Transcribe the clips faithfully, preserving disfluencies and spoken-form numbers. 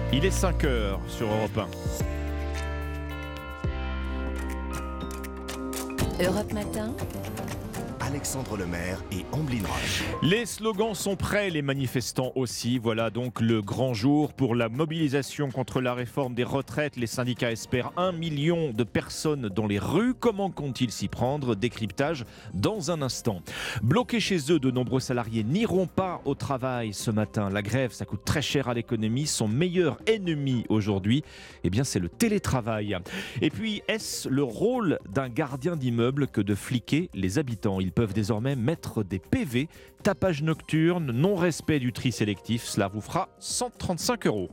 Il est cinq heures sur Europe un. Europe Matin. Alexandre Lemaire et Amblin Roche. Les slogans sont prêts, les manifestants aussi. Voilà donc le grand jour pour la mobilisation contre la réforme des retraites. Les syndicats espèrent un million de personnes dans les rues. Comment comptent-ils s'y prendre ? Décryptage dans un instant. Bloqués chez eux, de nombreux salariés n'iront pas au travail ce matin. La grève, ça coûte très cher à l'économie. Son meilleur ennemi aujourd'hui, eh bien, c'est le télétravail. Et puis, est-ce le rôle d'un gardien d'immeuble que de fliquer les habitants ? Ils peuvent désormais mettre des P V, tapage nocturne, non-respect du tri sélectif. Cela vous fera cent trente-cinq euros.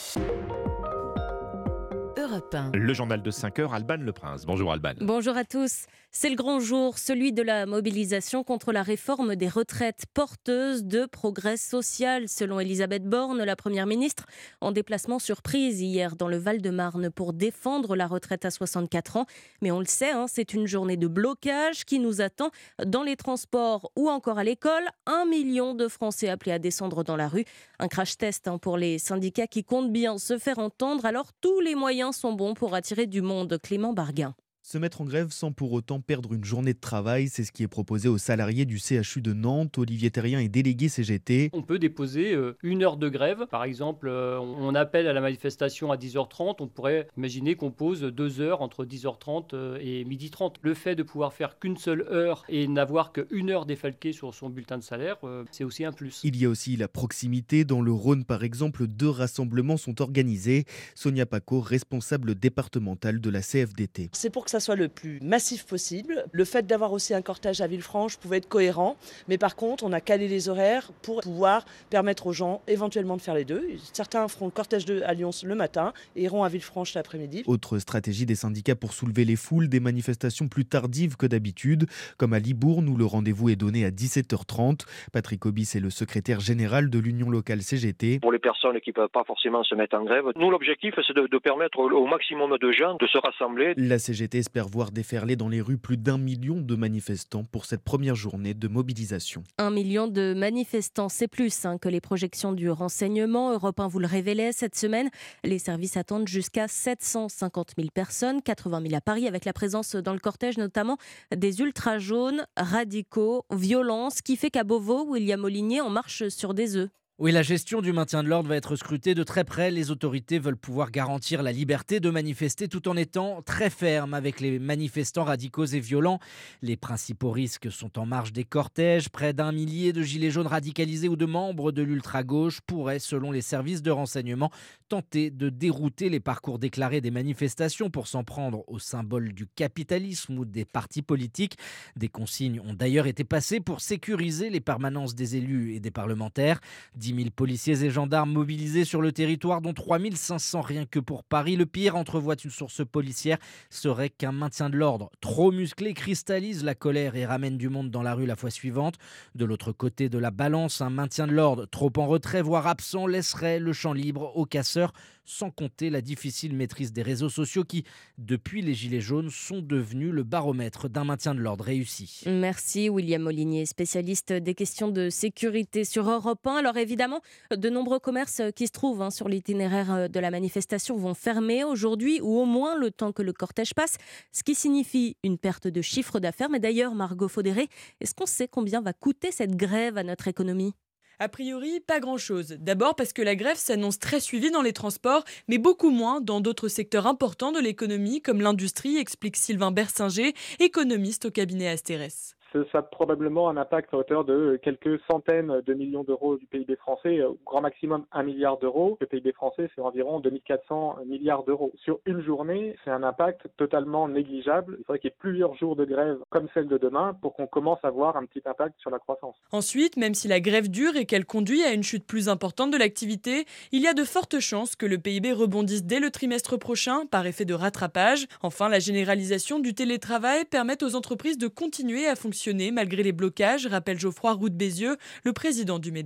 Europe un. Le journal de cinq heures, Alban Le Prince. Bonjour Alban. Bonjour à tous. C'est le grand jour, celui de la mobilisation contre la réforme des retraites, porteuse de progrès social, selon Elisabeth Borne, la Première ministre, en déplacement surprise hier dans le Val-de-Marne pour défendre la retraite à soixante-quatre ans. Mais on le sait, hein, c'est une journée de blocage qui nous attend dans les transports ou encore à l'école. Un million de Français appelés à descendre dans la rue. Un crash test hein, pour les syndicats qui comptent bien se faire entendre. Alors tous les moyens sont bons pour attirer du monde. Clément Barguin. Se mettre en grève sans pour autant perdre une journée de travail, c'est ce qui est proposé aux salariés du C H U de Nantes. Olivier Terrien est délégué C G T. On peut déposer euh, une heure de grève. Par exemple, euh, on appelle à la manifestation à dix heures trente. On pourrait imaginer qu'on pose deux heures entre dix heures trente et midi trente. Le fait de pouvoir faire qu'une seule heure et n'avoir qu'une heure défalquée sur son bulletin de salaire, euh, c'est aussi un plus. Il y a aussi la proximité. Dans le Rhône, par exemple, deux rassemblements sont organisés. Sonia Paco, responsable départementale de la C F D T. C'est pour que ça soit le plus massif possible. Le fait d'avoir aussi un cortège à Villefranche pouvait être cohérent, mais par contre, on a calé les horaires pour pouvoir permettre aux gens éventuellement de faire les deux. Certains feront le cortège de, à Lyon le matin et iront à Villefranche l'après-midi. Autre stratégie des syndicats pour soulever les foules, des manifestations plus tardives que d'habitude, comme à Libourne où le rendez-vous est donné à dix-sept heures trente. Patrick Obis est le secrétaire général de l'Union locale C G T. Pour les personnes qui ne peuvent pas forcément se mettre en grève, nous l'objectif c'est de, de permettre au, au maximum de gens de se rassembler. La C G T espère voir déferler dans les rues plus d'un million de manifestants pour cette première journée de mobilisation. Un million de manifestants, c'est plus hein, que les projections du renseignement. Europe un vous le révélait cette semaine. Les services attendent jusqu'à sept cent cinquante mille personnes, quatre-vingt mille à Paris, avec la présence dans le cortège notamment des ultra-jaunes, radicaux, violents, ce qui fait qu'à Beauvau, William Molinier en marche sur des œufs. Oui, la gestion du maintien de l'ordre va être scrutée de très près. Les autorités veulent pouvoir garantir la liberté de manifester tout en étant très fermes avec les manifestants radicaux et violents. Les principaux risques sont en marge des cortèges. Près d'un millier de gilets jaunes radicalisés ou de membres de l'ultra-gauche pourraient, selon les services de renseignement, tenter de dérouter les parcours déclarés des manifestations pour s'en prendre au symbole du capitalisme ou des partis politiques. Des consignes ont d'ailleurs été passées pour sécuriser les permanences des élus et des parlementaires. dix mille policiers et gendarmes mobilisés sur le territoire, dont trois mille cinq cents rien que pour Paris. Le pire, entrevoit une source policière, serait qu'un maintien de l'ordre trop musclé cristallise la colère et ramène du monde dans la rue la fois suivante. De l'autre côté de la balance, un maintien de l'ordre trop en retrait, voire absent, laisserait le champ libre aux casseurs, sans compter la difficile maîtrise des réseaux sociaux qui, depuis les Gilets jaunes, sont devenus le baromètre d'un maintien de l'ordre réussi. Merci William Molinier, spécialiste des questions de sécurité sur Europe un. Alors évidemment, de nombreux commerces qui se trouvent hein, sur l'itinéraire de la manifestation vont fermer aujourd'hui ou au moins le temps que le cortège passe, ce qui signifie une perte de chiffre d'affaires. Mais d'ailleurs, Margot Faudéré, est-ce qu'on sait combien va coûter cette grève à notre économie ? A priori, pas grand-chose. D'abord parce que la grève s'annonce très suivie dans les transports, mais beaucoup moins dans d'autres secteurs importants de l'économie, comme l'industrie, explique Sylvain Bersinger, économiste au cabinet Astérès. Ça a probablement un impact à hauteur de quelques centaines de millions d'euros du P I B français, au grand maximum un milliard d'euros. Le P I B français, c'est environ deux mille quatre cents milliards d'euros. Sur une journée, c'est un impact totalement négligeable. Il faudrait qu'il y ait plusieurs jours de grève comme celle de demain pour qu'on commence à voir un petit impact sur la croissance. Ensuite, même si la grève dure et qu'elle conduit à une chute plus importante de l'activité, il y a de fortes chances que le P I B rebondisse dès le trimestre prochain par effet de rattrapage. Enfin, la généralisation du télétravail permet aux entreprises de continuer à fonctionner malgré les blocages, rappelle Geoffroy Roux de Bézieux, le président du MEDEF.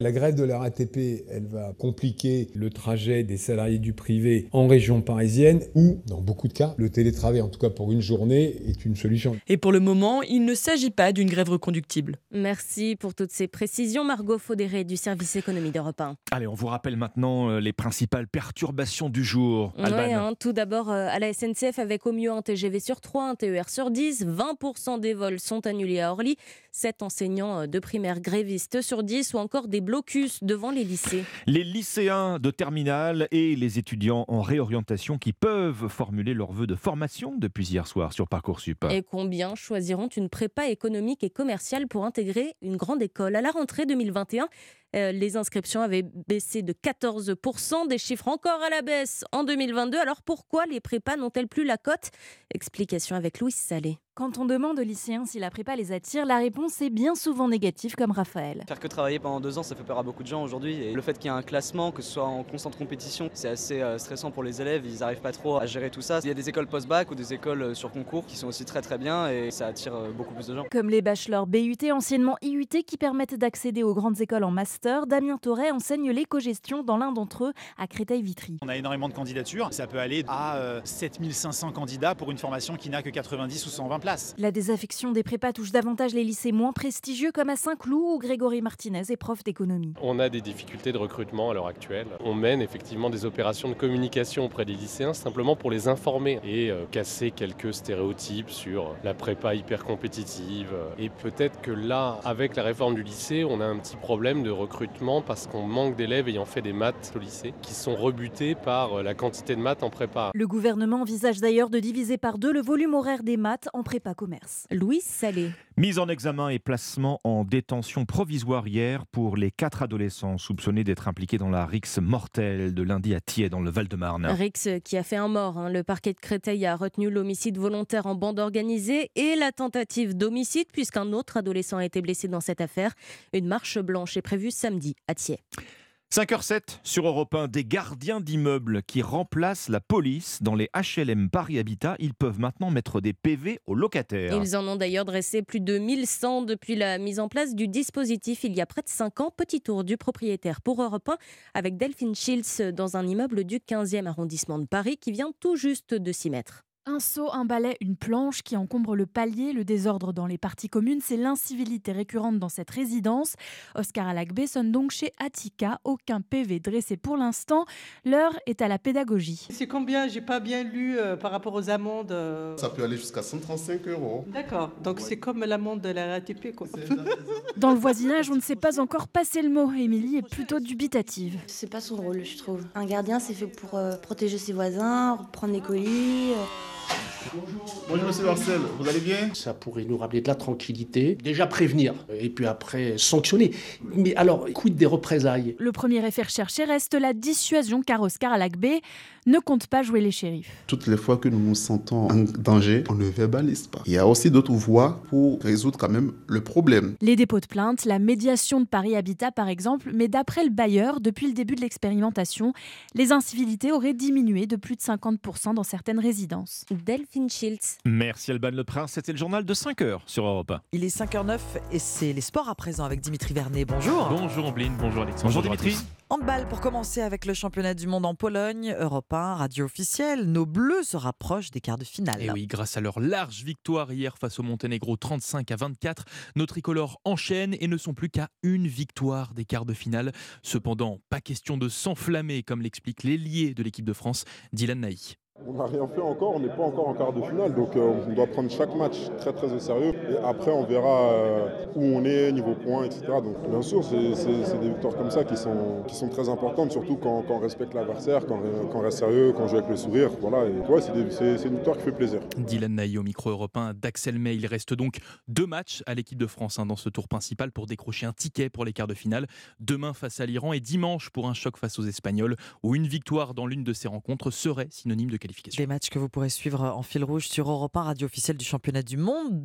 La grève de la R A T P, elle va compliquer le trajet des salariés du privé en région parisienne où, dans beaucoup de cas, le télétravail, en tout cas pour une journée, est une solution. Et pour le moment, il ne s'agit pas d'une grève reconductible. Merci pour toutes ces précisions, Margot Faudéré du service économie d'Europe un. Allez, on vous rappelle maintenant les principales perturbations du jour. Ouais, hein, tout d'abord, à la S N C F, avec au mieux un T G V sur trois, un T E R sur dix, vingt pour cent des vols sont annulés à Orly, sept enseignants de primaire grévistes sur dix ou encore des blocus devant les lycées. Les lycéens de terminale et les étudiants en réorientation qui peuvent formuler leurs vœux de formation depuis hier soir sur Parcoursup. Et combien choisiront une prépa économique et commerciale pour intégrer une grande école? À la rentrée deux mille vingt et un, euh, les inscriptions avaient baissé de quatorze pour cent, des chiffres encore à la baisse en deux mille vingt-deux. Alors pourquoi les prépas n'ont-elles plus la cote? Explication avec Louise Salé. Quand on demande aux lycéens si la prépa les attire, la réponse est bien souvent négative, comme Raphaël. Faire que travailler pendant deux ans, ça fait peur à beaucoup de gens aujourd'hui. Et le fait qu'il y ait un classement, que ce soit en constante compétition, c'est assez euh, stressant pour les élèves. Ils n'arrivent pas trop à gérer tout ça. Il y a des écoles post-bac ou des écoles sur concours qui sont aussi très très bien et ça attire euh, beaucoup plus de gens. Comme les bachelors B U T, anciennement I U T, qui permettent d'accéder aux grandes écoles en master. Damien Torret enseigne l'éco-gestion dans l'un d'entre eux, à Créteil-Vitry. On a énormément de candidatures. Ça peut aller à euh, sept mille cinq cents candidats pour une formation qui n'a que quatre-vingt-dix ou cent vingt places. La désaffection des prépas touche davantage les lycées moins prestigieux comme à Saint-Cloud où Grégory Martinez est prof d'économie. On a des difficultés de recrutement à l'heure actuelle. On mène effectivement des opérations de communication auprès des lycéens simplement pour les informer et euh, casser quelques stéréotypes sur la prépa hyper compétitive. Et peut-être que là, avec la réforme du lycée, on a un petit problème de recrutement parce qu'on manque d'élèves ayant fait des maths au lycée qui sont rebutés par la quantité de maths en prépa. Le gouvernement envisage d'ailleurs de diviser par deux le volume horaire des maths en prépa commerce. Louise Salé. Mise en examen et placement en détention provisoire hier pour les quatre adolescents soupçonnés d'être impliqués dans la rixe mortelle de lundi à Thiais dans le Val-de-Marne. Rixe qui a fait un mort. Hein. Le parquet de Créteil a retenu l'homicide volontaire en bande organisée et la tentative d'homicide puisqu'un autre adolescent a été blessé dans cette affaire. Une marche blanche est prévue samedi à Thiais. cinq heures zéro sept sur Europe un, des gardiens d'immeubles qui remplacent la police dans les H L M Paris Habitat. Ils peuvent maintenant mettre des P V aux locataires. Ils en ont d'ailleurs dressé plus de mille cent depuis la mise en place du dispositif il y a près de cinq ans. Petit tour du propriétaire pour Europe un avec Delphine Schiltz dans un immeuble du quinzième arrondissement de Paris qui vient tout juste de s'y mettre. Un seau, un balai, une planche qui encombre le palier, le désordre dans les parties communes, c'est l'incivilité récurrente dans cette résidence. Oscar Alagbé sonne donc chez Attica, aucun P V dressé pour l'instant. L'heure est à la pédagogie. C'est combien? J'ai pas bien lu euh, par rapport aux amendes. Euh... Ça peut aller jusqu'à cent trente-cinq euros. D'accord, donc ouais. C'est comme l'amende de la R A T P quoi. Dans le voisinage, on ne sait pas encore passer le mot. Émilie est plutôt dubitative. C'est pas son rôle, je trouve. Un gardien, c'est fait pour euh, protéger ses voisins, prendre les colis. Euh... Bonjour. Bonjour monsieur Marcel, vous allez bien? Ça pourrait nous ramener de la tranquillité, déjà prévenir et puis après sanctionner. Mais alors, quid des représailles? Le premier effet recherché reste la dissuasion car Oscar Alagbé ne compte pas jouer les shérifs. Toutes les fois que nous nous sentons en danger, on ne verbalise pas. Il y a aussi d'autres voies pour résoudre quand même le problème. Les dépôts de plainte, la médiation de Paris Habitat par exemple, mais d'après le bailleur, depuis le début de l'expérimentation, les incivilités auraient diminué de plus de cinquante pour cent dans certaines résidences. Delphine Schiltz. Merci Alban Le Prince, c'était le journal de cinq heures sur Europe un. Il est cinq heures zéro neuf et c'est les sports à présent avec Dimitri Vernet. Bonjour. Bonjour Ambline, bonjour Alexandre. Bonjour, bonjour Dimitri. Handball pour commencer avec le championnat du monde en Pologne. Europe un, radio officielle. Nos Bleus se rapprochent des quarts de finale. Et oui, grâce à leur large victoire hier face au Monténégro trente-cinq à vingt-quatre, nos tricolores enchaînent et ne sont plus qu'à une victoire des quarts de finale. Cependant, pas question de s'enflammer, comme l'explique l'ailier de l'équipe de France, Dylan Nahi. On n'a rien fait encore, on n'est pas encore en quart de finale, donc euh, on doit prendre chaque match très très au sérieux. Et après on verra euh, où on est, niveau points, et cetera. Donc bien sûr, c'est, c'est, c'est des victoires comme ça qui sont, qui sont très importantes, surtout quand, quand on respecte l'adversaire, quand, quand on reste sérieux, quand on joue avec le sourire. Voilà, et ouais, c'est, des, c'est, c'est une victoire qui fait plaisir. Dylan Nahi au micro européen d'Axel May. Il reste donc deux matchs à l'équipe de France hein, dans ce tour principal pour décrocher un ticket pour les quarts de finale. Demain face à l'Iran et dimanche pour un choc face aux Espagnols, où une victoire dans l'une de ces rencontres serait synonyme de qualification. Des matchs que vous pourrez suivre en fil rouge sur Europe un, radio officielle du championnat du monde de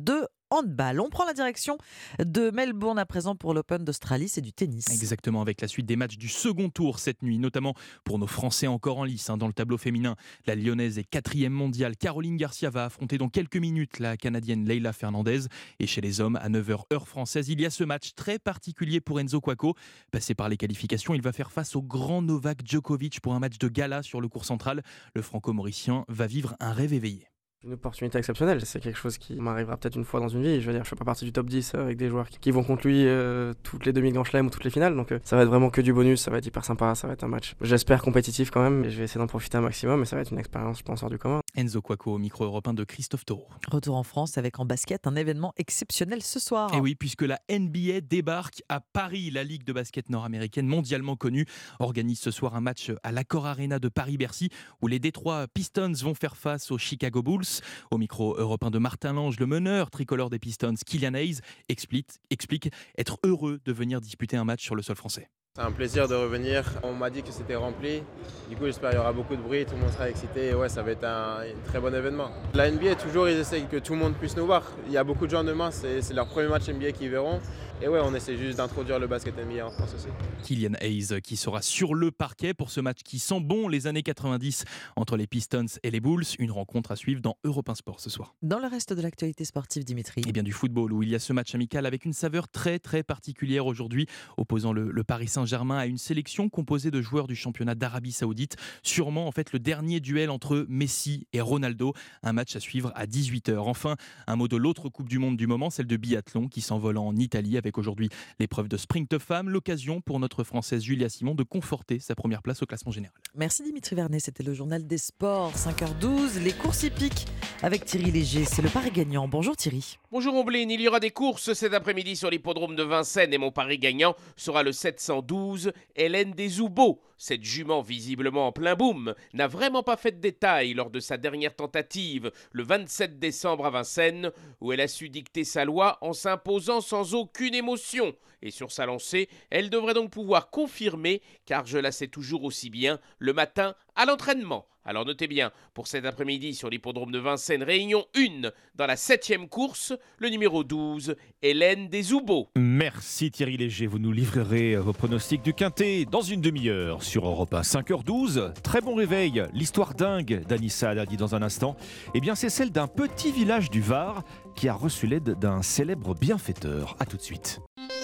handball. On prend la direction de Melbourne à présent pour l'Open d'Australie, c'est du tennis. Exactement, avec la suite des matchs du second tour cette nuit, notamment pour nos Français encore en lice. Hein, dans le tableau féminin, la Lyonnaise est quatrième mondiale. Caroline Garcia va affronter dans quelques minutes la Canadienne Leylah Fernandez. Et chez les hommes, à neuf heures heure française, il y a ce match très particulier pour Enzo Couacaud. Passé par les qualifications, il va faire face au grand Novak Djokovic pour un match de gala sur le court central. Le franco-mauricien va vivre un rêve éveillé. Une opportunité exceptionnelle, c'est quelque chose qui m'arrivera peut-être une fois dans une vie. Je veux dire, je fais pas partie du top dix avec des joueurs qui, qui vont contre lui euh, toutes les demi-grands chelems ou toutes les finales. Donc euh, ça va être vraiment que du bonus, ça va être hyper sympa, ça va être un match, j'espère, compétitif quand même. Et je vais essayer d'en profiter un maximum et ça va être une expérience, je pense, hors du commun. Enzo Couacaud au micro européen de Christophe Taureau. Retour en France avec en basket un événement exceptionnel ce soir. Et oui, puisque la N B A débarque à Paris. La ligue de basket nord-américaine mondialement connue organise ce soir un match à l'Accor Arena de Paris-Bercy où les Détroit Pistons vont faire face aux Chicago Bulls. Au micro européen de Martin Lange, le meneur tricolore des Pistons, Killian Hayes, explique, explique être heureux de venir disputer un match sur le sol français. C'est un plaisir de revenir. On m'a dit que c'était rempli. Du coup, j'espère qu'il y aura beaucoup de bruit, tout le monde sera excité. Et ouais, ça va être un, un très bon événement. La N B A, toujours, ils essayent que tout le monde puisse nous voir. Il y a beaucoup de gens demain, c'est, c'est leur premier match N B A qu'ils verront. Et ouais, on essaie juste d'introduire le basket N B A en France aussi. Killian Hayes qui sera sur le parquet pour ce match qui sent bon les années quatre-vingt-dix entre les Pistons et les Bulls. Une rencontre à suivre dans Europe un Sport ce soir. Dans le reste de l'actualité sportive, Dimitri. Et bien du football où il y a ce match amical avec une saveur très très particulière aujourd'hui, opposant le, le Paris Saint-Germain à une sélection composée de joueurs du championnat d'Arabie Saoudite. Sûrement en fait le dernier duel entre Messi et Ronaldo. Un match à suivre à dix-huit heures. Enfin, un mot de l'autre Coupe du Monde du moment, celle de biathlon qui s'envole en Italie avec Avec aujourd'hui l'épreuve de sprint femme, l'occasion pour notre Française Julia Simon de conforter sa première place au classement général. Merci Dimitri Vernet, c'était le journal des sports, cinq heures douze, les courses hippiques avec Thierry Léger, c'est le pari gagnant. Bonjour Thierry. Bonjour Omblin, il y aura des courses cet après-midi sur l'hippodrome de Vincennes et mon pari gagnant sera le sept cent douze, Hélène des Oubeaux. Cette jument visiblement en plein boom n'a vraiment pas fait de détails lors de sa dernière tentative le vingt-sept décembre à Vincennes où elle a su dicter sa loi en s'imposant sans aucune émotion. Et sur sa lancée, elle devrait donc pouvoir confirmer car je la sais toujours aussi bien le matin à l'entraînement. Alors notez bien, pour cet après-midi sur l'hippodrome de Vincennes, réunion un dans la septième course, le numéro douze, Hélène des Oubeaux. Merci Thierry Léger, vous nous livrerez vos pronostics du Quintet dans une demi-heure sur Europe un. cinq heures douze, très bon réveil, l'histoire dingue d'Anissa Haddadi dans un instant. Eh bien c'est celle d'un petit village du Var qui a reçu l'aide d'un célèbre bienfaiteur. A tout de suite.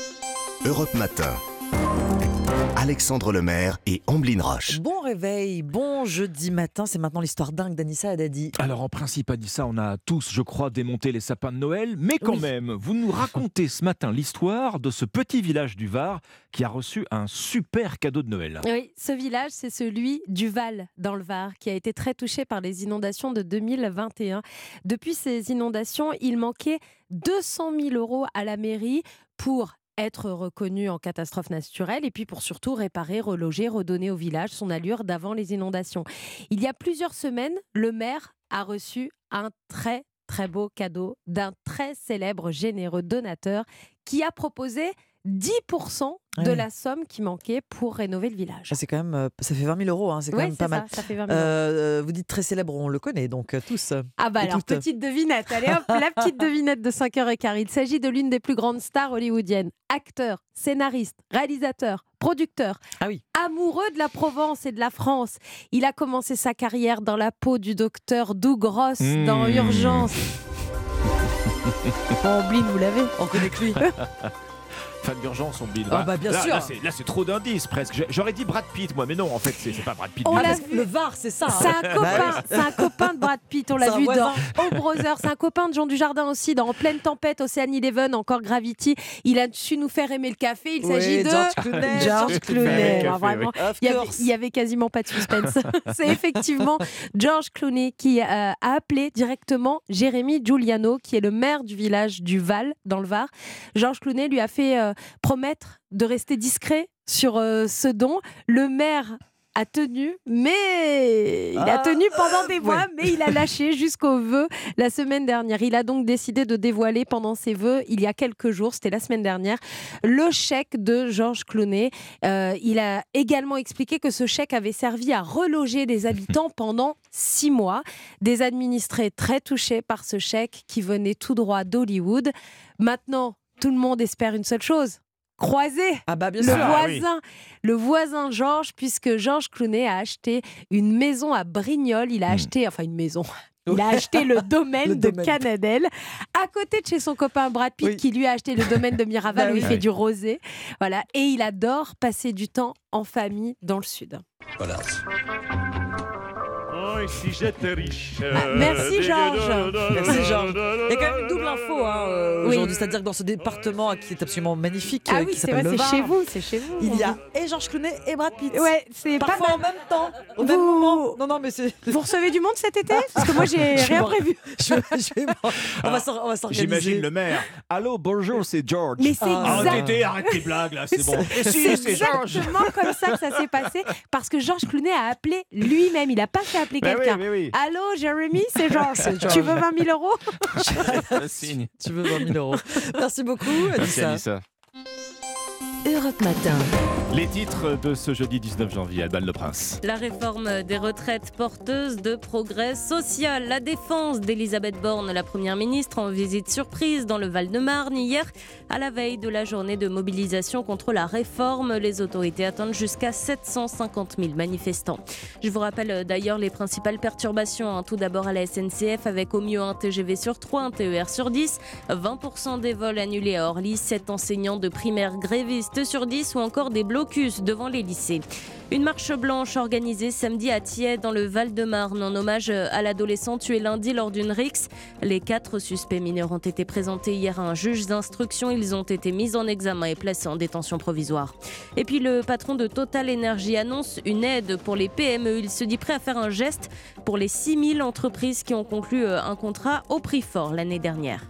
Europe Matin. Alexandre Lemaire et Omblin Roche. Bon réveil, bon jeudi matin, c'est maintenant l'histoire dingue d'Anissa Haddadi. Alors en principe, Anissa, on a tous, je crois, démonté les sapins de Noël, mais quand oui. même, vous nous racontez ce matin l'histoire de ce petit village du Var qui a reçu un super cadeau de Noël. Oui, ce village, c'est celui du Val, dans le Var, qui a été très touché par les inondations de deux mille vingt et un. Depuis ces inondations, il manquait deux cent mille euros à la mairie pour être reconnu en catastrophe naturelle et puis pour surtout réparer, reloger, redonner au village son allure d'avant les inondations. Il y a plusieurs semaines, le maire a reçu un très très beau cadeau d'un très célèbre généreux donateur qui a proposé dix pour cent de oui. la somme qui manquait pour rénover le village. C'est quand même, ça fait vingt mille euros, hein, c'est quand oui, même pas ça, mal. Ça fait vingt mille euh, vous dites très célèbre, on le connaît donc tous. Ah bah alors, toutes. petite devinette, allez hop, la petite devinette de cinq heures quinze. Il s'agit de l'une des plus grandes stars hollywoodiennes. Acteur, scénariste, réalisateur, producteur, ah oui. amoureux de la Provence et de la France. Il a commencé sa carrière dans la peau du docteur Doug Ross mmh. dans Urgence. Bon, Omblin, vous l'avez. On connaît que lui. Fan d'urgence, on bide. Ah bah bien là, sûr. Là, c'est, là, c'est trop d'indices presque. J'aurais dit Brad Pitt, moi, mais non, en fait, c'est, c'est pas Brad Pitt. On l'a vu. Le Var, c'est ça. C'est un copain. C'est un copain de Brad Pitt. On l'a c'est vu dans Oh Brother. C'est un copain de Jean Dujardin aussi, dans En pleine tempête, Ocean Eleven, encore Gravity. Il a su nous faire aimer le café. Il s'agit oui, de George Clooney. George Clooney. Ah, vraiment. Oui. Il y, avait, il y avait quasiment pas de suspense. C'est effectivement George Clooney qui euh, a appelé directement Jérémy Giuliano, qui est le maire du village du Val, dans le Var. George Clooney lui a fait euh, promettre de rester discret sur euh, ce don. Le maire a tenu, mais il a tenu pendant des mois, ouais. mais il a lâché jusqu'aux vœux la semaine dernière. Il a donc décidé de dévoiler pendant ses vœux, il y a quelques jours, c'était la semaine dernière, le chèque de Georges Clooney. Euh, il a également expliqué que ce chèque avait servi à reloger des habitants pendant six mois. Des administrés très touchés par ce chèque qui venait tout droit d'Hollywood. Maintenant, tout le monde espère une seule chose. Croiser ah bah bien le sûr. voisin, Ah oui. le voisin Georges, puisque Georges Clooney a acheté une maison à Brignoles. Il a mmh. acheté, enfin une maison. Il a acheté le domaine le de domaine. Canadel, à côté de chez son copain Brad Pitt, oui. qui lui a acheté le domaine de Miraval, bah où oui. il fait du rosé. Voilà. Et il adore passer du temps en famille dans le sud. Voilà. Oh, si j'étais riche. Ah, merci Georges. Merci Georges. Il y a quand même une double info hein, euh, oui. aujourd'hui, c'est-à-dire que dans ce département qui est absolument magnifique, ah euh, oui, qui c'est s'appelle vrai, le c'est Var, chez vous, c'est chez vous. Il y a et Georges Clooney et Brad Pitt. Ouais, c'est parfois pas en même temps, au vous... même moment. Non, non, mais c'est. Vous recevez du monde cet été? Parce que moi, j'ai rien m'en... prévu. je, je vais m'en... on, va on va s'organiser. J'imagine le maire. Allô, bonjour, c'est George. Mais c'est ah, exact... Tété, arrête tes blagues là, c'est bon. C'est, si, c'est exactement comme ça que ça s'est passé, parce que Georges Clooney a appelé lui-même. Il n'a pas fait appeler mais quelqu'un. Oui, oui. Allô, Jérémy, c'est Georges. Tu veux vingt mille euros? Signe. Tu veux vingt mille euros. Merci beaucoup, Anissa. Merci, Anissa. Europe Matin. Les titres de ce jeudi dix-neuf janvier, Alban Le Prince. La réforme des retraites porteuse de progrès social. La défense d'Elisabeth Borne, la première ministre, en visite surprise dans le Val-de-Marne hier. À la veille de la journée de mobilisation contre la réforme, les autorités attendent jusqu'à sept cent cinquante mille manifestants. Je vous rappelle d'ailleurs les principales perturbations. Tout d'abord à la S N C F avec au mieux un T G V sur trois, un T E R sur dix, vingt pour cent des vols annulés à Orly, sept enseignants de primaire grévistes sur dix ou encore des blocus devant les lycées. Une marche blanche organisée samedi à Thiais dans le Val-de-Marne en hommage à l'adolescent tué lundi lors d'une rixe. Les quatre suspects mineurs ont été présentés hier à un juge d'instruction. Ils ont été mis en examen et placés en détention provisoire. Et puis le patron de Total Energy annonce une aide pour les P M E. Il se dit prêt à faire un geste pour les six mille entreprises qui ont conclu un contrat au prix fort l'année dernière.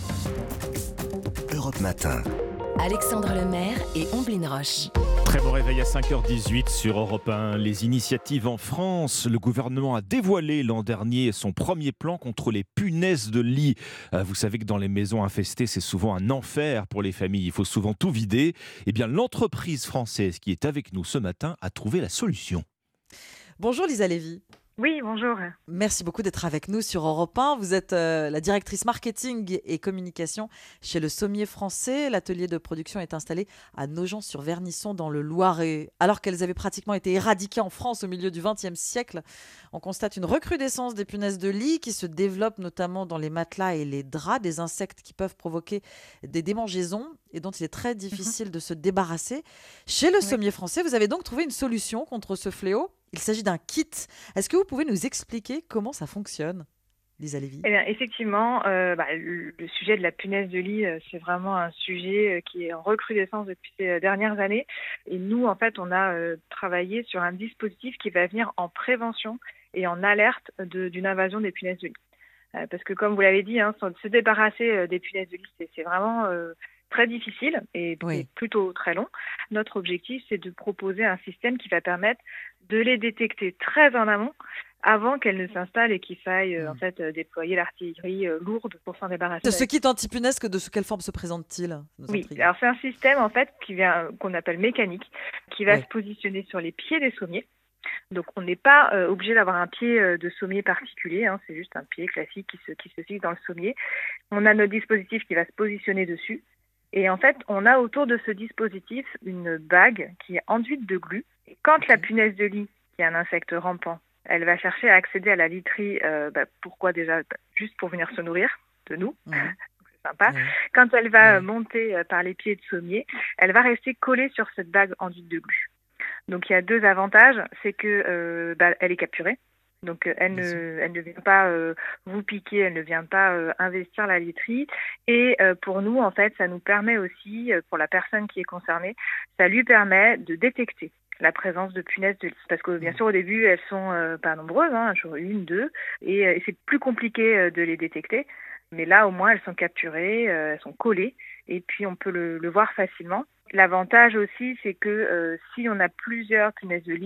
Europe Matin. Alexandre Lemaire et Omblin Roche. Très bon réveil à cinq heures dix-huit sur Europe un. Les initiatives en France. Le gouvernement a dévoilé l'an dernier son premier plan contre les punaises de lit. Vous savez que dans les maisons infestées, c'est souvent un enfer pour les familles. Il faut souvent tout vider. Eh bien, l'entreprise française qui est avec nous ce matin a trouvé la solution. Bonjour Lisa Lévy. Oui, bonjour. Merci beaucoup d'être avec nous sur Europe un. Vous êtes euh, la directrice marketing et communication chez Le Sommier Français. L'atelier de production est installé à Nogent-sur-Vernisson dans le Loiret. Alors qu'elles avaient pratiquement été éradiquées en France au milieu du vingtième siècle, on constate une recrudescence des punaises de lit qui se développent notamment dans les matelas et les draps, des insectes qui peuvent provoquer des démangeaisons et dont il est très difficile mmh. de se débarrasser. Chez Le oui. Sommier Français, vous avez donc trouvé une solution contre ce fléau. Il s'agit d'un kit. Est-ce que vous pouvez nous expliquer comment ça fonctionne, Lisa Lévy? Eh bien, effectivement, euh, bah, le, le sujet de la punaise de lit, euh, c'est vraiment un sujet euh, qui est en recrudescence depuis ces euh, dernières années. Et nous, en fait, on a euh, travaillé sur un dispositif qui va venir en prévention et en alerte de, d'une invasion des punaises de lit. Euh, parce que, comme vous l'avez dit, hein, se débarrasser euh, des punaises de lit, c'est, c'est vraiment... Euh, très difficile et oui. plutôt très long. Notre objectif, c'est de proposer un système qui va permettre de les détecter très en amont avant qu'elles ne s'installent et qu'il faille mmh. en fait déployer l'artillerie euh, lourde pour s'en débarrasser. De ce kit anti-punaise, de quelle forme se présente-t-il? Oui, alors c'est un système en fait qui vient, qu'on appelle mécanique, qui va oui. se positionner sur les pieds des sommiers. Donc on n'est pas euh, obligé d'avoir un pied euh, de sommier particulier, hein, c'est juste un pied classique qui se, qui se fixe dans le sommier. On a notre dispositif qui va se positionner dessus. Et en fait, on a autour de ce dispositif une bague qui est enduite de glu. Et quand la punaise de lit, qui est un insecte rampant, elle va chercher à accéder à la literie, euh, bah, pourquoi déjà? Juste pour venir se nourrir de nous. Mmh. C'est sympa. Mmh. Quand elle va mmh. monter euh, par les pieds de sommier, elle va rester collée sur cette bague enduite de glu. Donc il y a deux avantages, c'est que euh, bah, elle est capturée. Donc elle ne, elle ne vient pas euh, vous piquer, elle ne vient pas euh, investir la literie. Et euh, pour nous, en fait, ça nous permet aussi, euh, pour la personne qui est concernée, ça lui permet de détecter la présence de punaises de lit. Parce que bien sûr, au début, elles sont euh, pas nombreuses, hein, genre une, deux, et, euh, et c'est plus compliqué euh, de les détecter. Mais là, au moins, elles sont capturées, euh, elles sont collées, et puis on peut le, le voir facilement. L'avantage aussi, c'est que euh, si on a plusieurs punaises de lit,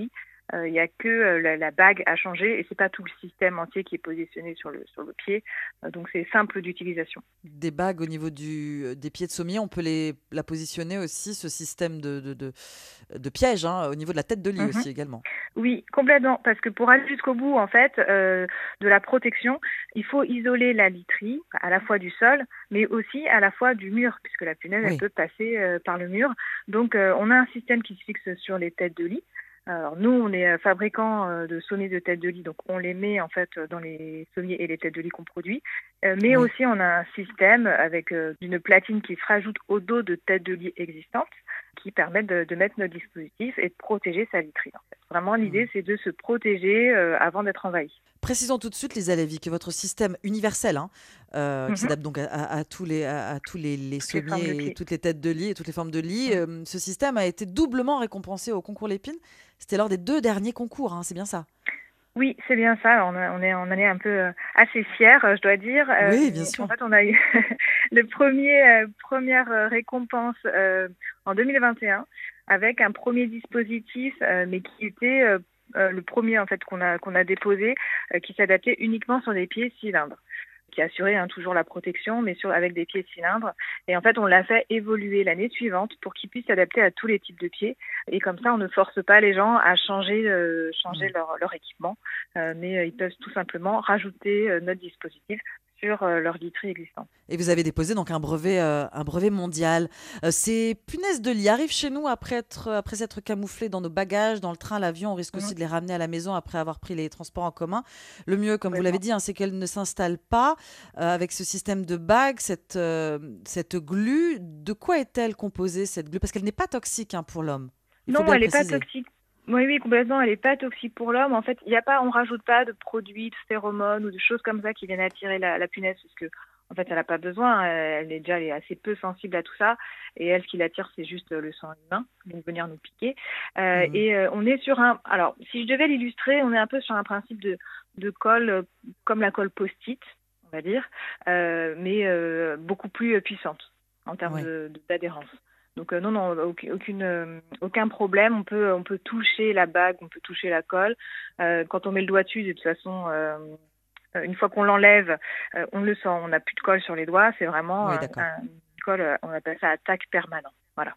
Il euh, n'y a que euh, la, la bague à changer et c'est pas tout le système entier qui est positionné sur le, sur le pied. Euh, donc c'est simple d'utilisation. Des bagues au niveau du, des pieds de sommier, on peut les, la positionner aussi, ce système de, de, de, de piège, hein, au niveau de la tête de lit mm-hmm. aussi également. Oui, complètement. Parce que pour aller jusqu'au bout en fait euh, de la protection, il faut isoler la literie à la fois du sol, mais aussi à la fois du mur, puisque la punaise oui. elle peut passer euh, par le mur. Donc euh, on a un système qui se fixe sur les têtes de lit. Alors nous, on est fabricant de sommiers de têtes de lit, donc on les met en fait dans les sommiers et les têtes de lit qu'on produit. Euh, mais oui. aussi, on a un système avec euh, une platine qui se rajoute au dos de têtes de lit existantes, qui permettent de, de mettre notre dispositif et de protéger sa literie. En fait. Vraiment, l'idée, mmh. c'est de se protéger euh, avant d'être envahi. Précisons tout de suite, Lisa Lévy, que votre système universel, hein, euh, mmh. qui s'adapte donc à, à, à tous les, à, à tous les, les sommiers les et toutes les têtes de lit et toutes les formes de lit, mmh. euh, ce système a été doublement récompensé au concours Lépine. C'était lors des deux derniers concours, hein, c'est bien ça? Oui, c'est bien ça. On, a, on est en année un peu euh, assez fière, je dois dire. Oui, bien sûr. En fait, on a eu le premier euh, première récompense euh, en deux mille vingt et un avec un premier dispositif, euh, mais qui était euh, euh, le premier en fait qu'on a qu'on a déposé, euh, qui s'adaptait uniquement sur des pieds cylindres, qui assurait hein, toujours la protection, mais sur, avec des pieds cylindres. Et en fait, on l'a fait évoluer l'année suivante pour qu'ils puissent s'adapter à tous les types de pieds. Et comme ça, on ne force pas les gens à changer, euh, changer mmh. leur, leur équipement, euh, mais euh, ils peuvent tout simplement rajouter euh, notre dispositif sur euh, leur literie existante. Et vous avez déposé donc un brevet, euh, un brevet mondial. Euh, ces punaises de lit arrivent chez nous après, être, après s'être camouflées dans nos bagages, dans le train, l'avion. On risque mmh. aussi de les ramener à la maison après avoir pris les transports en commun. Le mieux, comme oui, vous l'avez dit, hein, c'est qu'elles ne s'installent pas euh, avec ce système de bague, cette, euh, cette glu. De quoi est-elle composée, cette glu? Parce qu'elle n'est pas toxique hein, pour l'homme. Il non, elle n'est pas toxique. Oui, oui, complètement. Elle n'est pas toxique pour l'homme. En fait, il y a pas, on rajoute pas de produits, de phéromones ou de choses comme ça qui viennent attirer la, la punaise, parce que en fait, elle n'a pas besoin. Elle est déjà elle est assez peu sensible à tout ça. Et elle, ce qui l'attire, c'est juste le sang humain, donc venir nous piquer. Euh, mmh. Et euh, on est sur un. Alors, si je devais l'illustrer, on est un peu sur un principe de, de colle euh, comme la colle post-it, on va dire, euh, mais euh, beaucoup plus puissante en termes oui. de, de, d'adhérence. Donc euh, non, non, aucune, euh, aucun problème. On peut, on peut toucher la bague, on peut toucher la colle. Euh, quand on met le doigt dessus, de toute façon, euh, une fois qu'on l'enlève, euh, on le sent. On n'a plus de colle sur les doigts. C'est vraiment oui, un, un, une colle, on appelle ça attaque permanent. Voilà.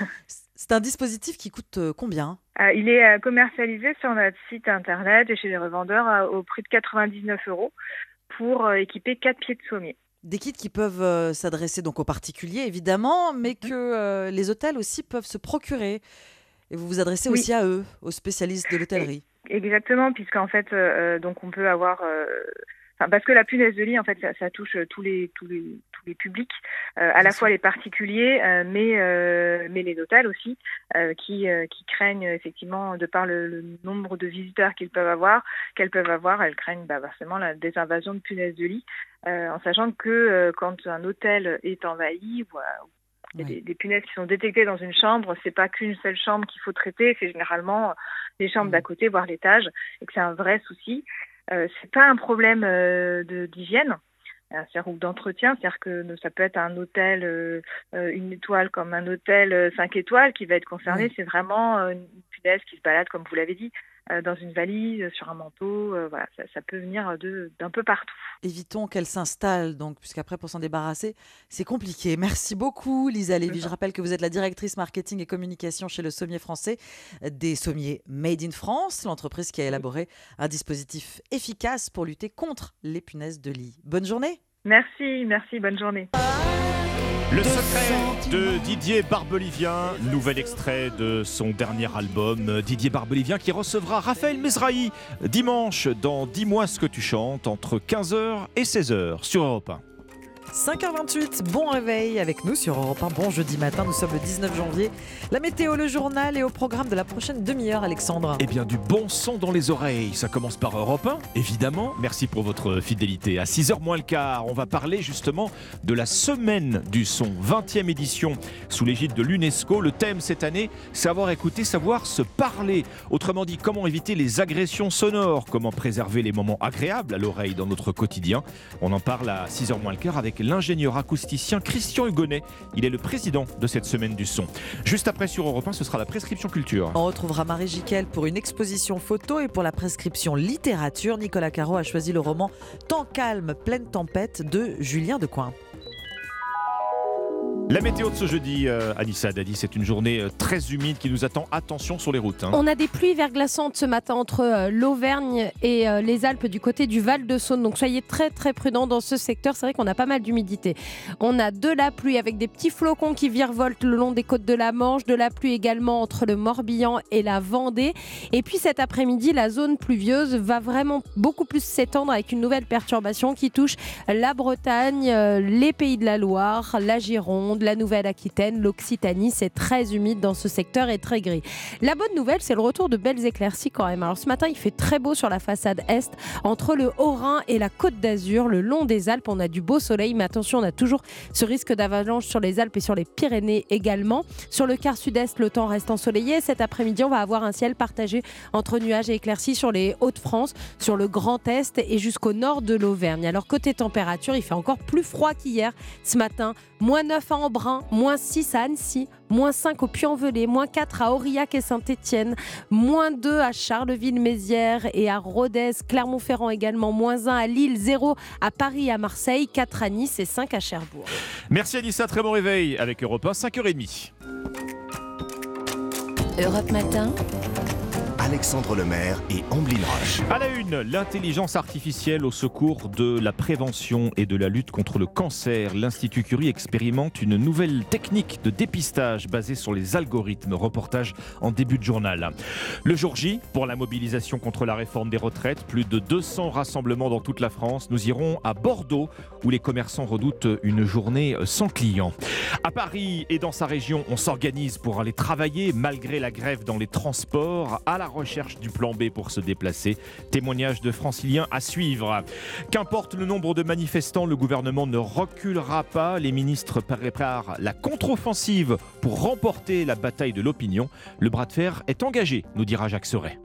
C'est un dispositif qui coûte euh, combien? euh, Il est euh, commercialisé sur notre site internet et chez les revendeurs euh, au prix de quatre-vingt-dix-neuf euros pour euh, équiper quatre pieds de sommier. Des kits qui peuvent euh, s'adresser donc aux particuliers, évidemment, mais que euh, les hôtels aussi peuvent se procurer. Et vous vous adressez oui. aussi à eux, aux spécialistes de l'hôtellerie. Exactement, puisqu'en fait, euh, donc on peut avoir... Euh, parce que la punaise de lit, en fait, ça, ça touche tous les, tous les, tous les publics, euh, à la fois les particuliers, euh, mais, euh, mais les hôtels aussi, euh, qui, euh, qui craignent effectivement, de par le, le nombre de visiteurs qu'ils peuvent avoir, qu'elles peuvent avoir, elles craignent bah, forcément la, des invasions de punaises de lit, euh, en sachant que euh, quand un hôtel est envahi, voilà, il y a ouais. des, des punaises qui sont détectées dans une chambre, c'est pas qu'une seule chambre qu'il faut traiter, c'est généralement les chambres mmh. d'à côté, voire l'étage, et que c'est un vrai souci. Euh, c'est pas un problème euh, de, d'hygiène, euh, c'est-à-dire, ou d'entretien, c'est-à-dire que ça peut être un hôtel euh, une étoile comme un hôtel euh, cinq étoiles qui va être concerné. Oui. C'est vraiment euh, une punaise qui se balade, comme vous l'avez dit, euh, dans une valise, sur un manteau. Euh, voilà, ça, ça peut venir de, d'un peu partout. Évitons qu'elle s'installe, donc, puisqu'après, pour s'en débarrasser, c'est compliqué. Merci beaucoup, Lisa Lévy. Je rappelle que vous êtes la directrice marketing et communication chez le Sommier français, des sommiers Made in France, l'entreprise qui a élaboré un dispositif efficace pour lutter contre les punaises de lit. Bonne journée. Merci, merci, bonne journée. Le secret de Didier Barbelivien, nouvel extrait de son dernier album. Didier Barbelivien qui recevra Raphaël Mesrahi dimanche dans Dis-moi ce que tu chantes entre quinze heures et seize heures sur Europe un. cinq heures vingt-huit, bon réveil avec nous sur Europe un. Bon jeudi matin, nous sommes le dix-neuf janvier. La météo, le journal et au programme de la prochaine demi-heure, Alexandre. Eh bien, du bon son dans les oreilles. Ça commence par Europe un, évidemment. Merci pour votre fidélité. À six heures moins le quart, on va parler justement de la semaine du son, vingtième édition sous l'égide de l'UNESCO. Le thème cette année, savoir écouter, savoir se parler. Autrement dit, comment éviter les agressions sonores, comment préserver les moments agréables à l'oreille dans notre quotidien. On en parle à six heures moins le quart avec avec l'ingénieur acousticien Christian Hugonnet. Il est le président de cette semaine du son. Juste après sur Europe un, ce sera la prescription culture. On retrouvera Marie Jiquel pour une exposition photo et pour la prescription littérature. Nicolas Caro a choisi le roman Temps calme, pleine tempête de Julien Decoing. La météo de ce jeudi, euh, Anissa Dadi, c'est une journée euh, très humide qui nous attend. Attention sur les routes. Hein. On a des pluies verglaçantes ce matin entre euh, l'Auvergne et euh, les Alpes du côté du Val-de-Saône. Donc soyez très très prudents dans ce secteur. C'est vrai qu'on a pas mal d'humidité. On a de la pluie avec des petits flocons qui virevoltent le long des côtes de la Manche. De la pluie également entre le Morbihan et la Vendée. Et puis cet après-midi, la zone pluvieuse va vraiment beaucoup plus s'étendre avec une nouvelle perturbation qui touche la Bretagne, euh, les Pays de la Loire, la Gironde, la Nouvelle-Aquitaine, l'Occitanie. C'est très humide dans ce secteur et très gris. La bonne nouvelle, c'est le retour de belles éclaircies quand même. Alors ce matin, il fait très beau sur la façade est, entre le Haut-Rhin et la Côte d'Azur, le long des Alpes. On a du beau soleil, mais attention, on a toujours ce risque d'avalanche sur les Alpes et sur les Pyrénées également. Sur le quart sud-est, le temps reste ensoleillé. Cet après-midi, on va avoir un ciel partagé entre nuages et éclaircies sur les Hauts-de-France, sur le Grand Est et jusqu'au nord de l'Auvergne. Alors côté température, il fait encore plus froid qu'hier ce matin. moins neuf à Embrun, moins six à Annecy, moins cinq au Puy-en-Velay, moins quatre à Aurillac et Saint-Étienne, moins deux à Charleville-Mézières et à Rodez, Clermont-Ferrand également, moins un à Lille, zéro à Paris et à Marseille, quatre à Nice et cinq à Cherbourg. Merci Anissa, très bon réveil avec Europe un, cinq heures trente. Europe Matin. Alexandre Lemaire et Amblin Roche. À la une, l'intelligence artificielle au secours de la prévention et de la lutte contre le cancer. L'Institut Curie expérimente une nouvelle technique de dépistage basée sur les algorithmes. Reportage en début de journal. Le jour J, pour la mobilisation contre la réforme des retraites, plus de deux cents rassemblements dans toute la France. Nous irons à Bordeaux, où les commerçants redoutent une journée sans clients. À Paris et dans sa région, on s'organise pour aller travailler malgré la grève dans les transports. À la recherche du plan B pour se déplacer. Témoignage de franciliens à suivre. Qu'importe le nombre de manifestants, le gouvernement ne reculera pas. Les ministres préparent la contre-offensive pour remporter la bataille de l'opinion. Le bras de fer est engagé, nous dira Jacques Seret.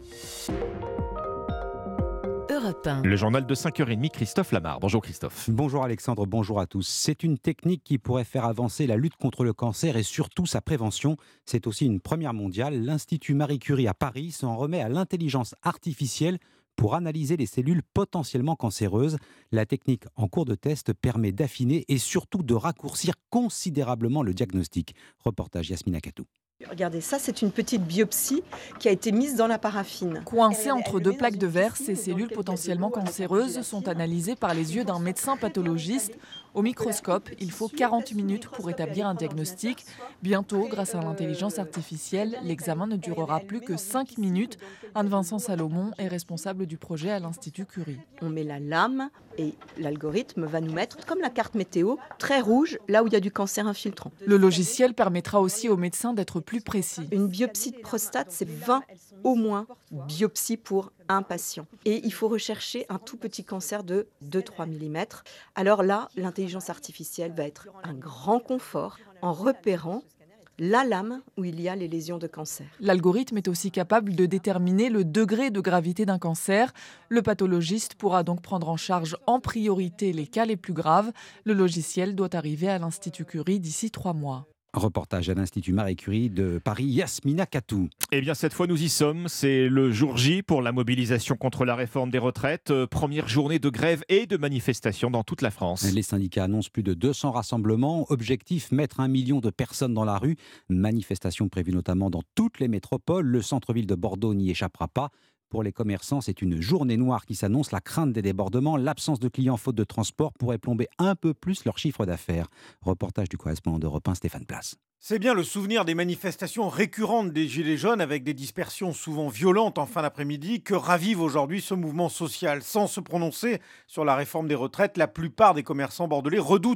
Le journal de cinq heures trente, Christophe Lamar. Bonjour Christophe. Bonjour Alexandre, bonjour à tous. C'est une technique qui pourrait faire avancer la lutte contre le cancer et surtout sa prévention. C'est aussi une première mondiale. L'Institut Marie Curie à Paris s'en remet à l'intelligence artificielle pour analyser les cellules potentiellement cancéreuses. La technique en cours de test permet d'affiner et surtout de raccourcir considérablement le diagnostic. Reportage Yasmina Katou. Regardez, ça c'est une petite biopsie qui a été mise dans la paraffine. Coincées entre deux plaques de verre, ces cellules potentiellement cancéreuses sont analysées par les yeux d'un médecin pathologiste. Au microscope, il faut quarante minutes pour établir un diagnostic. Bientôt, grâce à l'intelligence artificielle, l'examen ne durera plus que cinq minutes. Anne-Vincent Salomon est responsable du projet à l'Institut Curie. On met la lame et l'algorithme va nous mettre, comme la carte météo, très rouge, là où il y a du cancer infiltrant. Le logiciel permettra aussi aux médecins d'être plus précis. Une biopsie de prostate, c'est vingt au moins biopsies pour un patient. Et il faut rechercher un tout petit cancer de deux à trois millimètres. Alors là, l'intelligence artificielle va être un grand confort en repérant la lame où il y a les lésions de cancer. L'algorithme est aussi capable de déterminer le degré de gravité d'un cancer. Le pathologiste pourra donc prendre en charge en priorité les cas les plus graves. Le logiciel doit arriver à l'Institut Curie d'ici trois mois. Reportage à l'Institut Marie Curie de Paris, Yasmina Katou. Eh bien, cette fois, nous y sommes. C'est le jour J pour la mobilisation contre la réforme des retraites. Euh, première journée de grève et de manifestation dans toute la France. Les syndicats annoncent plus de deux cents rassemblements. Objectif, mettre un million de personnes dans la rue. Manifestation prévue notamment dans toutes les métropoles. Le centre-ville de Bordeaux n'y échappera pas. Pour les commerçants, c'est une journée noire qui s'annonce. La crainte des débordements, l'absence de clients faute de transport pourrait plomber un peu plus leur chiffre d'affaires. Reportage du correspondant d'Europe un, Stéphane Place. C'est bien le souvenir des manifestations récurrentes des Gilets jaunes avec des dispersions souvent violentes en fin d'après-midi que ravive aujourd'hui ce mouvement social. Sans se prononcer sur la réforme des retraites, la plupart des commerçants bordelais redoutent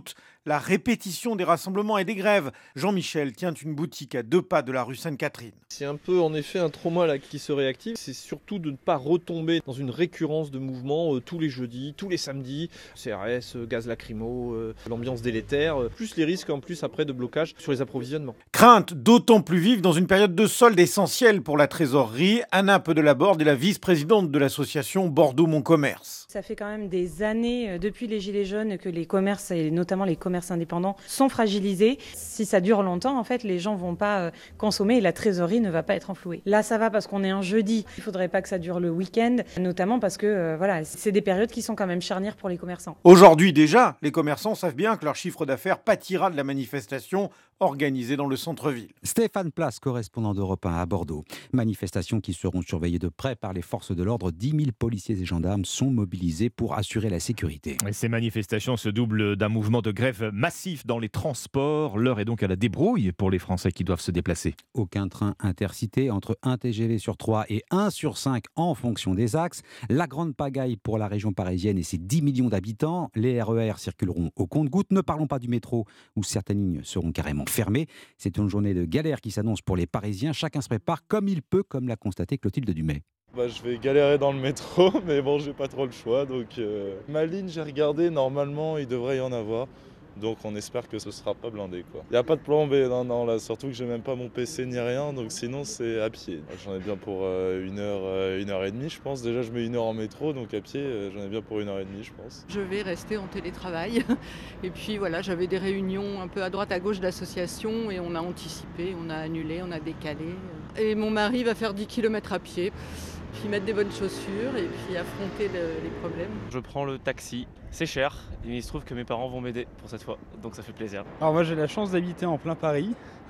la répétition des rassemblements et des grèves. Jean-Michel tient une boutique à deux pas de la rue Sainte-Catherine. C'est un peu en effet un trauma là qui se réactive, c'est surtout de ne pas retomber dans une récurrence de mouvements euh, tous les jeudis, tous les samedis, C R S, euh, gaz lacrymo, euh, l'ambiance délétère, euh, plus les risques en plus après de blocage sur les approvisionnements. Crainte d'autant plus vive dans une période de solde essentielle pour la trésorerie. Anna Peu-de-Laborde est la vice-présidente de l'association Bordeaux Mon Commerce. Ça fait quand même des années, euh, depuis les Gilets jaunes, que les commerces, et notamment les commerces indépendants, sont fragilisés. Si ça dure longtemps, en fait, les gens ne vont pas euh, consommer et la trésorerie ne va pas être enflouée. Là, ça va parce qu'on est un jeudi. Il ne faudrait pas que ça dure le week-end, notamment parce que euh, voilà, c'est des périodes qui sont quand même charnières pour les commerçants. Aujourd'hui déjà, les commerçants savent bien que leur chiffre d'affaires pâtira de la manifestation organisée dans le centre-ville. Stéphane Place, correspondant d'Europe un à Bordeaux. Manifestations qui seront surveillées de près par les forces de l'ordre. dix mille policiers et gendarmes sont mobilisés pour assurer la sécurité. Et ces manifestations se doublent d'un mouvement de grève massif dans les transports. L'heure est donc à la débrouille pour les Français qui doivent se déplacer. Aucun train intercité, entre un T G V sur trois et un sur cinq en fonction des axes. La grande pagaille pour la région parisienne et ses dix millions d'habitants. Les R E R circuleront au compte-gouttes. Ne parlons pas du métro où certaines lignes seront carrément fermées. C'est une journée de galère qui s'annonce pour les Parisiens. Chacun se prépare comme il peut, comme l'a constaté Clotilde Dumay. Bah, je vais galérer dans le métro, mais bon, j'ai pas trop le choix. Donc, euh... ma ligne, j'ai regardé, normalement, il devrait y en avoir. Donc, on espère que ce sera pas blindé, quoi. Il n'y a pas de plan B, non, non, là, surtout que j'ai même pas mon P C ni rien, donc sinon, c'est à pied. J'en ai bien pour euh, une heure, euh, une heure et demie, je pense. Déjà, je mets une heure en métro, donc à pied, euh, j'en ai bien pour une heure et demie, je pense. Je vais rester en télétravail. Et puis, voilà, j'avais des réunions un peu à droite, à gauche d'associations, et on a anticipé, on a annulé, on a décalé. Et mon mari va faire dix kilomètres à pied. Puis mettre des bonnes chaussures et puis affronter le, les problèmes. Je prends le taxi, c'est cher, et il se trouve que mes parents vont m'aider pour cette fois, donc ça fait plaisir. Alors moi j'ai la chance d'habiter en plein Paris,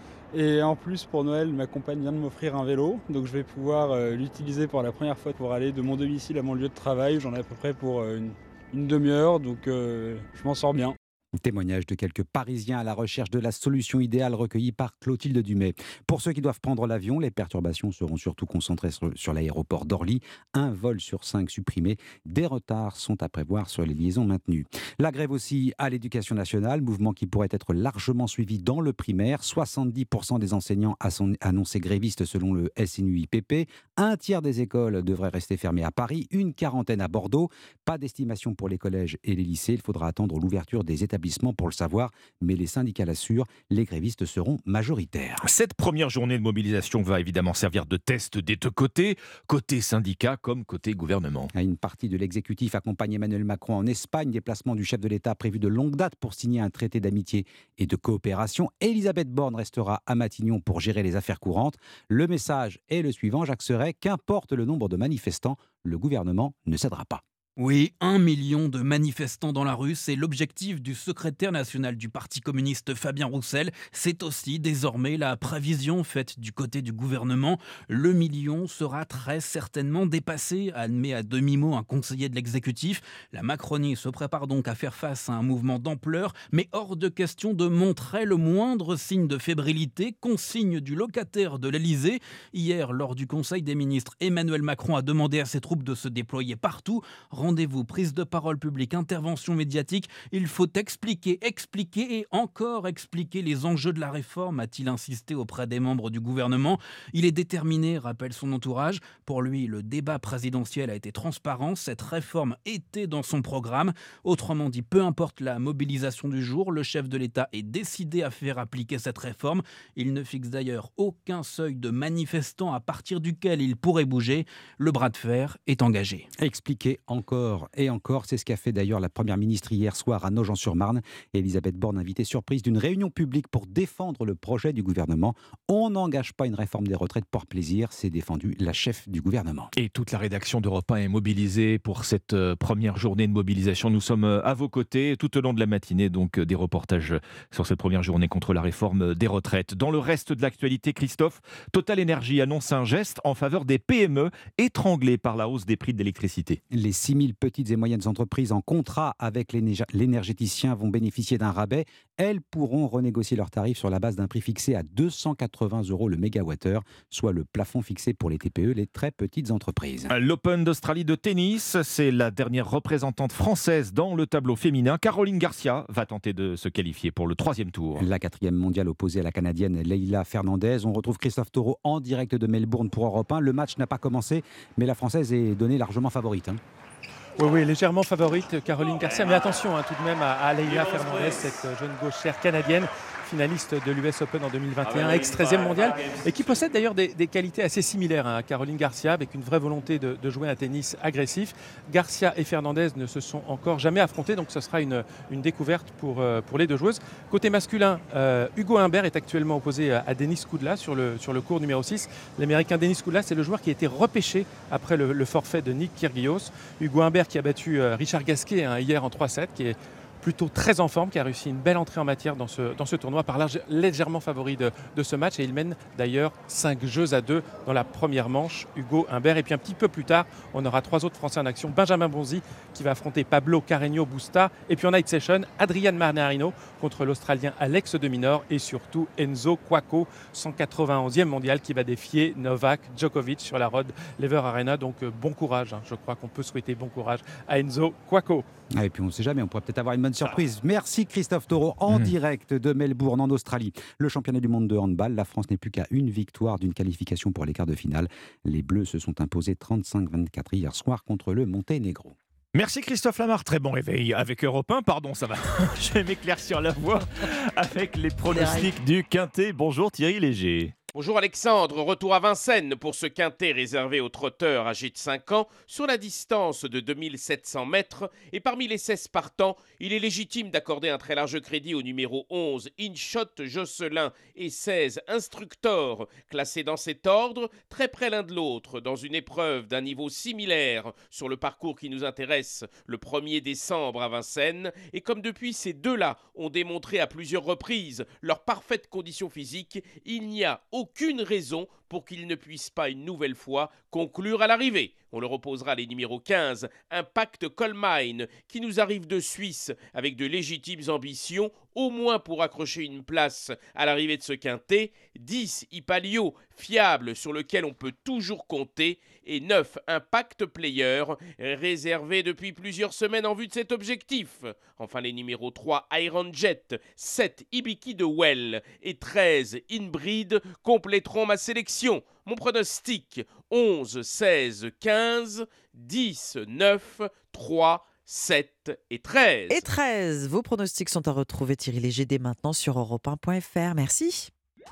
et en plus pour Noël ma compagne vient de m'offrir un vélo, donc je vais pouvoir euh, l'utiliser pour la première fois pour aller de mon domicile à mon lieu de travail. J'en ai à peu près pour euh, une, une demi-heure, donc euh, je m'en sors bien. Témoignage de quelques Parisiens à la recherche de la solution idéale recueillie par Clotilde Dumay. Pour ceux qui doivent prendre l'avion, les perturbations seront surtout concentrées sur, sur l'aéroport d'Orly. Un vol sur cinq supprimé. Des retards sont à prévoir sur les liaisons maintenues. La grève aussi à l'Éducation nationale, mouvement qui pourrait être largement suivi dans le primaire. soixante-dix pour cent des enseignants annoncés grévistes selon le S N U I P P. Un tiers des écoles devraient rester fermées à Paris, une quarantaine à Bordeaux. Pas d'estimation pour les collèges et les lycées. Il faudra attendre l'ouverture des établissements pour le savoir, mais les syndicats l'assurent, les grévistes seront majoritaires. Cette première journée de mobilisation va évidemment servir de test des deux côtés, côté syndicat comme côté gouvernement. Une partie de l'exécutif accompagne Emmanuel Macron en Espagne, déplacement du chef de l'État prévu de longue date pour signer un traité d'amitié et de coopération. Elisabeth Borne restera à Matignon pour gérer les affaires courantes. Le message est le suivant, Jacques Serret, qu'importe le nombre de manifestants, le gouvernement ne cédera pas. Oui, un million de manifestants dans la rue, c'est l'objectif du secrétaire national du Parti communiste Fabien Roussel. C'est aussi désormais la prévision faite du côté du gouvernement. Le million sera très certainement dépassé, admet à demi-mot un conseiller de l'exécutif. La Macronie se prépare donc à faire face à un mouvement d'ampleur, mais hors de question de montrer le moindre signe de fébrilité, consigne du locataire de l'Élysée. Hier, lors du Conseil des ministres, Emmanuel Macron a demandé à ses troupes de se déployer partout. Rendez-vous, prise de parole publique, intervention médiatique. Il faut expliquer, expliquer et encore expliquer les enjeux de la réforme, a-t-il insisté auprès des membres du gouvernement. Il est déterminé, rappelle son entourage. Pour lui, le débat présidentiel a été transparent. Cette réforme était dans son programme. Autrement dit, peu importe la mobilisation du jour, le chef de l'État est décidé à faire appliquer cette réforme. Il ne fixe d'ailleurs aucun seuil de manifestants à partir duquel il pourrait bouger. Le bras de fer est engagé. Expliquer encore et encore, c'est ce qu'a fait d'ailleurs la Première ministre hier soir à Nogent-sur-Marne. Elisabeth Borne, invitée surprise d'une réunion publique pour défendre le projet du gouvernement. On n'engage pas une réforme des retraites pour plaisir, c'est défendu la chef du gouvernement. Et toute la rédaction d'Europe un est mobilisée pour cette première journée de mobilisation. Nous sommes à vos côtés tout au long de la matinée, donc des reportages sur cette première journée contre la réforme des retraites. Dans le reste de l'actualité, Christophe, Total Energy annonce un geste en faveur des P M E étranglés par la hausse des prix de l'électricité. Les six mille petites et moyennes entreprises en contrat avec l'énergéticien vont bénéficier d'un rabais elles pourront renégocier leurs tarifs sur la base d'un prix fixé à deux cent quatre-vingts euros le mégawattheure, soit le plafond fixé pour les T P E, les très petites entreprises. L'Open d'Australie de tennis, c'est la dernière représentante française dans le tableau féminin. Caroline Garcia va tenter de se qualifier pour le troisième tour. La quatrième mondiale opposée à la Canadienne Leila Fernandez. On retrouve Christophe Taureau en direct de Melbourne pour Europe un. Le match n'a pas commencé, mais la Française est donnée largement favorite. Hein. Oui, oui, légèrement favorite, Caroline Garcia. Mais attention hein, tout de même à, à Leila Fernandez, cette jeune gauchère canadienne, finaliste de l'U S Open en deux mille vingt et un, ex-treizième mondiale, et qui possède d'ailleurs des, des qualités assez similaires hein, à Caroline Garcia, avec une vraie volonté de, de jouer un tennis agressif. Garcia et Fernandez ne se sont encore jamais affrontés, donc ce sera une, une découverte pour, euh, pour les deux joueuses. Côté masculin, euh, Hugo Humbert est actuellement opposé à, à Denis Kudla sur le, sur le court numéro six. L'Américain Denis Kudla, c'est le joueur qui a été repêché après le, le forfait de Nick Kyrgios. Hugo Humbert qui a battu euh, Richard Gasquet hein, hier en trois sept, qui est plutôt très en forme, qui a réussi une belle entrée en matière dans ce, dans ce tournoi, par l'âge légèrement favori de, de ce match, et il mène d'ailleurs cinq jeux à deux dans la première manche, Hugo Humbert. Et puis un petit peu plus tard, on aura trois autres Français en action. Benjamin Bonzi qui va affronter Pablo Carreño Busta, et puis en night session, Adrian Manarino contre l'Australien Alex de Minaur, et surtout Enzo Couacaud, cent quatre-vingt-onzième mondial, qui va défier Novak Djokovic sur la Rod Laver Arena. Donc euh, bon courage, hein. Je crois qu'on peut souhaiter bon courage à Enzo Couacaud. Ah, et puis on ne sait jamais, on pourrait peut-être avoir une bonne surprise. Merci Christophe Taureau en mmh. direct de Melbourne en Australie. Le championnat du monde de handball, la France n'est plus qu'à une victoire d'une qualification pour les quarts de finale. Les Bleus se sont imposés trente-cinq à vingt-quatre hier soir contre le Monténégro. Merci Christophe Lamar, très bon réveil avec Europe un, pardon ça va, je vais m'éclaircir la voix avec les pronostics du Quintet. Bonjour Thierry Léger. Bonjour Alexandre, retour à Vincennes pour ce quintet réservé aux trotteurs âgés de cinq ans sur la distance de deux mille sept cents mètres, et parmi les seize partants, il est légitime d'accorder un très large crédit au numéro onze Inshot Josselin et seize Instructor, classés dans cet ordre, très près l'un de l'autre, dans une épreuve d'un niveau similaire sur le parcours qui nous intéresse le premier décembre à Vincennes, et comme depuis ces deux-là ont démontré à plusieurs reprises leur parfaite condition physique, il n'y a aucun Aucune raison pour qu'il ne puisse pas une nouvelle fois conclure à l'arrivée. On leur opposera les numéros quinze, Impact Colmine, qui nous arrive de Suisse avec de légitimes ambitions, au moins pour accrocher une place à l'arrivée de ce quintet, dix, Ipalio, fiable sur lequel on peut toujours compter, et neuf, Impact Player, réservé depuis plusieurs semaines en vue de cet objectif. Enfin les numéros trois, Iron Jet, sept, Ibiki de Well et treize, Inbreed compléteront ma sélection. Mon pronostic, onze, seize, quinze, dix, neuf, trois, sept et treize. Et treize, vos pronostics sont à retrouver, Thierry Léger, dès maintenant sur europe un point f r. Merci.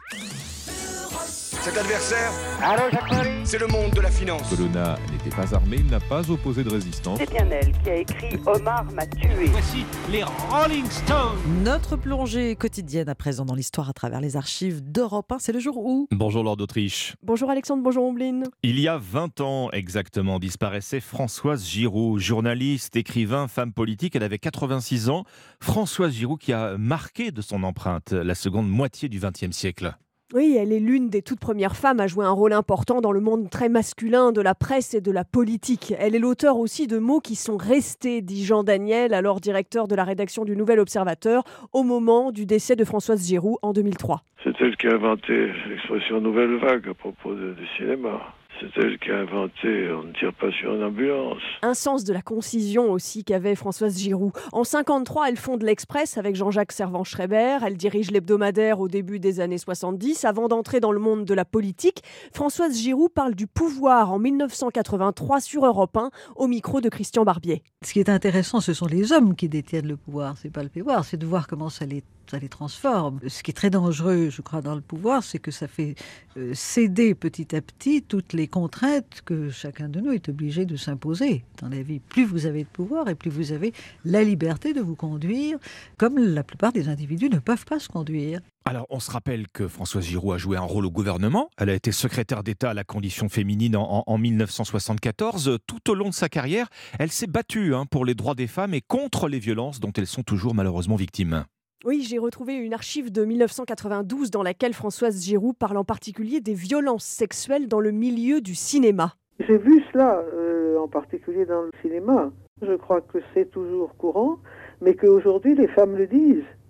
Cet adversaire, c'est le monde de la finance. Colonna n'était pas armé, il n'a pas opposé de résistance. C'est bien elle qui a écrit « Omar m'a tué ». Voici les Rolling Stones. Notre plongée quotidienne à présent dans l'histoire à travers les archives d'Europe un. C'est le jour où... Bonjour Lord d'Autriche. Bonjour Alexandre, bonjour Ombline. Il y a vingt ans exactement disparaissait Françoise Giroud, journaliste, écrivain, femme politique. Elle avait quatre-vingt-six ans. Françoise Giroud qui a marqué de son empreinte la seconde moitié du vingtième siècle. Oui, elle est l'une des toutes premières femmes à jouer un rôle important dans le monde très masculin de la presse et de la politique. Elle est l'auteur aussi de mots qui sont restés, dit Jean Daniel, alors directeur de la rédaction du Nouvel Observateur, au moment du décès de Françoise Giroud en deux mille trois. C'est elle qui a inventé l'expression nouvelle vague à propos de, du cinéma. C'est elle qui a inventé « on ne tire pas sur une ambulance ». Un sens de la concision aussi qu'avait Françoise Giroud. En cinquante-trois, elle fonde l'Express avec Jean-Jacques Servan-Schreiber. Elle dirige l'hebdomadaire au début des années soixante-dix. Avant d'entrer dans le monde de la politique, Françoise Giroud parle du pouvoir en mille neuf cent quatre-vingt-trois sur Europe un, au micro de Christian Barbier. Ce qui est intéressant, ce sont les hommes qui détiennent le pouvoir. C'est pas le pouvoir, c'est de voir comment ça les ça les transforme. Ce qui est très dangereux, je crois, dans le pouvoir, c'est que ça fait euh, céder petit à petit toutes les contraintes que chacun de nous est obligé de s'imposer dans la vie. Plus vous avez de pouvoir et plus vous avez la liberté de vous conduire comme la plupart des individus ne peuvent pas se conduire. Alors, on se rappelle que Françoise Giroud a joué un rôle au gouvernement. Elle a été secrétaire d'État à la condition féminine en, en, en mille neuf cent soixante-quatorze. Tout au long de sa carrière, elle s'est battue hein, pour les droits des femmes et contre les violences dont elles sont toujours malheureusement victimes. Oui, j'ai retrouvé une archive de mille neuf cent quatre-vingt-douze dans laquelle Françoise Giroud parle en particulier des violences sexuelles dans le milieu du cinéma. J'ai vu cela, euh, en particulier dans le cinéma. Je crois que c'est toujours courant, mais qu'aujourd'hui les femmes le disent.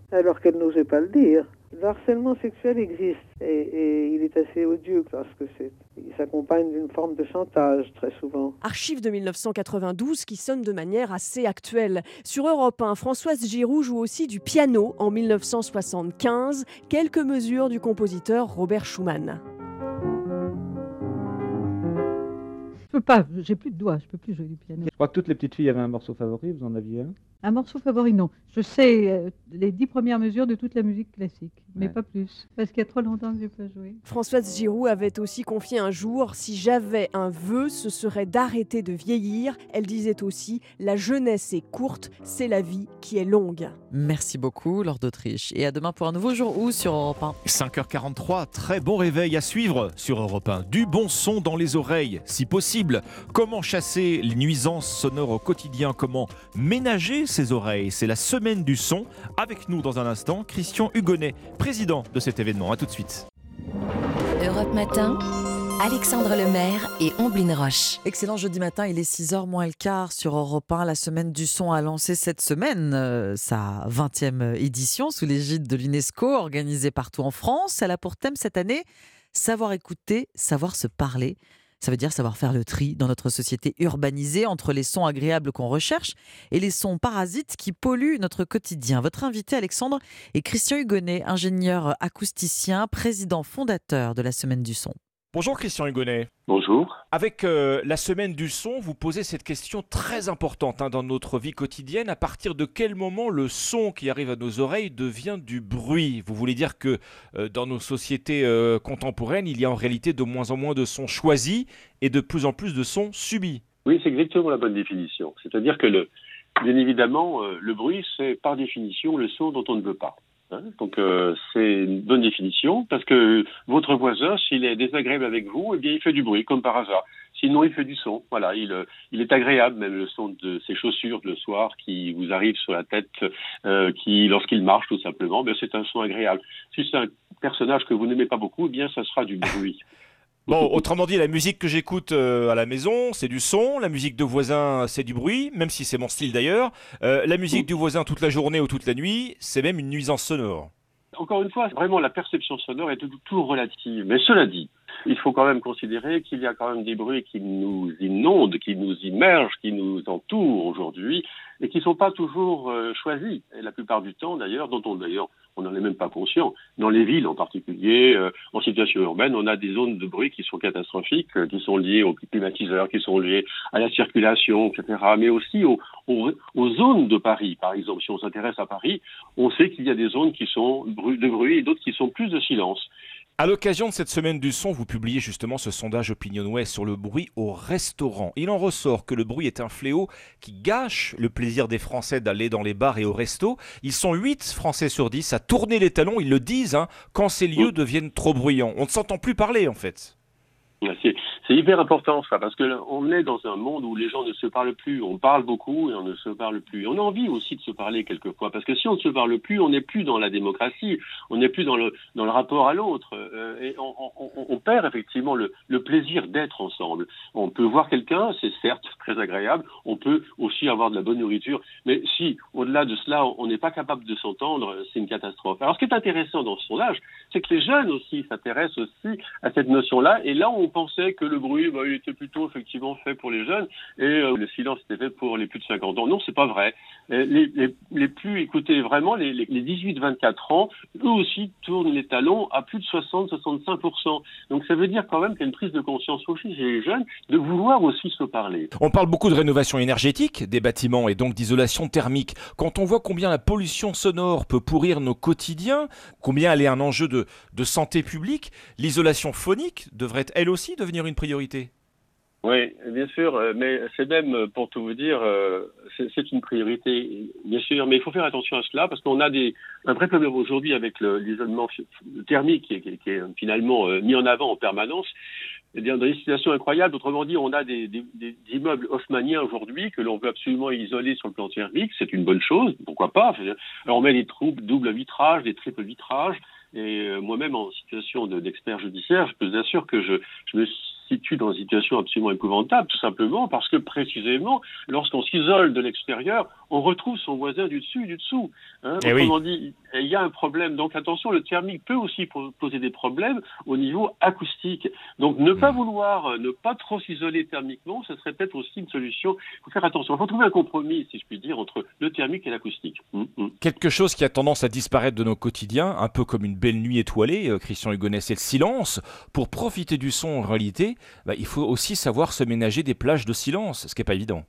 alors qu'elle n'osait pas le dire. Le harcèlement sexuel existe et, et il est assez odieux parce que c'est, il s'accompagne d'une forme de chantage très souvent. Archive de mille neuf cent quatre-vingt-douze qui sonne de manière assez actuelle. Sur Europe un, Françoise Giroud joue aussi du piano en mille neuf cent soixante-quinze. Quelques mesures du compositeur Robert Schumann. Je peux pas, j'ai plus de doigts, je peux plus jouer du piano. Je crois que toutes les petites filles avaient un morceau favori, vous en aviez un? Un morceau favori, non. Je sais euh, les dix premières mesures de toute la musique classique, mais ouais. Pas plus, parce qu'il y a trop longtemps que j'ai pas joué. Françoise Giroud avait aussi confié un jour « Si j'avais un vœu, ce serait d'arrêter de vieillir ». Elle disait aussi « La jeunesse est courte, c'est la vie qui est longue ». Merci beaucoup, Laure d'Autriche. Et à demain pour un nouveau jour où sur Europe un. cinq heures quarante-trois, très bon réveil à suivre sur Europe un. Du bon son dans les oreilles, si possible. Comment chasser les nuisances sonores au quotidien? Comment ménager ses oreilles? C'est la semaine du son. Avec nous dans un instant, Christian Hugonnet, président de cet événement. A tout de suite. Europe Matin, Alexandre Lemaire et Omblin Roche. Excellent jeudi matin, il est six heures moins le quart sur Europe un. La semaine du son a lancé cette semaine euh, sa vingtième édition sous l'égide de l'UNESCO, organisée partout en France. Elle a pour thème cette année savoir écouter, savoir se parler. Ça veut dire savoir faire le tri dans notre société urbanisée entre les sons agréables qu'on recherche et les sons parasites qui polluent notre quotidien. Votre invité, Alexandre, est Christian Hugonnet, ingénieur acousticien, président fondateur de la Semaine du Son. Bonjour Christian Hugonnet. Bonjour. Avec euh, la semaine du son, vous posez cette question très importante hein, dans notre vie quotidienne. À partir de quel moment le son qui arrive à nos oreilles devient du bruit? Vous voulez dire que euh, dans nos sociétés euh, contemporaines, il y a en réalité de moins en moins de sons choisis et de plus en plus de sons subis? Oui, c'est exactement la bonne définition. C'est-à-dire que, le, bien évidemment, euh, le bruit, c'est par définition le son dont on ne veut pas. Donc euh, c'est une bonne définition parce que votre voisin, s'il est désagréable avec vous, eh bien il fait du bruit comme par hasard. Sinon il fait du son. Voilà, il, il est agréable, même le son de ses chaussures le soir qui vous arrive sur la tête, euh, qui lorsqu'il marche tout simplement, bien c'est un son agréable. Si c'est un personnage que vous n'aimez pas beaucoup, eh bien ça sera du bruit. Bon, autrement dit, la musique que j'écoute euh, à la maison, c'est du son. La musique de voisin, c'est du bruit, même si c'est mon style d'ailleurs. Euh, la musique du voisin toute la journée ou toute la nuit, c'est même une nuisance sonore. Encore une fois, vraiment, la perception sonore est toujours relative. Mais cela dit, il faut quand même considérer qu'il y a quand même des bruits qui nous inondent, qui nous immergent, qui nous entourent aujourd'hui et qui ne sont pas toujours euh, choisis. Et la plupart du temps, d'ailleurs, dont on d'ailleurs on n'en est même pas conscient. Dans les villes en particulier, euh, en situation urbaine, on a des zones de bruit qui sont catastrophiques, euh, qui sont liées aux climatiseurs, qui sont liées à la circulation, et cetera. Mais aussi aux, aux, aux zones de Paris. Par exemple, si on s'intéresse à Paris, on sait qu'il y a des zones qui sont de bruit et d'autres qui sont plus de silence. À l'occasion de cette semaine du son, vous publiez justement ce sondage OpinionWay sur le bruit au restaurant. Il en ressort que le bruit est un fléau qui gâche le plaisir des Français d'aller dans les bars et au resto. Ils sont huit Français sur dix à tourner les talons, ils le disent, hein, quand ces lieux deviennent trop bruyants. On ne s'entend plus parler en fait. C'est, c'est hyper important ça, parce qu'on est dans un monde où les gens ne se parlent plus. On parle beaucoup et on ne se parle plus. On a envie aussi de se parler quelquefois, parce que si on ne se parle plus, on n'est plus dans la démocratie, on n'est plus dans le, dans le rapport à l'autre. Euh, et on, on, on perd effectivement le, le plaisir d'être ensemble. On peut voir quelqu'un, c'est certes très agréable, on peut aussi avoir de la bonne nourriture, mais si, au-delà de cela, on n'est pas capable de s'entendre, c'est une catastrophe. Alors ce qui est intéressant dans ce sondage, c'est que les jeunes aussi s'intéressent aussi à cette notion-là, et là on pensait que le bruit, bah, il était plutôt effectivement fait pour les jeunes et euh, le silence était fait pour les plus de cinquante ans. Non, c'est pas vrai. Les, les, les plus, écoutez, vraiment, les, les dix-huit vingt-quatre ans, eux aussi tournent les talons à plus de soixante à soixante-cinq pour cent. Donc ça veut dire quand même qu'il y a une prise de conscience aussi chez les jeunes de vouloir aussi se parler. On parle beaucoup de rénovation énergétique des bâtiments et donc d'isolation thermique. Quand on voit combien la pollution sonore peut pourrir nos quotidiens, combien elle est un enjeu de, de santé publique, l'isolation phonique devrait elle aussi devenir une priorité? Oui, bien sûr, mais c'est même, pour tout vous dire, c'est, c'est une priorité, bien sûr, mais il faut faire attention à cela, parce qu'on a des, un vrai problème aujourd'hui avec le, l'isolement thermique qui est, qui est finalement mis en avant en permanence, dans des situations incroyables. Autrement dit, on a des, des, des immeubles haussmanniens aujourd'hui que l'on veut absolument isoler sur le plan thermique, c'est une bonne chose, pourquoi pas. Alors on met des troupes double vitrage, des triples vitrages, et moi-même en situation de, d'expert judiciaire, je peux vous assurer que je, je me situe dans une situation absolument épouvantable, tout simplement parce que précisément, lorsqu'on s'isole de l'extérieur, on retrouve son voisin du dessus et du dessous. Hein. Eh Autrement oui. dit, Et il y a un problème. Donc attention, le thermique peut aussi poser des problèmes au niveau acoustique. Donc ne pas vouloir, ne pas trop s'isoler thermiquement, ce serait peut-être aussi une solution. Il faut faire attention. Il faut trouver un compromis, si je puis dire, entre le thermique et l'acoustique. Mmh, mmh. Quelque chose qui a tendance à disparaître de nos quotidiens, un peu comme une belle nuit étoilée, euh, Christian Hugonnet, c'est le silence. Pour profiter du son en réalité, bah, il faut aussi savoir se ménager des plages de silence, ce qui n'est pas évident.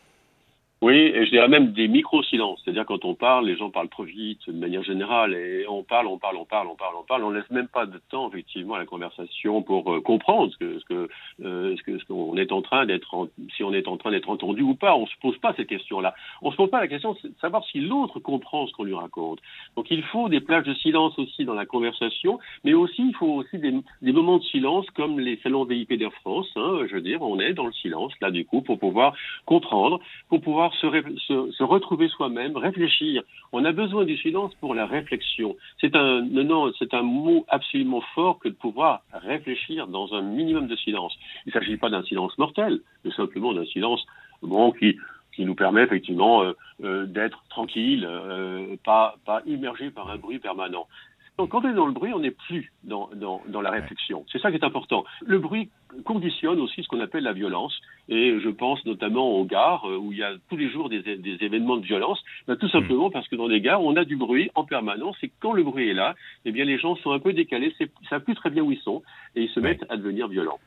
Oui, et je dirais même des micro-silences. C'est-à-dire quand on parle, les gens parlent trop vite, de manière générale, et on parle, on parle, on parle, on parle, on parle, on laisse même pas de temps, effectivement, à la conversation pour euh, comprendre ce que, ce que, euh, ce que, ce qu'on est en train d'être, en, si on est en train d'être entendu ou pas. On se pose pas cette question-là. On se pose pas la question de savoir si l'autre comprend ce qu'on lui raconte. Donc il faut des plages de silence aussi dans la conversation, mais aussi, il faut aussi des, des moments de silence comme les salons V I P d'Air France, hein, je veux dire, on est dans le silence, là, du coup, pour pouvoir comprendre, pour pouvoir Se, se, se retrouver soi-même, réfléchir. On a besoin du silence pour la réflexion. C'est un, non, non, c'est un mot absolument fort que de pouvoir réfléchir dans un minimum de silence. Il ne s'agit pas d'un silence mortel, mais simplement d'un silence bon, qui, qui nous permet effectivement euh, euh, d'être tranquille, euh, pas, pas immergé par un bruit permanent. Donc, quand on est dans le bruit, on n'est plus dans, dans, dans la réflexion. C'est ça qui est important. Le bruit conditionne aussi ce qu'on appelle la violence. Et je pense notamment aux gares où il y a tous les jours des, des événements de violence. Ben, tout simplement parce que dans les gares, on a du bruit en permanence. Et quand le bruit est là, eh bien, les gens sont un peu décalés. Ils ne savent plus très bien où ils sont. Et ils se mettent à devenir violents.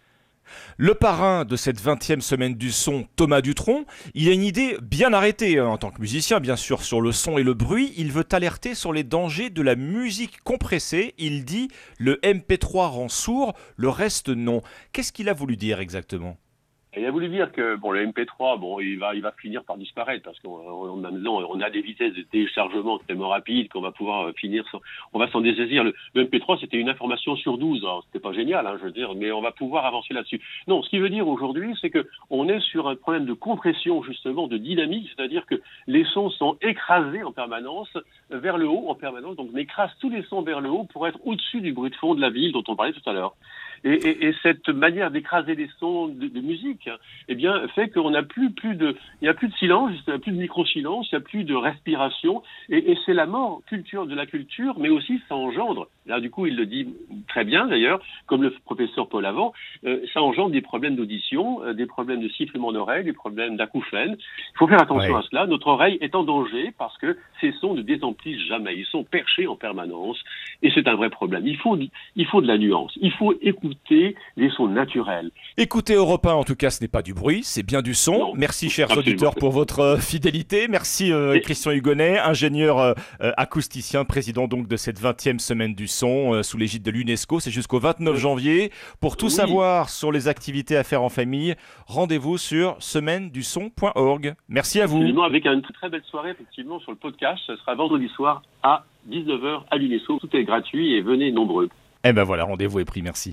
Le parrain de cette vingtième semaine du son, Thomas Dutronc, il a une idée bien arrêtée en tant que musicien, bien sûr, sur le son et le bruit. Il veut alerter sur les dangers de la musique compressée. Il dit « le M P trois rend sourd, le reste non ». Qu'est-ce qu'il a voulu dire exactement ? Il a voulu dire que bon, le M P trois, bon, il va, il va finir par disparaître parce qu'on on a maintenant, on a des vitesses de téléchargement tellement rapides qu'on va pouvoir finir, sans, on va s'en dessaisir. Le, le M P trois, c'était une information sur douze. Alors, c'était pas génial, hein, je veux dire, mais on va pouvoir avancer là-dessus. Non, ce qui veut dire aujourd'hui, c'est que on est sur un problème de compression, justement, de dynamique, c'est-à-dire que les sons sont écrasés en permanence vers le haut, en permanence. Donc, on écrase tous les sons vers le haut pour être au-dessus du bruit de fond de la ville dont on parlait tout à l'heure. Et, et, et cette manière d'écraser les sons de, de musique, eh bien, fait qu'on n'a plus, plus de, il n'y a plus de silence, il n'y a plus de micro-silence, il n'y a plus de respiration, et, et c'est la mort culture de la culture, mais aussi ça engendre. Là, du coup, il le dit très bien d'ailleurs, comme le professeur Paul Avant, euh, ça engendre des problèmes d'audition, euh, des problèmes de sifflement d'oreille, des problèmes d'acouphènes. Il faut faire attention ouais. à cela. Notre oreille est en danger parce que ces sons ne désemplissent jamais. Ils sont perchés en permanence, et c'est un vrai problème. Il faut, il faut de la nuance. Il faut écouter les sons naturels. Écoutez Europe un, en tout cas, ce n'est pas du bruit, c'est bien du son. Non, merci, chers absolument. auditeurs, pour votre euh, fidélité. Merci, euh, et... Christian Hugonnet, ingénieur euh, acousticien, président donc de cette vingtième semaine du son euh, sous l'égide de l'UNESCO. C'est jusqu'au vingt-neuf janvier. Pour tout oui. savoir sur les activités à faire en famille, rendez-vous sur semaine du son point org. Merci à vous. Absolument, avec une très belle soirée, effectivement, sur le podcast. Ce sera vendredi soir à dix-neuf heures à l'UNESCO. Tout est gratuit et venez nombreux. Eh ben voilà, rendez-vous est pris. Merci.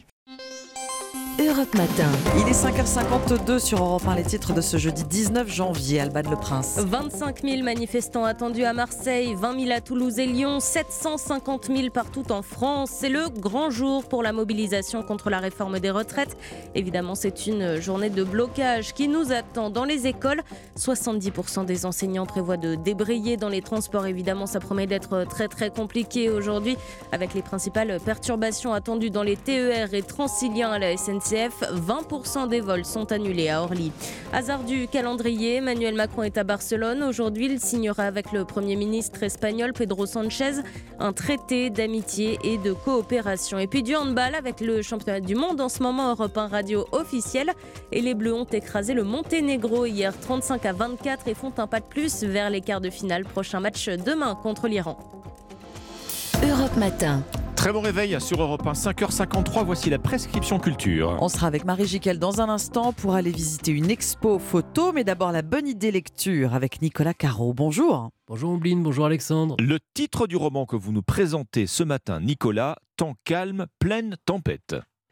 Europe Matin. Il est cinq heures cinquante-deux sur Europe un, les titres de ce jeudi dix-neuf janvier. Alban Le Prince. vingt-cinq mille manifestants attendus à Marseille, vingt mille à Toulouse et Lyon, sept cent cinquante mille partout en France. C'est le grand jour pour la mobilisation contre la réforme des retraites. Évidemment, c'est une journée de blocage qui nous attend dans les écoles. soixante-dix pour cent des enseignants prévoient de débrayer dans les transports. Évidemment, ça promet d'être très très compliqué aujourd'hui avec les principales perturbations attendues dans les T E R et Transilien à la S N C F. vingt pour cent des vols sont annulés à Orly. Hasard du calendrier, Emmanuel Macron est à Barcelone. Aujourd'hui, il signera avec le Premier ministre espagnol Pedro Sánchez un traité d'amitié et de coopération. Et puis du handball avec le championnat du monde en ce moment, Europe un radio officiel. Et les Bleus ont écrasé le Monténégro hier trente-cinq à vingt-quatre et font un pas de plus vers les quarts de finale. Prochain match demain contre l'Iran. Europe Matin. Très bon réveil sur Europe un, cinq heures cinquante-trois, voici la prescription culture. On sera avec Marie Giquel dans un instant pour aller visiter une expo photo, mais d'abord la bonne idée lecture avec Nicolas Caro. Bonjour. Bonjour Ombline, bonjour Alexandre. Le titre du roman que vous nous présentez ce matin, Nicolas, Temps calme, pleine tempête.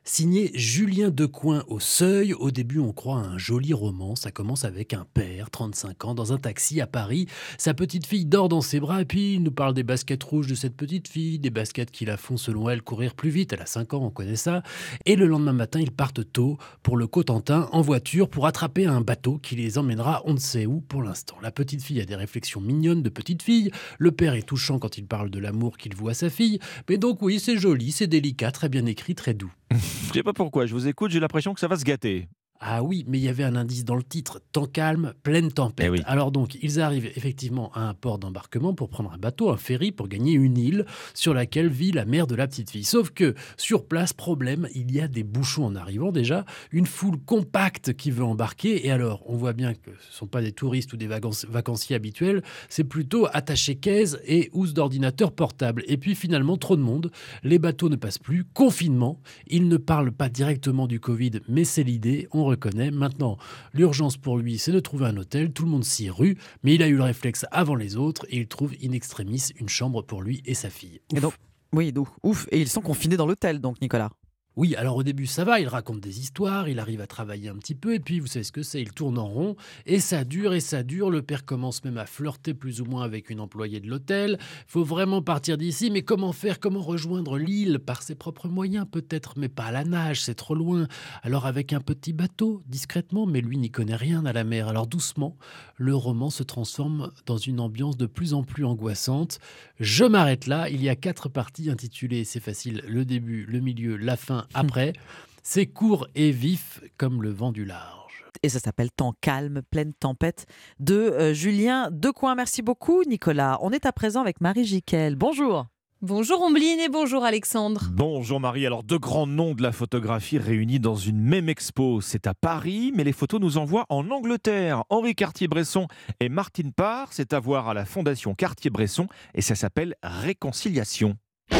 Signé Julien Decoing au Seuil. Au début, on croit à un joli roman. Ça commence avec un père, trente-cinq ans, dans un taxi à Paris. Sa petite fille dort dans ses bras et puis il nous parle des baskets rouges de cette petite fille, des baskets qui la font, selon elle, courir plus vite. Elle a cinq ans, on connaît ça. Et le lendemain matin, ils partent tôt pour le Cotentin en voiture pour attraper un bateau qui les emmènera on ne sait où pour l'instant. La petite fille a des réflexions mignonnes de petite fille. Le père est touchant quand il parle de l'amour qu'il voue à sa fille. Mais donc oui, c'est joli, c'est délicat, très bien écrit, très doux. Je sais pas pourquoi, je vous écoute, j'ai l'impression que ça va se gâter. Ah oui, mais il y avait un indice dans le titre, temps calme, pleine tempête. Eh oui. Alors donc, ils arrivent effectivement à un port d'embarquement pour prendre un bateau, un ferry, pour gagner une île sur laquelle vit la mère de la petite fille. Sauf que, sur place, problème, il y a des bouchons en arrivant déjà, une foule compacte qui veut embarquer. Et alors, on voit bien que ce ne sont pas des touristes ou des vacanci- vacanciers habituels, c'est plutôt attaché-caisse et housse d'ordinateur portable. Et puis finalement, trop de monde, les bateaux ne passent plus, confinement, ils ne parlent pas directement du Covid, mais c'est l'idée, on reconnaît. Maintenant, l'urgence pour lui, c'est de trouver un hôtel. Tout le monde s'y rue, mais il a eu le réflexe avant les autres et il trouve in extremis une chambre pour lui et sa fille. Ouf. Et donc, oui, donc, ouf. Et ils sont confinés dans l'hôtel, donc, Nicolas. Oui, alors au début ça va, il raconte des histoires, il arrive à travailler un petit peu, et puis vous savez ce que c'est, il tourne en rond, et ça dure, et ça dure, le père commence même à flirter plus ou moins avec une employée de l'hôtel, faut vraiment partir d'ici, mais comment faire, comment rejoindre l'île, par ses propres moyens peut-être, mais pas à la nage, c'est trop loin, alors avec un petit bateau, discrètement, mais lui n'y connaît rien à la mer, alors doucement, le roman se transforme dans une ambiance de plus en plus angoissante. Je m'arrête là, il y a quatre parties intitulées, c'est facile, le début, le milieu, la fin, après, c'est court et vif comme le vent du large. Et ça s'appelle Temps calme, pleine tempête de euh, Julien Decoing. Merci beaucoup, Nicolas. On est à présent avec Marie Jiquel. Bonjour. Bonjour Ombline et bonjour Alexandre. Bonjour Marie, alors deux grands noms de la photographie réunis dans une même expo. C'est à Paris, mais les photos nous envoient en Angleterre. Henri Cartier-Bresson et Martine Parr, c'est à voir à la Fondation Cartier-Bresson et ça s'appelle Réconciliation.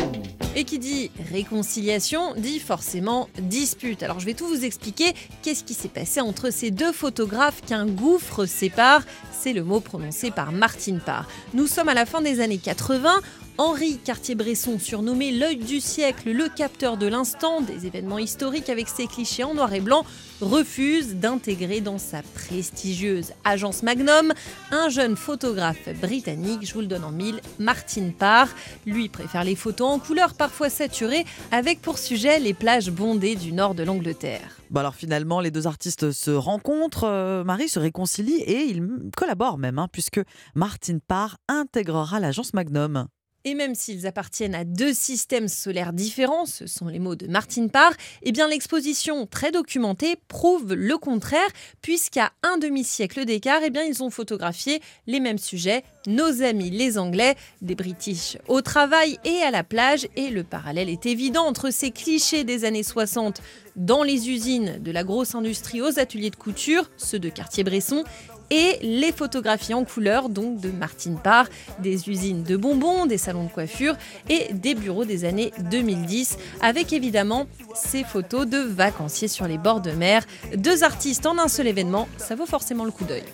Et qui dit réconciliation dit forcément dispute. Alors je vais tout vous expliquer. Qu'est-ce qui s'est passé entre ces deux photographes qu'un gouffre sépare? C'est le mot prononcé par Martine Parr. Nous sommes à la fin des années quatre-vingts. Henri Cartier-Bresson, surnommé l'œil du siècle, le capteur de l'instant, des événements historiques avec ses clichés en noir et blanc, refuse d'intégrer dans sa prestigieuse agence Magnum un jeune photographe britannique, je vous le donne en mille, Martine Parr. Lui préfère les photos en couleur, parfois saturées, avec pour sujet les plages bondées du nord de l'Angleterre. Bon alors finalement, les deux artistes se rencontrent, euh, Marie se réconcilie et ils collaborent même, hein, puisque Martine Parr intégrera l'agence Magnum. Et même s'ils appartiennent à deux systèmes solaires différents, ce sont les mots de Martine Parr, eh bien l'exposition très documentée prouve le contraire, puisqu'à un demi-siècle d'écart, eh bien ils ont photographié les mêmes sujets, nos amis les Anglais, des British au travail et à la plage, et le parallèle est évident entre ces clichés des années soixante dans les usines de la grosse industrie aux ateliers de couture, ceux de Cartier-Bresson, et les photographies en couleur, donc de Martine Parr, des usines de bonbons, des salons de coiffure et des bureaux des années deux mille dix, avec évidemment ces photos de vacanciers sur les bords de mer. Deux artistes en un seul événement, ça vaut forcément le coup d'œil.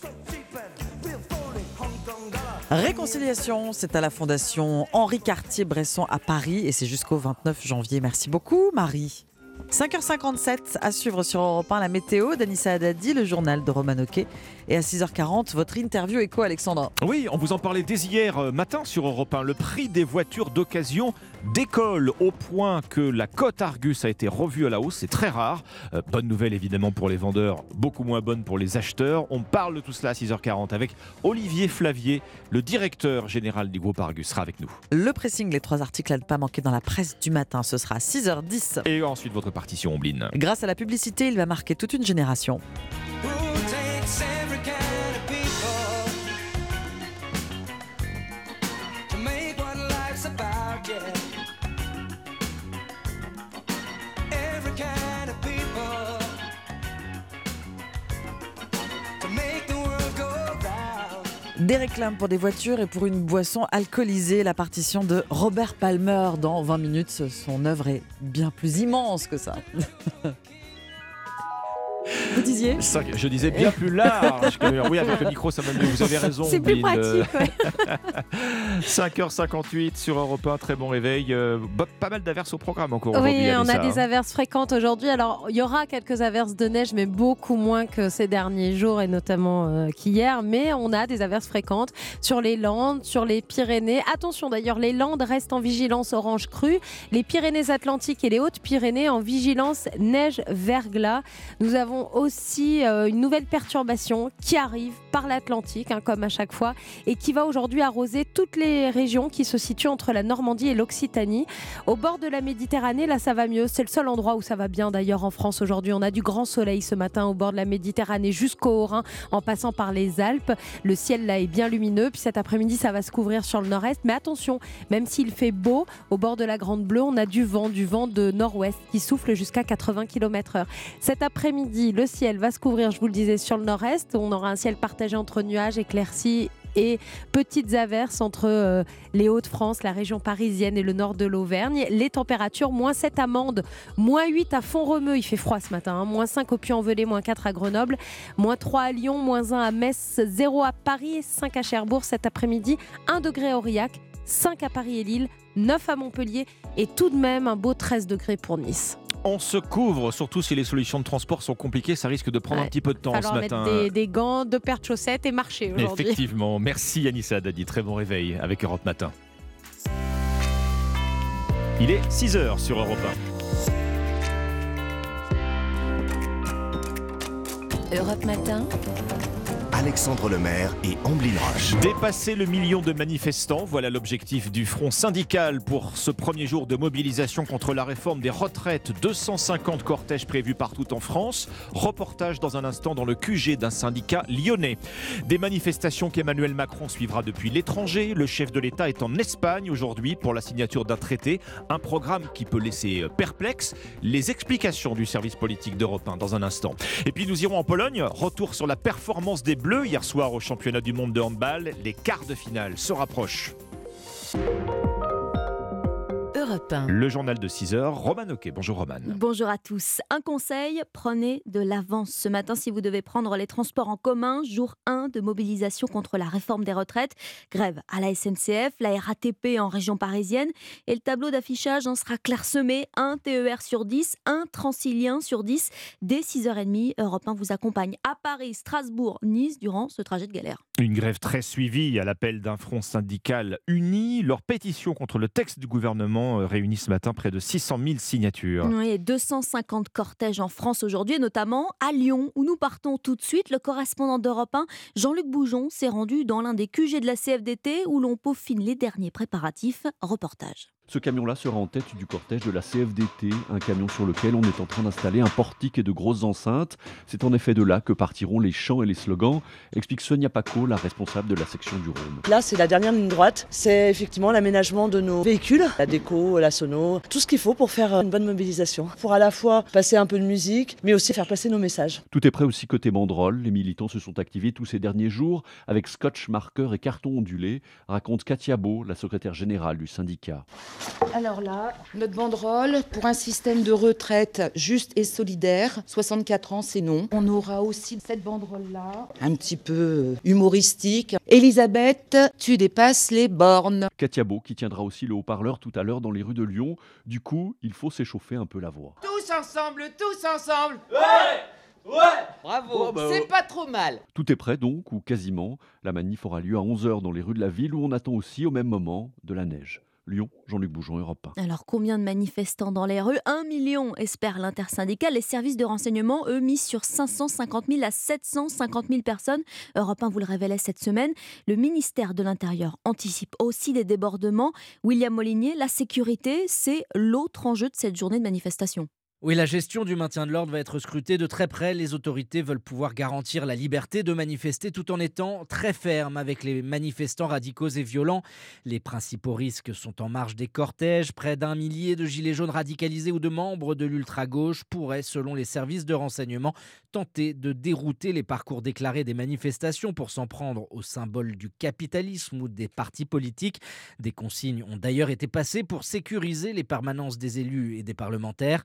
Réconciliation, c'est à la Fondation Henri Cartier-Bresson à Paris et c'est jusqu'au vingt-neuf janvier. Merci beaucoup, Marie. cinq heures cinquante-sept, à suivre sur Europe un, la météo d'Anissa Haddadi, le journal de Roman Oquet. Et à six heures quarante, votre interview éco, Alexandra. Oui, on vous en parlait dès hier matin sur Europe un. Le prix des voitures d'occasion décolle au point que la cote Argus a été revue à la hausse. C'est très rare. Euh, bonne nouvelle évidemment pour les vendeurs, beaucoup moins bonne pour les acheteurs. On parle de tout cela à six heures quarante avec Olivier Flavier, le directeur général du groupe Argus, sera avec nous. Le pressing, les trois articles à ne pas manquer dans la presse du matin, ce sera à six heures dix. Et ensuite votre partition, Ombline. Grâce à la publicité, il va marquer toute une génération. Des réclames pour des voitures et pour une boisson alcoolisée. La partition de Robert Palmer dans vingt minutes. Son œuvre est bien plus immense que ça. Vous disiez Cinq- Je disais bien plus large. que- Oui, avec le micro, ça va mieux. Vous avez raison. C'est plus Bill. pratique, ouais. cinq heures cinquante-huit sur Europe un, très bon réveil. Euh, bah, pas mal d'averses au programme encore aujourd'hui. Oui, on a Anissa, des hein. averses fréquentes aujourd'hui. Alors, il y aura quelques averses de neige, mais beaucoup moins que ces derniers jours et notamment euh, qu'hier. Mais on a des averses fréquentes sur les Landes, sur les Pyrénées. Attention d'ailleurs, les Landes restent en vigilance orange crue. Les Pyrénées-Atlantiques et les Hautes-Pyrénées en vigilance neige-verglas. Nous avons aussi euh, une nouvelle perturbation qui arrive par l'Atlantique, hein, comme à chaque fois, et qui va aujourd'hui arroser toutes les régions qui se situent entre la Normandie et l'Occitanie. Au bord de la Méditerranée, là, ça va mieux. C'est le seul endroit où ça va bien d'ailleurs en France aujourd'hui. On a du grand soleil ce matin au bord de la Méditerranée jusqu'au Haut-Rhin, en passant par les Alpes. Le ciel là est bien lumineux. Puis cet après-midi, ça va se couvrir sur le nord-est. Mais attention, même s'il fait beau, au bord de la Grande Bleue, on a du vent, du vent de nord-ouest qui souffle jusqu'à quatre-vingts kilomètres heure. Cet après-midi, le ciel va se couvrir, je vous le disais, sur le nord-est. On aura un ciel partagé entre nuages, éclaircis et petites averses entre euh, les Hauts-de-France, la région parisienne et le nord de l'Auvergne. Les températures, moins sept à Mende, moins huit à Font-Romeu, il fait froid ce matin, hein, moins cinq au Puy-en-Velay, moins quatre à Grenoble, moins trois à Lyon, moins un à Metz, zéro à Paris, cinq à Cherbourg cet après-midi, un degré à Aurillac, cinq à Paris et Lille, neuf à Montpellier et tout de même un beau treize degrés pour Nice. On se couvre, surtout si les solutions de transport sont compliquées, ça risque de prendre Ouais. un petit peu de temps ce Alors matin. mettre des, des gants, deux paires de chaussettes et marcher aujourd'hui. Effectivement. Merci Anissa Haddadi, très bon réveil avec Europe Matin. Il est six heures sur Europe un. Europe Matin. Alexandre Lemaire et Amblin Roche. Dépasser le million de manifestants, voilà l'objectif du Front syndical pour ce premier jour de mobilisation contre la réforme des retraites. deux cent cinquante cortèges prévus partout en France. Reportage dans un instant dans le Q G d'un syndicat lyonnais. Des manifestations qu'Emmanuel Macron suivra depuis l'étranger. Le chef de l'État est en Espagne aujourd'hui pour la signature d'un traité. Un programme qui peut laisser perplexe. Les explications du service politique d'Europe un dans un instant. Et puis nous irons en Pologne. Retour sur la performance des Bleus hier soir au championnat du monde de handball. Les quarts de finale se rapprochent. Europe un. Le journal de six heures, Roman Oquet. Bonjour Roman. Bonjour à tous. Un conseil, prenez de l'avance. Ce matin, si vous devez prendre les transports en commun, jour un de mobilisation contre la réforme des retraites. Grève à la S N C F, la R A T P en région parisienne. Et le tableau d'affichage en sera clairsemé. Un T E R sur dix, un Transilien sur dix. Dès six heures trente, Europe un vous accompagne à Paris, Strasbourg, Nice durant ce trajet de galère. Une grève très suivie à l'appel d'un front syndical uni. Leur pétition contre le texte du gouvernement réunit ce matin près de six cent mille signatures. Oui, deux cent cinquante cortèges en France aujourd'hui, et notamment à Lyon, où nous partons tout de suite. Le correspondant d'Europe un, Jean-Luc Boujon, s'est rendu dans l'un des Q G de la C F D T, où l'on peaufine les derniers préparatifs. Reportage. Ce camion-là sera en tête du cortège de la C F D T, un camion sur lequel on est en train d'installer un portique et de grosses enceintes. C'est en effet de là que partiront les chants et les slogans, explique Sonia Paco, la responsable de la section du Rhône. Là, c'est la dernière ligne droite. C'est effectivement l'aménagement de nos véhicules, la déco, la sono, tout ce qu'il faut pour faire une bonne mobilisation. Pour à la fois passer un peu de musique, mais aussi faire passer nos messages. Tout est prêt aussi côté banderole. Les militants se sont activés tous ces derniers jours avec scotch, marqueur et carton ondulé, raconte Katia Beau, la secrétaire générale du syndicat. Alors là, notre banderole pour un système de retraite juste et solidaire, soixante-quatre ans c'est non. On aura aussi cette banderole-là, un petit peu humoristique. Elisabeth, tu dépasses les bornes. Katia Beau qui tiendra aussi le haut-parleur tout à l'heure dans les rues de Lyon. Du coup, il faut s'échauffer un peu la voix. Tous ensemble, tous ensemble. Ouais, ouais. Bravo, Oh, bah, c'est oh. pas trop mal. Tout est prêt donc, ou quasiment. La manif aura lieu à onze heures dans les rues de la ville où on attend aussi au même moment de la neige. Lyon, Jean-Luc Boujon, Europe un. Alors, combien de manifestants dans les rues? Un million, espère l'intersyndicale. Les services de renseignement, eux, misent sur cinq cent cinquante mille à sept cent cinquante mille personnes. Europe un vous le révélait cette semaine. Le ministère de l'Intérieur anticipe aussi des débordements. William Molinier, la sécurité, c'est l'autre enjeu de cette journée de manifestation. Oui, la gestion du maintien de l'ordre va être scrutée de très près. Les autorités veulent pouvoir garantir la liberté de manifester tout en étant très fermes avec les manifestants radicaux et violents. Les principaux risques sont en marge des cortèges. Près d'un millier de gilets jaunes radicalisés ou de membres de l'ultra-gauche pourraient, selon les services de renseignement, tenter de dérouter les parcours déclarés des manifestations pour s'en prendre au symbole du capitalisme ou des partis politiques. Des consignes ont d'ailleurs été passées pour sécuriser les permanences des élus et des parlementaires.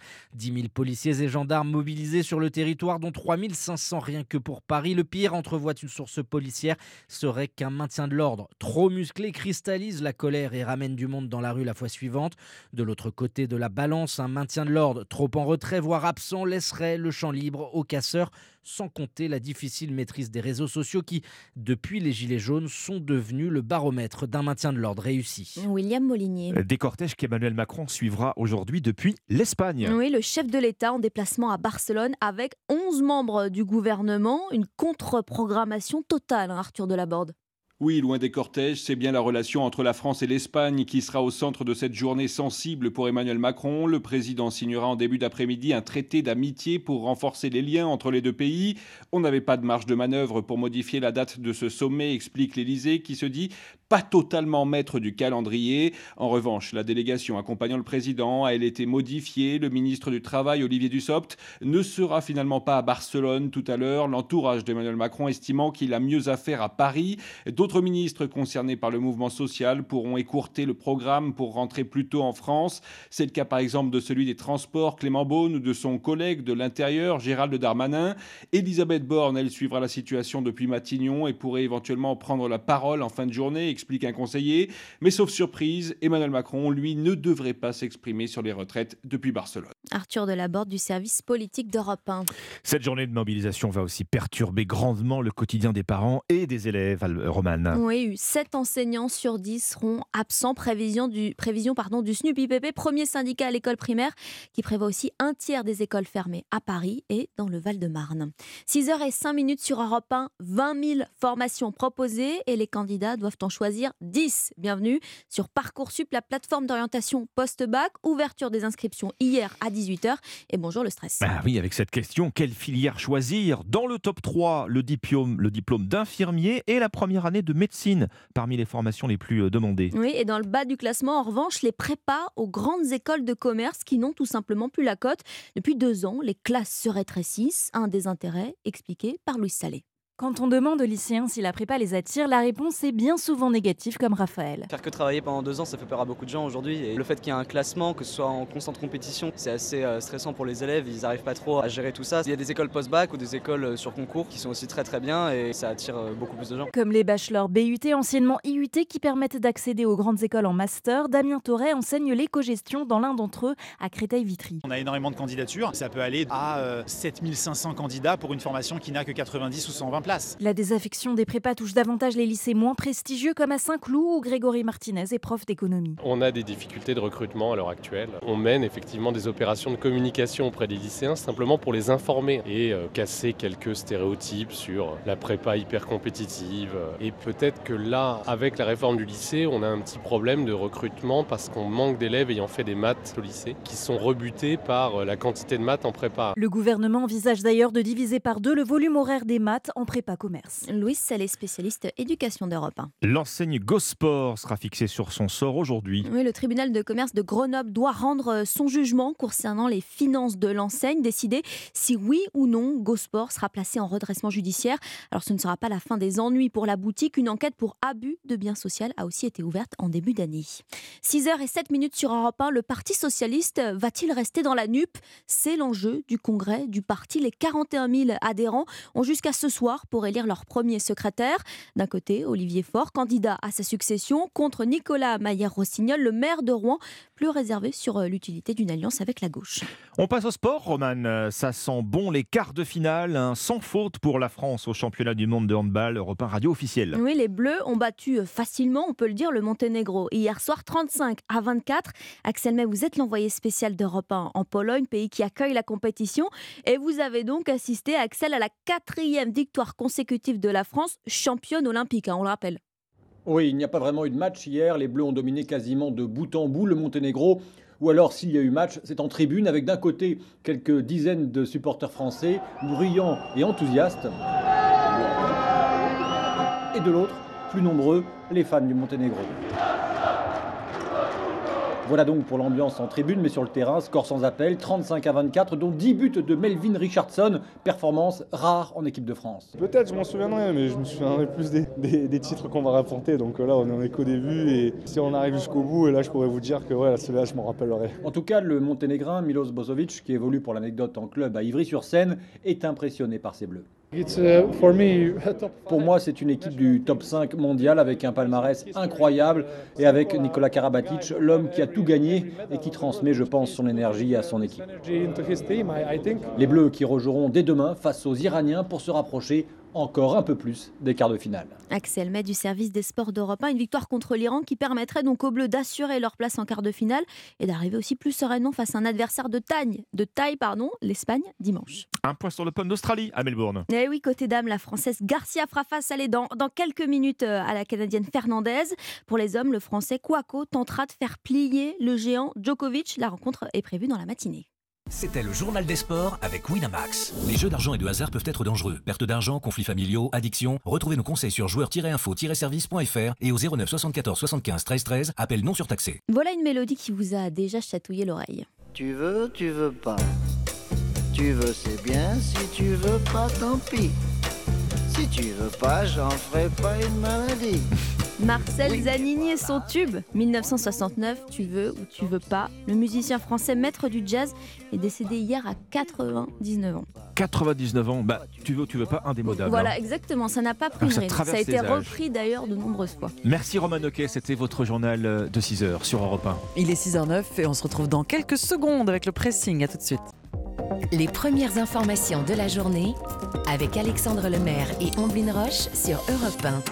dix mille policiers et gendarmes mobilisés sur le territoire, dont trois mille cinq cents rien que pour Paris. Le pire, entrevoit une source policière, serait qu'un maintien de l'ordre trop musclé cristallise la colère et ramène du monde dans la rue la fois suivante. De l'autre côté de la balance, un maintien de l'ordre trop en retrait, voire absent, laisserait le champ libre aux casseurs, sans compter la difficile maîtrise des réseaux sociaux qui, depuis les Gilets jaunes, sont devenus le baromètre d'un maintien de l'ordre réussi. William Molinier. Des cortèges qu'Emmanuel Macron suivra aujourd'hui depuis l'Espagne. Oui, le chef de l'État en déplacement à Barcelone avec onze membres du gouvernement. Une contre-programmation totale, hein, Arthur Delaborde. Oui, loin des cortèges, c'est bien la relation entre la France et l'Espagne qui sera au centre de cette journée sensible pour Emmanuel Macron. Le président signera en début d'après-midi un traité d'amitié pour renforcer les liens entre les deux pays. On n'avait pas de marge de manœuvre pour modifier la date de ce sommet, explique l'Élysée, qui se dit pas totalement maître du calendrier. En revanche, la délégation accompagnant le président a elle été modifiée. Le ministre du Travail, Olivier Dussopt, ne sera finalement pas à Barcelone tout à l'heure. L'entourage d'Emmanuel Macron estimant qu'il a mieux à faire à Paris. D'autres ministres concernés par le mouvement social pourront écourter le programme pour rentrer plus tôt en France. C'est le cas par exemple de celui des Transports, Clément Beaune, ou de son collègue de l'Intérieur, Gérald Darmanin. Elisabeth Borne, elle suivra la situation depuis Matignon et pourrait éventuellement prendre la parole en fin de journée, explique un conseiller. Mais sauf surprise, Emmanuel Macron, lui, ne devrait pas s'exprimer sur les retraites depuis Barcelone. Arthur Delaborde du service politique d'Europe un. Cette journée de mobilisation va aussi perturber grandement le quotidien des parents et des élèves, Roman. Oui, sept enseignants sur dix seront absents. Prévision du, prévision, pardon, du S N U P I P P, premier syndicat à l'école primaire, qui prévoit aussi un tiers des écoles fermées à Paris et dans le Val-de-Marne. six heures cinq sur Europe un, vingt mille formations proposées et les candidats doivent en choisir dix. Bienvenue sur Parcoursup, la plateforme d'orientation post-bac. Ouverture des inscriptions hier à dix-huit heures. Et bonjour le stress. Ah oui, avec cette question, quelle filière choisir ? Dans le top trois, le diplôme, le diplôme d'infirmier et la première année de médecine parmi les formations les plus demandées. Oui, et dans le bas du classement, en revanche, les prépas aux grandes écoles de commerce qui n'ont tout simplement plus la cote. Depuis deux ans, les classes se rétrécissent. Un désintérêt expliqué par Louis Salé. Quand on demande aux lycéens si la prépa les attire, la réponse est bien souvent négative, comme Raphaël. Faire que travailler pendant deux ans, ça fait peur à beaucoup de gens aujourd'hui. Et le fait qu'il y ait un classement, que ce soit en constante compétition, c'est assez euh, stressant pour les élèves. Ils n'arrivent pas trop à gérer tout ça. Il y a des écoles post-bac ou des écoles sur concours qui sont aussi très très bien et ça attire euh, beaucoup plus de gens. Comme les bachelors B U T, anciennement I U T, qui permettent d'accéder aux grandes écoles en master, Damien Torret enseigne l'éco-gestion dans l'un d'entre eux, à Créteil-Vitry. On a énormément de candidatures. Ça peut aller à euh, sept mille cinq cents candidats pour une formation qui n'a que quatre-vingt-dix ou cent vingt places. La désaffection des prépas touche davantage les lycées moins prestigieux comme à Saint-Cloud où Grégory Martinez est prof d'économie. On a des difficultés de recrutement à l'heure actuelle. On mène effectivement des opérations de communication auprès des lycéens simplement pour les informer et euh, casser quelques stéréotypes sur la prépa hyper compétitive. Et peut-être que là, avec la réforme du lycée, on a un petit problème de recrutement parce qu'on manque d'élèves ayant fait des maths au lycée qui sont rebutés par la quantité de maths en prépa. Le gouvernement envisage d'ailleurs de diviser par deux le volume horaire des maths en prépa commerce. Louis Salé, spécialiste éducation d'Europe un. L'enseigne Gosport sera fixée sur son sort aujourd'hui. Oui, le tribunal de commerce de Grenoble doit rendre son jugement concernant les finances de l'enseigne, décider si oui ou non Gosport sera placé en redressement judiciaire. Alors ce ne sera pas la fin des ennuis pour la boutique. Une enquête pour abus de biens sociaux a aussi été ouverte en début d'année. six heures sept sur Europe un, le Parti socialiste va-t-il rester dans la N U P ? C'est l'enjeu du congrès du parti. Les quarante et un mille adhérents ont jusqu'à ce soir pour élire leur premier secrétaire. D'un côté, Olivier Faure, candidat à sa succession, contre Nicolas Maillère-Rossignol, le maire de Rouen, plus réservé sur l'utilité d'une alliance avec la gauche. On passe au sport, Roman. Ça sent bon les quarts de finale, hein, sans faute pour la France au championnat du monde de handball, Europe un radio officiel. Oui, les Bleus ont battu facilement, on peut le dire, le Monténégro. Hier soir, trente-cinq à vingt-quatre. Axel May, vous êtes l'envoyé spécial d'Europe un en Pologne, pays qui accueille la compétition. Et vous avez donc assisté, Axel, à la quatrième victoire consécutive de la France, championne olympique, hein, on le rappelle. Oui, il n'y a pas vraiment eu de match hier. Les Bleus ont dominé quasiment de bout en bout le Monténégro. Ou alors, s'il y a eu match, c'est en tribune avec d'un côté quelques dizaines de supporters français, bruyants et enthousiastes. Et de l'autre, plus nombreux, les fans du Monténégro. Voilà donc pour l'ambiance en tribune, mais sur le terrain, score sans appel, trente-cinq à vingt-quatre, dont dix buts de Melvin Richardson, performance rare en équipe de France. Peut-être, je m'en souviendrai, mais je me souviendrai plus des, des, des titres qu'on va rapporter. Donc là, on en est qu'au début, et si on arrive jusqu'au bout, et là, je pourrais vous dire que ouais, celui-là, je m'en rappellerai. En tout cas, le Monténégrin Milos Bozovic, qui évolue pour l'anecdote en club à Ivry-sur-Seine, est impressionné par ses Bleus. Pour moi, c'est une équipe du top cinq mondial avec un palmarès incroyable et avec Nikola Karabatic, l'homme qui a tout gagné et qui transmet, je pense, son énergie à son équipe. Les Bleus qui rejoueront dès demain face aux Iraniens pour se rapprocher encore un peu plus des quarts de finale. Axel May du service des sports d'Europe un, une victoire contre l'Iran qui permettrait donc aux Bleus d'assurer leur place en quart de finale et d'arriver aussi plus sereinement face à un adversaire de taille, de taille pardon, l'Espagne dimanche. Un point sur le pôle d'Australie à Melbourne. Et oui, côté dame, la Française Garcia fera face à dans, dans quelques minutes à la Canadienne Fernandez. Pour les hommes, le Français Kouakou tentera de faire plier le géant Djokovic. La rencontre est prévue dans la matinée. C'était le journal des sports avec Winamax. Les jeux d'argent et de hasard peuvent être dangereux. Perte d'argent, conflits familiaux, addiction. Retrouvez nos conseils sur joueurs tiret info tiret service point f r et au zéro neuf soixante-quatorze soixante-quinze treize treize. Appel non surtaxé. Voilà une mélodie qui vous a déjà chatouillé l'oreille. Tu veux, tu veux pas. Tu veux, c'est bien. Si tu veux pas, tant pis. Si tu veux pas, j'en ferai pas une maladie. Marcel oui. Zanini et son tube dix-neuf cent soixante-neuf, tu veux ou tu veux pas. Le musicien français maître du jazz est décédé hier à quatre-vingt-dix-neuf ans. quatre-vingt-dix-neuf ans, bah tu veux ou tu veux pas, indémodable. Voilà, hein. Exactement, ça n'a pas pris ça, une ça a été repris d'ailleurs de nombreuses fois. Merci Roman Oquet, c'était votre journal de six heures sur Europe un. Il est six heures neuf et on se retrouve dans quelques secondes avec le pressing, à tout de suite. Les premières informations de la journée avec Alexandre Lemaire et Omblin Roche sur Europe un.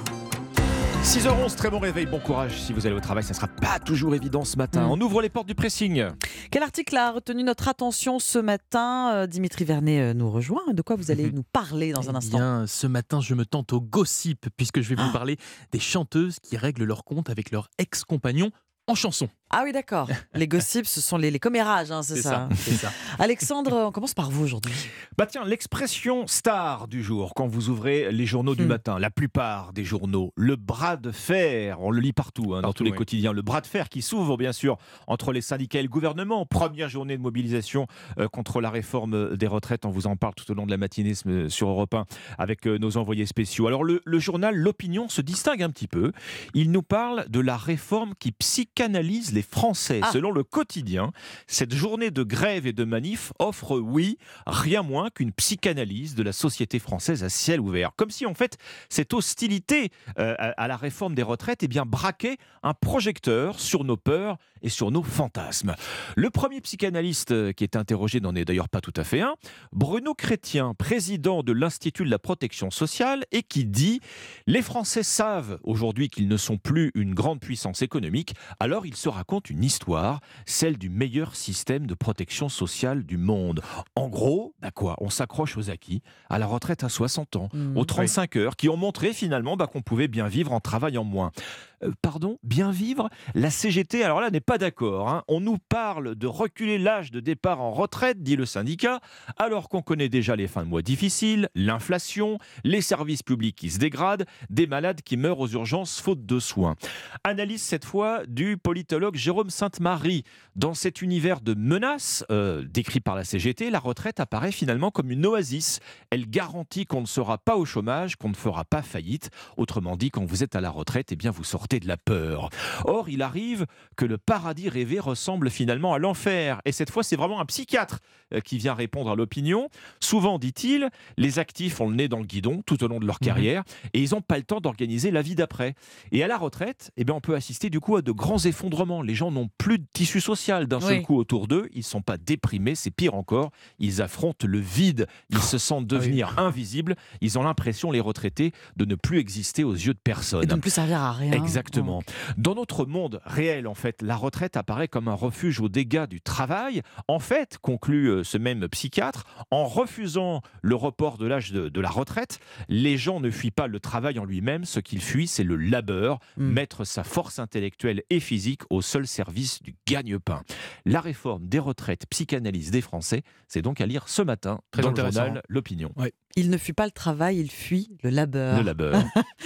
six heures onze, très bon réveil, bon courage si vous allez au travail, ça ne sera pas toujours évident ce matin. Mmh. On ouvre les portes du pressing. Quel article a retenu notre attention ce matin ? Dimitri Vernet nous rejoint. De quoi vous allez mmh. nous parler dans eh un instant ? Bien, ce matin, je me tente au gossip puisque je vais vous ah. parler des chanteuses qui règlent leur compte avec leur ex-compagnon en chanson. Ah oui, d'accord. Les gossips, ce sont les, les commérages, hein, c'est, c'est, ça. ça, c'est ça. Alexandre, on commence par vous aujourd'hui. Bah tiens, l'expression star du jour, quand vous ouvrez les journaux du hmm. matin, la plupart des journaux, le bras de fer, on le lit partout, hein, dans partout, tous les oui. quotidiens, le bras de fer qui s'ouvre bien sûr entre les syndicats et le gouvernement. Première journée de mobilisation euh, contre la réforme des retraites, on vous en parle tout au long de la matinée sur Europe un avec euh, nos envoyés spéciaux. Alors le, le journal L'Opinion se distingue un petit peu, il nous parle de la réforme qui psychanalyse les Français. Ah. Selon le quotidien, cette journée de grève et de manif offre, oui, rien moins qu'une psychanalyse de la société française à ciel ouvert. Comme si, en fait, cette hostilité euh, à, à la réforme des retraites eh bien, braquait un projecteur sur nos peurs et sur nos fantasmes. Le premier psychanalyste qui est interrogé n'en est d'ailleurs pas tout à fait un, Bruno Chrétien, président de l'Institut de la protection sociale, et qui dit « Les Français savent aujourd'hui qu'ils ne sont plus une grande puissance économique, alors ils se racontent une histoire, celle du meilleur système de protection sociale du monde. » En gros, bah quoi, on s'accroche aux acquis, à la retraite à soixante ans, mmh, aux trente-cinq oui. heures, qui ont montré finalement bah, qu'on pouvait bien vivre en travaillant moins. Euh, pardon, bien vivre ? La C G T, alors là, n'est pas d'accord. Hein. On nous parle de reculer l'âge de départ en retraite, dit le syndicat, alors qu'on connaît déjà les fins de mois difficiles, l'inflation, les services publics qui se dégradent, des malades qui meurent aux urgences faute de soins. Analyse cette fois du politologue Jérôme Sainte-Marie. Dans cet univers de menaces euh, décrit par la C G T, la retraite apparaît finalement comme une oasis. Elle garantit qu'on ne sera pas au chômage, qu'on ne fera pas faillite. Autrement dit, quand vous êtes à la retraite, eh bien vous sortez de la peur. Or, il arrive que le paradis rêvé ressemble finalement à l'enfer. Et cette fois, c'est vraiment un psychiatre qui vient répondre à l'opinion. Souvent, dit-il, les actifs ont le nez dans le guidon tout au long de leur carrière mmh. et ils n'ont pas le temps d'organiser la vie d'après. Et à la retraite, eh bien, on peut assister du coup à de grands effondrements. Les gens n'ont plus de tissu social d'un seul oui. coup autour d'eux. Ils ne sont pas déprimés, c'est pire encore. Ils affrontent le vide. Ils se sentent devenir ah oui. invisibles. Ils ont l'impression, les retraités, de ne plus exister aux yeux de personne. Et de ne plus servir à rien. Exactement. Oh. Dans notre monde réel, en fait, la retraite apparaît comme un refuge aux dégâts du travail. En fait, conclut ce même psychiatre, en refusant le report de l'âge de, de la retraite, les gens ne fuient pas le travail en lui-même. Ce qu'ils fuient, c'est le labeur, mmh. mettre sa force intellectuelle et physique au seul service du gagne-pain. La réforme des retraites psychanalyse des Français, c'est donc à lire ce matin Très dans le journal L'Opinion. Ouais. Il ne fuit pas le travail, il fuit le labeur. Le labeur.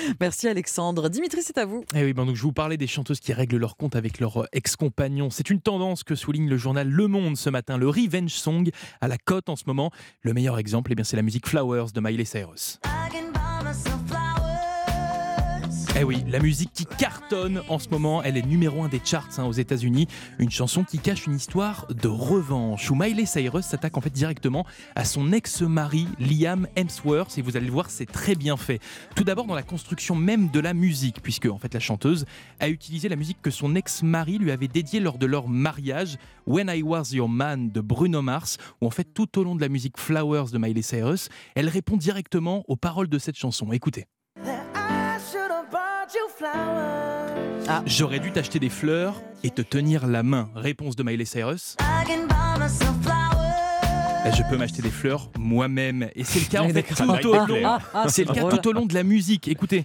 Merci Alexandre. Dimitri, c'est à vous. Eh oui, ben donc je vous parlais des chanteuses qui règlent leur compte avec leurs ex-compagnons. C'est une tendance que souligne le journal Le Monde ce matin. Le revenge song à la cote en ce moment. Le meilleur exemple, eh bien, c'est la musique Flowers de Miley Cyrus. Eh oui, la musique qui cartonne en ce moment, elle est numéro un des charts hein, aux États-Unis. Une chanson qui cache une histoire de revanche où Miley Cyrus s'attaque en fait directement à son ex-mari Liam Hemsworth. Et vous allez le voir, c'est très bien fait. Tout d'abord dans la construction même de la musique, puisque en fait la chanteuse a utilisé la musique que son ex-mari lui avait dédiée lors de leur mariage, When I Was Your Man de Bruno Mars, où en fait tout au long de la musique Flowers de Miley Cyrus, elle répond directement aux paroles de cette chanson. Écoutez. Ah, j'aurais dû t'acheter des fleurs et te tenir la main. Réponse de Miley Cyrus. Je peux m'acheter des fleurs moi-même. Et c'est le cas en fait tout au long. C'est le cas tout au long de la musique. Écoutez.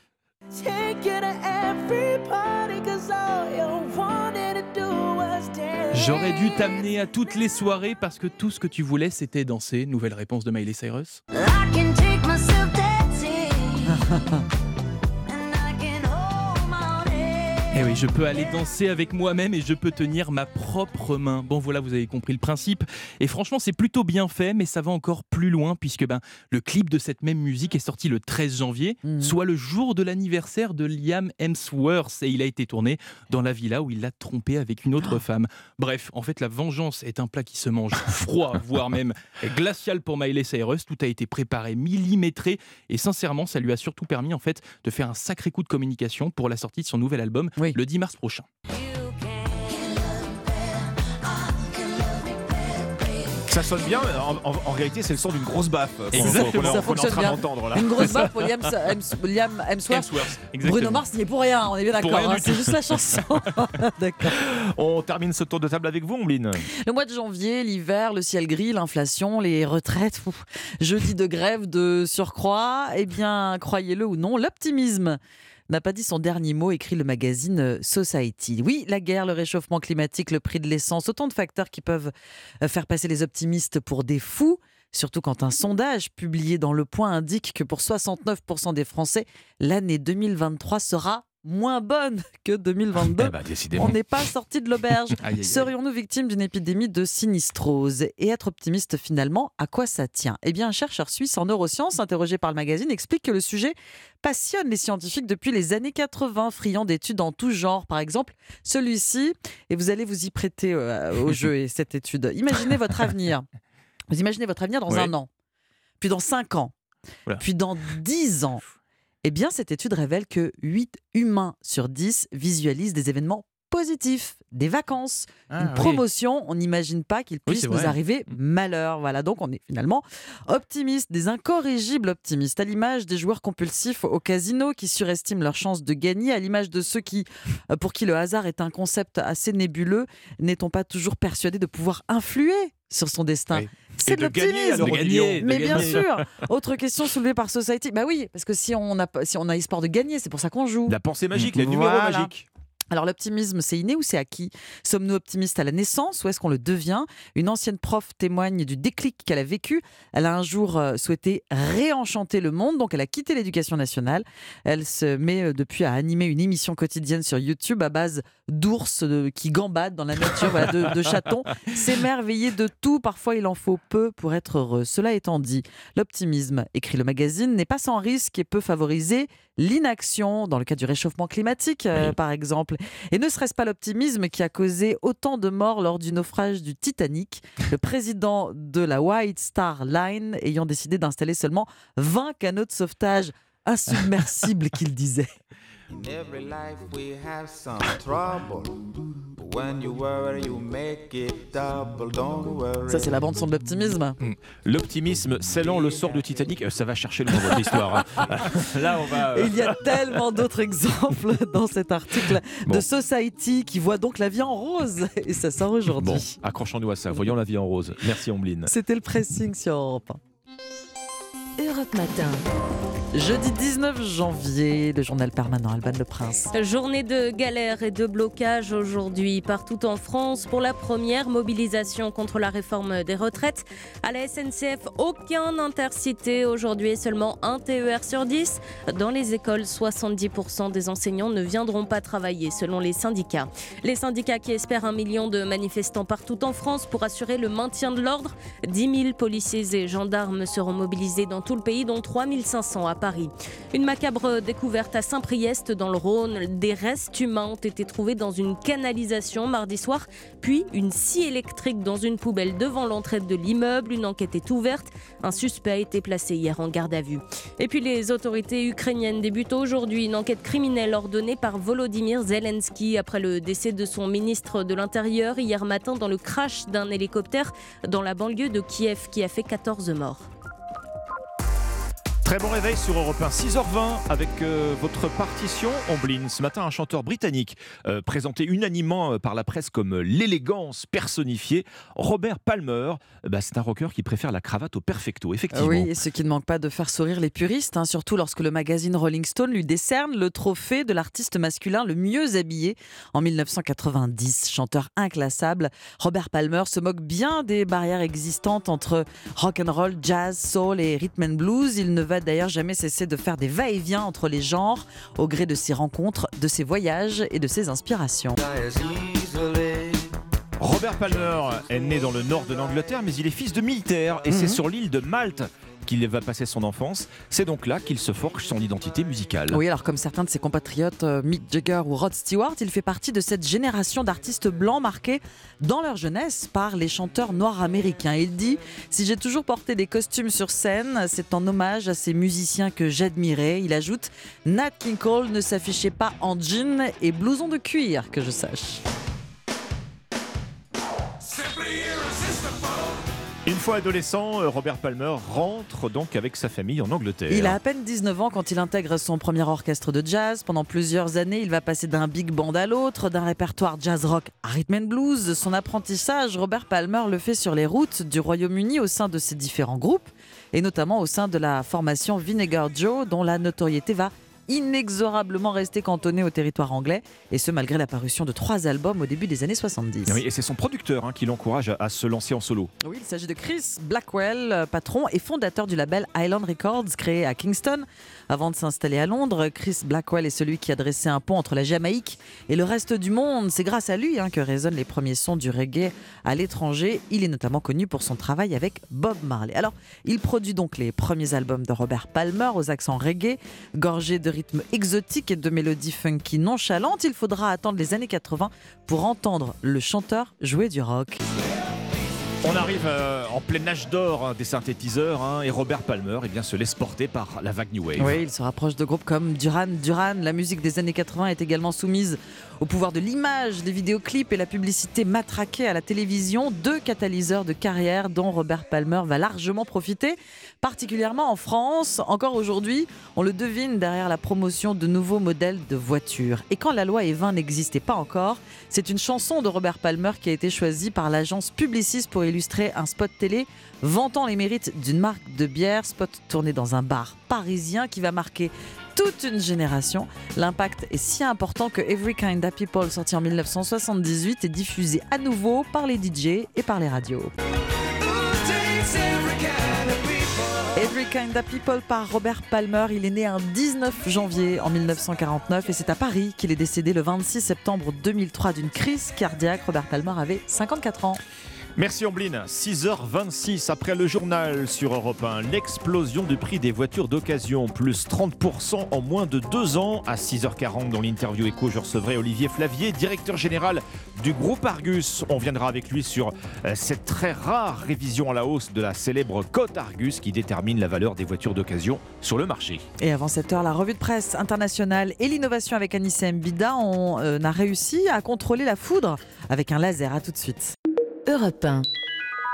J'aurais dû t'amener à toutes les soirées parce que tout ce que tu voulais c'était danser. Nouvelle réponse de Miley Cyrus. Eh oui, je peux aller danser avec moi-même et je peux tenir ma propre main. Bon voilà, vous avez compris le principe. Et franchement, c'est plutôt bien fait, mais ça va encore plus loin puisque ben, le clip de cette même musique est sorti le treize janvier, mmh. soit le jour de l'anniversaire de Liam Hemsworth. Et il a été tourné dans la villa où il l'a trompé avec une autre oh. femme. Bref, en fait, la vengeance est un plat qui se mange froid, voire même glacial pour Miley Cyrus. Tout a été préparé, millimétré. Et sincèrement, ça lui a surtout permis en fait, de faire un sacré coup de communication pour la sortie de son nouvel album. Oui. Le dix mars prochain. Ça sonne bien, en, en, en réalité c'est le son d'une grosse baffe Exactement, qu'on, ça qu'on est en train bien. d'entendre là. Une grosse baffe pour Liam, Liam Hemsworth. Hemsworth Bruno Mars n'y est pour rien, on est bien d'accord, hein, c'est juste la chanson. D'accord. On termine ce tour de table avec vous, Ombline. Le mois de janvier, l'hiver, le ciel gris, l'inflation, les retraites, ouf, jeudi de grève de surcroît, eh bien croyez-le ou non, l'optimisme n'a pas dit son dernier mot, écrit le magazine Society. Oui, la guerre, le réchauffement climatique, le prix de l'essence, autant de facteurs qui peuvent faire passer les optimistes pour des fous, surtout quand un sondage publié dans Le Point indique que pour soixante-neuf pour cent des Français, l'année deux mille vingt-trois sera moins bonne que deux mille vingt-deux. Eh ben, on n'est pas sorti de l'auberge. Aïe, aïe, Serions-nous victimes d'une épidémie de sinistrose ? Et être optimiste finalement, à quoi ça tient ? Eh bien, un chercheur suisse en neurosciences, interrogé par le magazine, explique que le sujet passionne les scientifiques depuis les années quatre-vingts, friand d'études en tout genre. Par exemple, celui-ci, et vous allez vous y prêter euh, au jeu et cette étude. Imaginez votre avenir. Vous imaginez votre avenir dans oui. un an, puis dans cinq ans, voilà. puis dans dix ans. Eh bien, cette étude révèle que huit humains sur dix visualisent des événements positifs, des vacances, ah, une promotion. Oui. On n'imagine pas qu'il puisse oui, nous vrai. arriver malheur. Voilà, donc on est finalement optimistes, des incorrigibles optimistes, à l'image des joueurs compulsifs au casino qui surestiment leurs chances de gagner, à l'image de ceux qui, pour qui le hasard est un concept assez nébuleux, n'est-on pas toujours persuadé de pouvoir influer sur son destin. Oui. C'est de, de l'optimisme. Gagner, de gagner, mais de bien gagner. sûr. Autre question soulevée par Society. Bah oui, parce que si on a si on a espoir de gagner, c'est pour ça qu'on joue. La pensée magique, la numéro voilà. magique. Alors l'optimisme, c'est inné ou c'est acquis ? Sommes-nous optimistes à la naissance ou est-ce qu'on le devient ? Une ancienne prof témoigne du déclic qu'elle a vécu. Elle a un jour euh, souhaité réenchanter le monde, donc elle a quitté l'éducation nationale. Elle se met euh, depuis à animer une émission quotidienne sur YouTube à base d'ours euh, qui gambadent dans la nature, voilà, de, de chatons. S'émerveiller de tout, parfois il en faut peu pour être heureux. Cela étant dit, l'optimisme, écrit le magazine, n'est pas sans risque et peut favoriser l'inaction, dans le cas du réchauffement climatique euh, oui. par exemple. Et ne serait-ce pas l'optimisme qui a causé autant de morts lors du naufrage du Titanic, le président de la White Star Line ayant décidé d'installer seulement vingt canaux de sauvetage insubmersibles qu'il disait. In every life we have some trouble. When you worry, you make it double. Don't worry. Ça, c'est la bande-son de l'optimisme. Mmh. L'optimisme scellant le sort du Titanic, euh, ça va chercher le nom de votre histoire. Hein. Là, on va. Euh... Et il y a tellement d'autres exemples dans cet article bon. de Society qui voit donc la vie en rose. Et ça sort aujourd'hui. Bon, accrochons-nous à ça. Voyons la vie en rose. Merci, Ombline. C'était le pressing sur Europe un. Europe Matin. Jeudi dix-neuf janvier, le journal permanent Alban Le Prince. Journée de galère et de blocage aujourd'hui partout en France pour la première mobilisation contre la réforme des retraites. À la S N C F, aucun intercité aujourd'hui, seulement un T E R sur dix. Dans les écoles, soixante-dix pour cent des enseignants ne viendront pas travailler selon les syndicats. Les syndicats qui espèrent un million de manifestants partout en France pour assurer le maintien de l'ordre. dix mille policiers et gendarmes seront mobilisés dans tout le pays, dont trois mille cinq cents à Paris. Une macabre découverte à Saint-Priest dans le Rhône. Des restes humains ont été trouvés dans une canalisation mardi soir, puis une scie électrique dans une poubelle devant l'entrée de l'immeuble. Une enquête est ouverte. Un suspect a été placé hier en garde à vue. Et puis les autorités ukrainiennes débutent aujourd'hui une enquête criminelle ordonnée par Volodymyr Zelensky après le décès de son ministre de l'Intérieur hier matin dans le crash d'un hélicoptère dans la banlieue de Kiev qui a fait quatorze morts. Très bon réveil sur Europe un, six heures vingt avec euh, votre partition Ombline. Ce matin, un chanteur britannique euh, présenté unanimement euh, par la presse comme euh, l'élégance personnifiée, Robert Palmer. Euh, bah, c'est un rocker qui préfère la cravate au perfecto, effectivement. Oui, et ce qui ne manque pas de faire sourire les puristes, hein, surtout lorsque le magazine Rolling Stone lui décerne le trophée de l'artiste masculin le mieux habillé en mille neuf cent quatre-vingt-dix. Chanteur inclassable, Robert Palmer se moque bien des barrières existantes entre rock'n'roll, jazz, soul et rhythm and blues. Il ne va d'ailleurs jamais cessé de faire des va-et-vient entre les genres au gré de ses rencontres, de ses voyages et de ses inspirations. Robert Palmer est né dans le nord de l'Angleterre, mais il est fils de militaire et mmh. c'est sur l'île de Malte qu'il va passer son enfance. C'est donc là qu'il se forge son identité musicale. Oui, alors comme certains de ses compatriotes, euh, Mick Jagger ou Rod Stewart, il fait partie de cette génération d'artistes blancs marqués dans leur jeunesse par les chanteurs noirs américains. Il dit « Si j'ai toujours porté des costumes sur scène, c'est en hommage à ces musiciens que j'admirais. » Il ajoute « Nat King Cole ne s'affichait pas en jean et blouson de cuir, que je sache. » Une fois adolescent, Robert Palmer rentre donc avec sa famille en Angleterre. Il a à peine dix-neuf ans quand il intègre son premier orchestre de jazz. Pendant plusieurs années, il va passer d'un big band à l'autre, d'un répertoire jazz rock à rhythm and blues. Son apprentissage, Robert Palmer le fait sur les routes du Royaume-Uni au sein de ses différents groupes et notamment au sein de la formation Vinegar Joe, dont la notoriété va inexorablement resté cantonné au territoire anglais, et ce malgré la parution de trois albums au début des années soixante-dix. Oui, et c'est son producteur hein, qui l'encourage à, à se lancer en solo. Oui, il s'agit de Chris Blackwell, patron et fondateur du label Island Records, créé à Kingston. Avant de s'installer à Londres, Chris Blackwell est celui qui a dressé un pont entre la Jamaïque et le reste du monde. C'est grâce à lui hein, que résonnent les premiers sons du reggae à l'étranger. Il est notamment connu pour son travail avec Bob Marley. Alors, il produit donc les premiers albums de Robert Palmer aux accents reggae, gorgés de rythmes exotiques et de mélodies funky nonchalantes. Il faudra attendre les années quatre-vingts pour entendre le chanteur jouer du rock. On arrive euh, en plein âge d'or hein, des synthétiseurs hein, et Robert Palmer eh bien, se laisse porter par la vague New Wave. Oui, il se rapproche de groupes comme Duran Duran. La musique des années quatre-vingts est également soumise au pouvoir de l'image, des vidéoclips et la publicité matraquée à la télévision. Deux catalyseurs de carrière dont Robert Palmer va largement profiter, particulièrement en France. Encore aujourd'hui, on le devine derrière la promotion de nouveaux modèles de voitures. Et quand la loi E vingt n'existait pas encore, c'est une chanson de Robert Palmer qui a été choisie par l'agence Publicis pour illustrer un spot télé vantant les mérites d'une marque de bière, spot tourné dans un bar parisien qui va marquer toute une génération. L'impact est si important que Every Kind of People, sorti en dix-neuf cent soixante-dix-huit, est diffusé à nouveau par les D J et par les radios. Every Kind of People par Robert Palmer. Il est né un dix-neuf janvier en dix-neuf cent quarante-neuf et c'est à Paris qu'il est décédé le vingt-six septembre deux mille trois d'une crise cardiaque. Robert Palmer avait cinquante-quatre ans. Merci Ombline. six heures vingt-six après le journal sur Europe un. L'explosion du prix des voitures d'occasion, plus trente pour cent en moins de deux ans. À six heures quarante dans l'interview Écho, je recevrai Olivier Flavier, directeur général du groupe Argus. On viendra avec lui sur cette très rare révision à la hausse de la célèbre cote Argus qui détermine la valeur des voitures d'occasion sur le marché. Et avant cette heure, la revue de presse internationale et l'innovation avec Anissa Mbida. On euh, a réussi à contrôler la foudre avec un laser. À tout de suite. Europe un.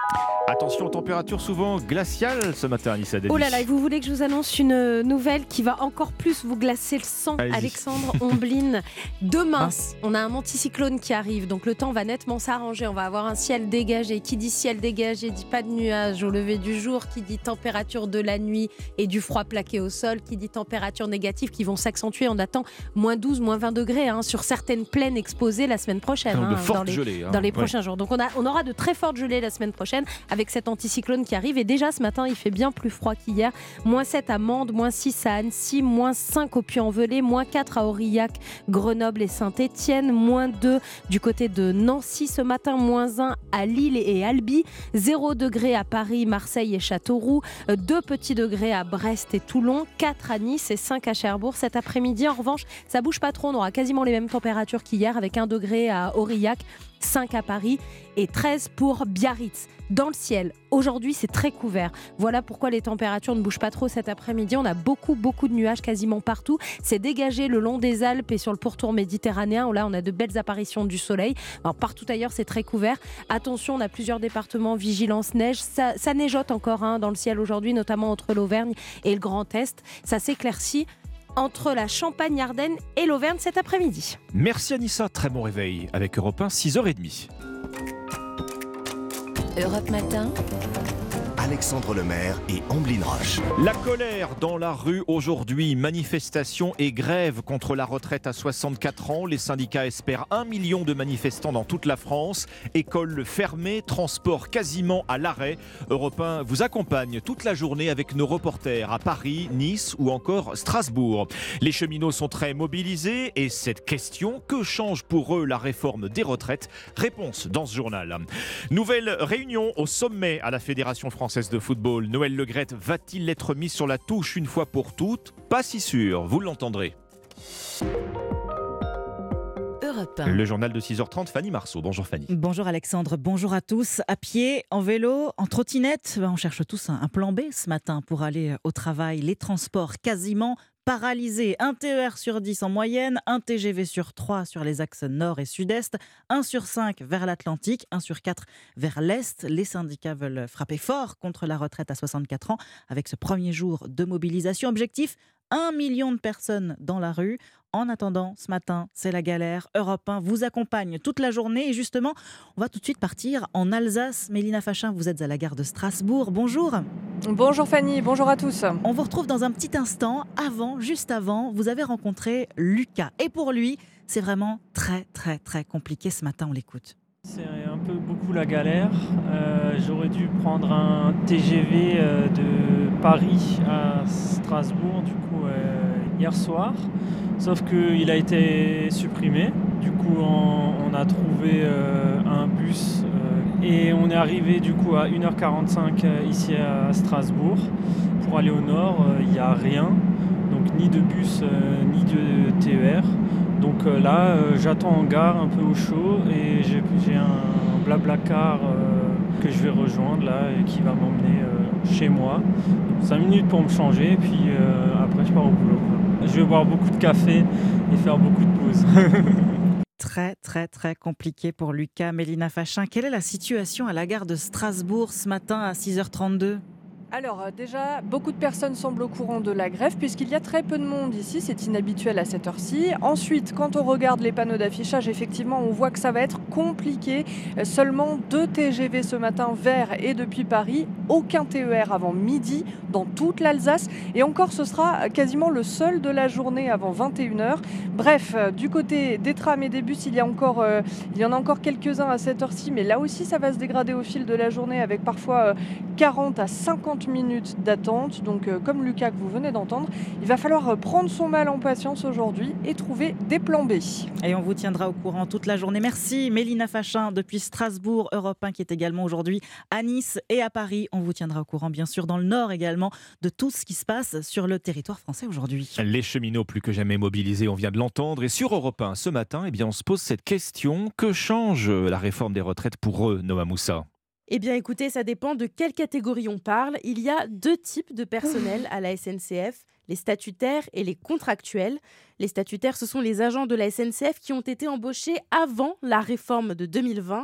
Attention aux températures souvent glaciales ce matin, Anissa Denis. Oh là là, et vous voulez que je vous annonce une nouvelle qui va encore plus vous glacer le sang, Allez-y. Alexandre Omblin. Demain, Mince. on a un anticyclone qui arrive, donc le temps va nettement s'arranger. On va avoir un ciel dégagé. Qui dit ciel dégagé dit pas de nuages au lever du jour. Qui dit température de la nuit et du froid plaqué au sol. Qui dit température négative qui vont s'accentuer. On attend moins douze, moins vingt degrés hein, sur certaines plaines exposées la semaine prochaine. De hein, fortes dans les, gelées, hein. dans les Ouais. prochains jours. Donc on, a, on aura de très fortes gelées la semaine prochaine avec cet anticyclone qui arrive. Et déjà ce matin, il fait bien plus froid qu'hier. moins sept à Mende, moins six à Annecy, moins cinq au Puy-en-Velay, moins quatre à Aurillac, Grenoble et Saint-Étienne, moins deux du côté de Nancy ce matin, moins un à Lille et Albi, zéro degré à Paris, Marseille et Châteauroux, deux petits degrés à Brest et Toulon, quatre à Nice et cinq à Cherbourg. Cet après-midi, en revanche, ça bouge pas trop. On aura quasiment les mêmes températures qu'hier avec un degré à Aurillac, cinq à Paris et treize pour Biarritz. Dans le ciel, aujourd'hui c'est très couvert. Voilà pourquoi les températures ne bougent pas trop cet après-midi. On a beaucoup beaucoup de nuages quasiment partout. C'est dégagé le long des Alpes et sur le pourtour méditerranéen. Là on a de belles apparitions du soleil. Alors, partout ailleurs c'est très couvert. Attention, on a plusieurs départements vigilance neige. Ça, ça neigeote encore hein, dans le ciel aujourd'hui, notamment entre l'Auvergne et le Grand Est. Ça s'éclaircit entre la Champagne-Ardenne et l'Auvergne cet après-midi. Merci Anissa, très bon réveil avec Europe un, six heures trente. Europe Matin. Alexandre Lemaire et Omblin Roche. La colère dans la rue aujourd'hui, manifestations et grèves contre la retraite à soixante-quatre ans. Les syndicats espèrent un million de manifestants dans toute la France. Écoles fermées, transports quasiment à l'arrêt. Europe un vous accompagne toute la journée avec nos reporters à Paris, Nice ou encore Strasbourg. Les cheminots sont très mobilisés et cette question, que change pour eux la réforme des retraites? Réponse dans ce journal. Nouvelle réunion au sommet à la Fédération française de football. Noël Le Graët va-t-il être mis sur la touche une fois pour toutes? Pas si sûr, vous l'entendrez. Europe un. Le journal de six heures trente, Fanny Marceau. Bonjour Fanny. Bonjour Alexandre, bonjour à tous. À pied, en vélo, en trottinette, ben on cherche tous un, un plan B ce matin pour aller au travail. Les transports quasiment paralysés. Un T E R sur dix en moyenne, un T G V sur trois sur les axes nord et sud-est, un sur cinq vers l'Atlantique, un sur quatre vers l'Est. Les syndicats veulent frapper fort contre la retraite à soixante-quatre ans avec ce premier jour de mobilisation. Objectif, un million de personnes dans la rue. En attendant, ce matin, c'est la galère. Europe un vous accompagne toute la journée. Et justement, on va tout de suite partir en Alsace. Mélina Fachin, vous êtes à la gare de Strasbourg. Bonjour. Bonjour Fanny, bonjour à tous. On vous retrouve dans un petit instant. Avant, juste avant, vous avez rencontré Lucas. Et pour lui, c'est vraiment très, très, très compliqué ce matin. On l'écoute. C'est un peu beaucoup la galère. Euh, j'aurais dû prendre un T G V euh, de Paris à Strasbourg, du coup, euh, hier soir. Sauf qu'il a été supprimé. Du coup, on, on a trouvé euh, un bus euh, et on est arrivé du coup à une heure quarante-cinq euh, ici à Strasbourg. Pour aller au nord, il euh, n'y a rien. Donc ni de bus, euh, ni de T E R. Donc euh, là, euh, j'attends en gare un peu au chaud et j'ai, j'ai un blablacar euh, que je vais rejoindre là et qui va m'emmener euh, chez moi. cinq minutes pour me changer et puis euh, après je pars au boulot. Je vais boire beaucoup de café et faire beaucoup de pauses. Très, très, très compliqué pour Lucas. Mélina Fachin, quelle est la situation à la gare de Strasbourg ce matin à six heures trente-deux ? Alors euh, déjà, beaucoup de personnes semblent au courant de la grève puisqu'il y a très peu de monde ici, c'est inhabituel à cette heure-ci. Ensuite, quand on regarde les panneaux d'affichage, effectivement, on voit que ça va être compliqué. Euh, seulement deux T G V ce matin vers et depuis Paris, aucun T E R avant midi dans toute l'Alsace et encore ce sera quasiment le seul de la journée avant vingt et une heures. Bref, euh, du côté des trams et des bus, il y, a encore, euh, il y en a encore quelques-uns à cette heure-ci, mais là aussi ça va se dégrader au fil de la journée avec parfois euh, quarante à cinquante minutes d'attente. Donc euh, comme Lucas que vous venez d'entendre, il va falloir prendre son mal en patience aujourd'hui et trouver des plans B. Et on vous tiendra au courant toute la journée. Merci Mélina Fachin depuis Strasbourg, Europe un qui est également aujourd'hui à Nice et à Paris. On vous tiendra au courant bien sûr dans le Nord également de tout ce qui se passe sur le territoire français aujourd'hui. Les cheminots plus que jamais mobilisés, on vient de l'entendre. Et sur Europe un ce matin, eh bien, on se pose cette question. Que change la réforme des retraites pour eux, Noah Moussa ? Eh bien écoutez, ça dépend de quelle catégorie on parle. Il y a deux types de personnel à la S N C F, les statutaires et les contractuels. Les statutaires, ce sont les agents de la S N C F qui ont été embauchés avant la réforme de deux mille vingt.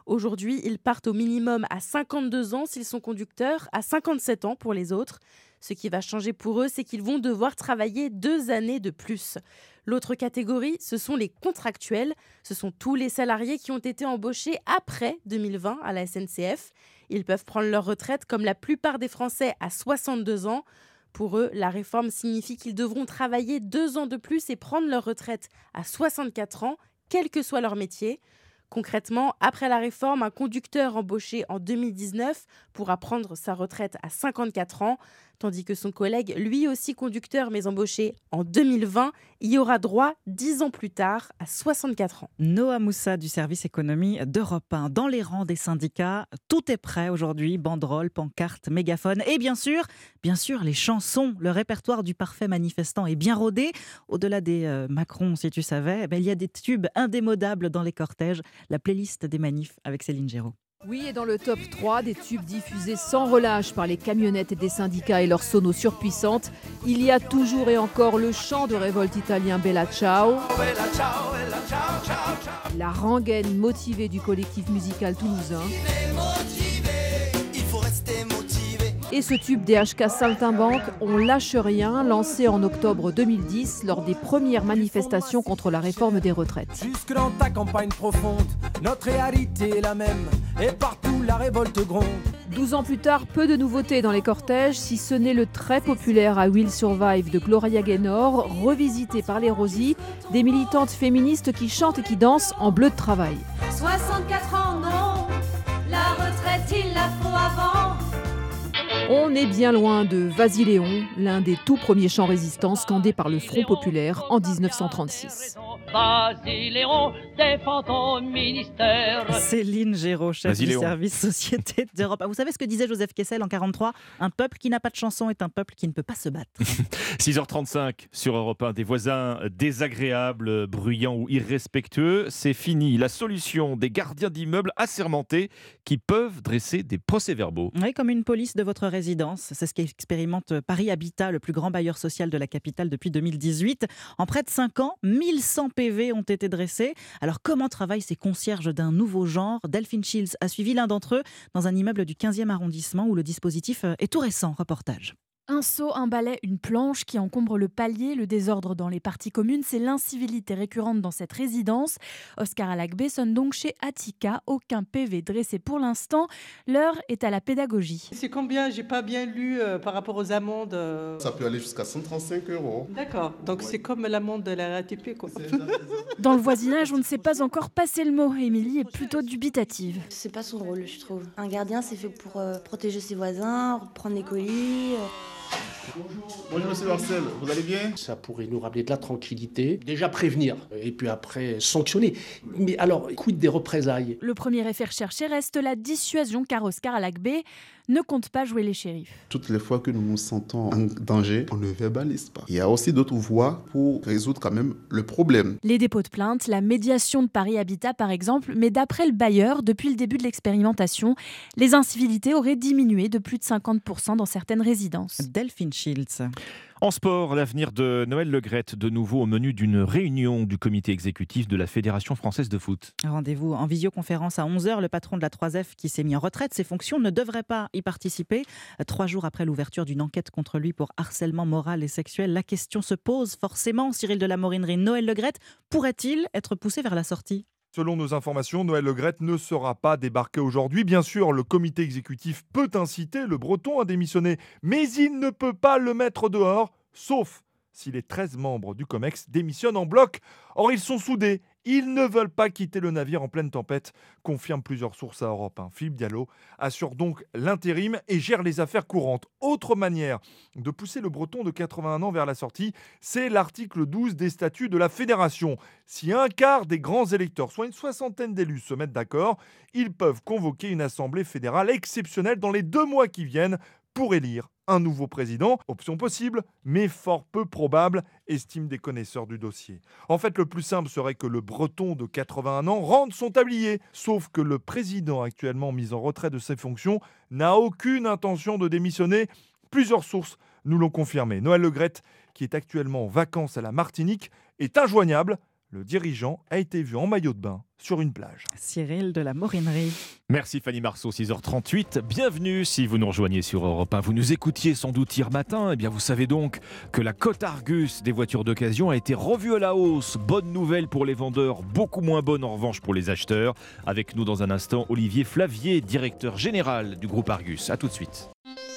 Aujourd'hui, ils partent au minimum à cinquante-deux ans s'ils sont conducteurs, à cinquante-sept ans pour les autres. Ce qui va changer pour eux, c'est qu'ils vont devoir travailler deux années de plus. L'autre catégorie, ce sont les contractuels. Ce sont tous les salariés qui ont été embauchés après deux mille vingt à la S N C F. Ils peuvent prendre leur retraite comme la plupart des Français à soixante-deux ans. Pour eux, la réforme signifie qu'ils devront travailler deux ans de plus et prendre leur retraite à soixante-quatre ans, quel que soit leur métier. Concrètement, après la réforme, un conducteur embauché en deux mille dix-neuf pourra prendre sa retraite à cinquante-quatre ans, tandis que son collègue, lui aussi conducteur mais embauché en deux mille vingt, y aura droit dix ans plus tard à soixante-quatre ans. Noah Moussa du service économie d'Europe un. Dans les rangs des syndicats, tout est prêt aujourd'hui, banderoles, pancartes, mégaphones et bien sûr, bien sûr les chansons. Le répertoire du parfait manifestant est bien rodé. Au-delà des euh, Macron, si tu savais, eh bien, il y a des tubes indémodables dans les cortèges. La playlist des manifs avec Céline Géraud. Oui, et dans le top trois des tubes diffusés sans relâche par les camionnettes des syndicats et leurs sonos surpuissantes, il y a toujours et encore le chant de révolte italien Bella Ciao, la rengaine motivée du collectif musical toulousain et ce tube des H K Saltimbanque, On lâche rien, lancé en octobre deux mille dix lors des premières manifestations contre la réforme des retraites. Jusque dans ta campagne profonde, notre réalité est la même, et partout la révolte gronde. douze ans plus tard, peu de nouveautés dans les cortèges, si ce n'est le très populaire I Will Survive de Gloria Gaynor, revisité par les Rosies, des militantes féministes qui chantent et qui dansent en bleu de travail. soixante-quatre ans, non, la retraite il la faut avant. On est bien loin de Vas-y Léon, l'un des tout premiers chants résistants scandés par le Front populaire en dix-neuf cent trente-six. Vas-y Léon, défends ton ministère. Céline Géraud, chef Vas-y, du Léon. service Société d'Europe. Vous savez ce que disait Joseph Kessel en quarante-trois ? Un peuple qui n'a pas de chanson est un peuple qui ne peut pas se battre. six heures trente-cinq sur Europe un, des voisins désagréables, bruyants ou irrespectueux, c'est fini. La solution des gardiens d'immeubles assermentés qui peuvent dresser des procès-verbaux. Oui, comme une police de votre résidence. C'est ce qu'expérimente Paris Habitat, le plus grand bailleur social de la capitale depuis deux mille dix-huit. En près de cinq ans, mille cent P V ont été dressés. Alors comment travaillent ces concierges d'un nouveau genre ? Delphine Shields a suivi l'un d'entre eux dans un immeuble du quinzième arrondissement où le dispositif est tout récent. Reportage. Un seau, un balai, une planche qui encombre le palier, le désordre dans les parties communes, c'est l'incivilité récurrente dans cette résidence. Oscar Alagbé sonne donc chez Attica, aucun P V dressé pour l'instant. L'heure est à la pédagogie. C'est combien ? J'ai pas bien lu euh, par rapport aux amendes. euh. Ça peut aller jusqu'à cent trente-cinq euros. D'accord, donc Ouais. c'est comme l'amende de la R A T P quoi. Dans le voisinage, on ne sait pas encore passer le mot. Émilie est plutôt dubitative. C'est pas son rôle, je trouve. Un gardien, c'est fait pour euh, protéger ses voisins, prendre les colis. euh. Bonjour monsieur Marcel, vous allez bien ? Ça pourrait nous ramener de la tranquillité. Déjà prévenir, et puis après sanctionner. Mais alors, quid des représailles ? Le premier effet recherché reste la dissuasion car Oscar Alagbé ne compte pas jouer les shérifs. Toutes les fois que nous nous sentons en danger, on ne verbalise pas. Il y a aussi d'autres voies pour résoudre quand même le problème. Les dépôts de plainte, la médiation de Paris Habitat par exemple, mais d'après le bailleur, depuis le début de l'expérimentation, les incivilités auraient diminué de plus de cinquante pour cent dans certaines résidences. Delphine Shields. En sport, l'avenir de Noël Le Graët, de nouveau au menu d'une réunion du comité exécutif de la Fédération française de foot. Rendez-vous en visioconférence à onze heures. Le patron de la trois F qui s'est mis en retraite, ses fonctions ne devrait pas y participer. Trois jours après l'ouverture d'une enquête contre lui pour harcèlement moral et sexuel, la question se pose forcément. Cyril de la Morinerie, Noël Le Graët pourrait-il être poussé vers la sortie ? Selon nos informations, Noël Le Graët ne sera pas débarqué aujourd'hui. Bien sûr, le comité exécutif peut inciter le Breton à démissionner, mais il ne peut pas le mettre dehors, sauf si les treize membres du COMEX démissionnent en bloc. Or, ils sont soudés. Ils ne veulent pas quitter le navire en pleine tempête, confirment plusieurs sources à Europe un. Philippe Diallo assure donc l'intérim et gère les affaires courantes. Autre manière de pousser le Breton de quatre-vingt-un ans vers la sortie, c'est l'article douze des statuts de la Fédération. Si un quart des grands électeurs, soit une soixantaine d'élus, se mettent d'accord, ils peuvent convoquer une assemblée fédérale exceptionnelle dans les deux mois qui viennent pour élire un nouveau président, option possible, mais fort peu probable, estiment des connaisseurs du dossier. En fait, le plus simple serait que le Breton de quatre-vingt-un ans rende son tablier, sauf que le président actuellement mis en retrait de ses fonctions n'a aucune intention de démissionner. Plusieurs sources nous l'ont confirmé. Noël Le Graët, qui est actuellement en vacances à la Martinique, est injoignable. le dirigeant a été vu en maillot de bain sur une plage. Cyril de la Morinerie. Merci Fanny Marceau, six heures trente-huit. Bienvenue si vous nous rejoignez sur Europe un. Vous nous écoutiez sans doute hier matin. Eh bien, vous savez donc que la cote Argus des voitures d'occasion a été revue à la hausse. Bonne nouvelle pour les vendeurs, beaucoup moins bonne en revanche pour les acheteurs. Avec nous dans un instant, Olivier Flavier, directeur général du groupe Argus. A tout de suite.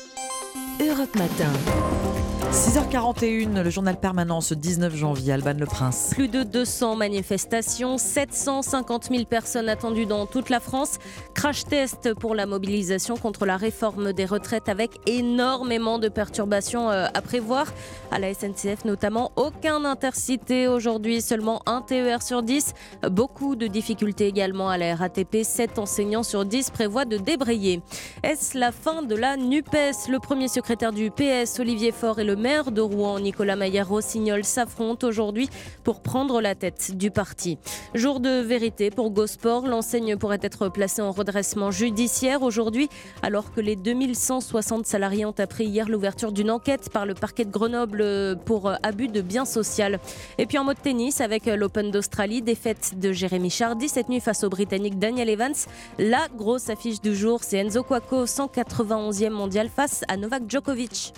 Europe Matin. six heures quarante et une, le journal permanent ce dix-neuf janvier, Alban Le Prince. Plus de deux cents manifestations, sept cent cinquante mille personnes attendues dans toute la France. Crash test pour la mobilisation contre la réforme des retraites avec énormément de perturbations à prévoir. À la S N C F notamment, aucun intercité aujourd'hui, seulement un T E R sur dix. Beaucoup de difficultés également à la R A T P, sept enseignants sur dix prévoient de débrayer. Est-ce la fin de la NUPES ? Le premier secrétaire du P S, Olivier Faure, et le maire de Rouen, Nicolas Maillard-Rossignol, s'affrontent aujourd'hui pour prendre la tête du parti. Jour de vérité pour Gosport, l'enseigne pourrait être placée en redressement judiciaire aujourd'hui, alors que les deux mille cent soixante salariés ont appris hier l'ouverture d'une enquête par le parquet de Grenoble pour abus de biens sociaux. Et puis en mode tennis, avec l'Open d'Australie, défaite de Jérémy Chardy cette nuit face au Britannique Daniel Evans. La grosse affiche du jour, c'est Enzo Couaco, cent quatre-vingt-onzième mondial face à Novak Djokovic.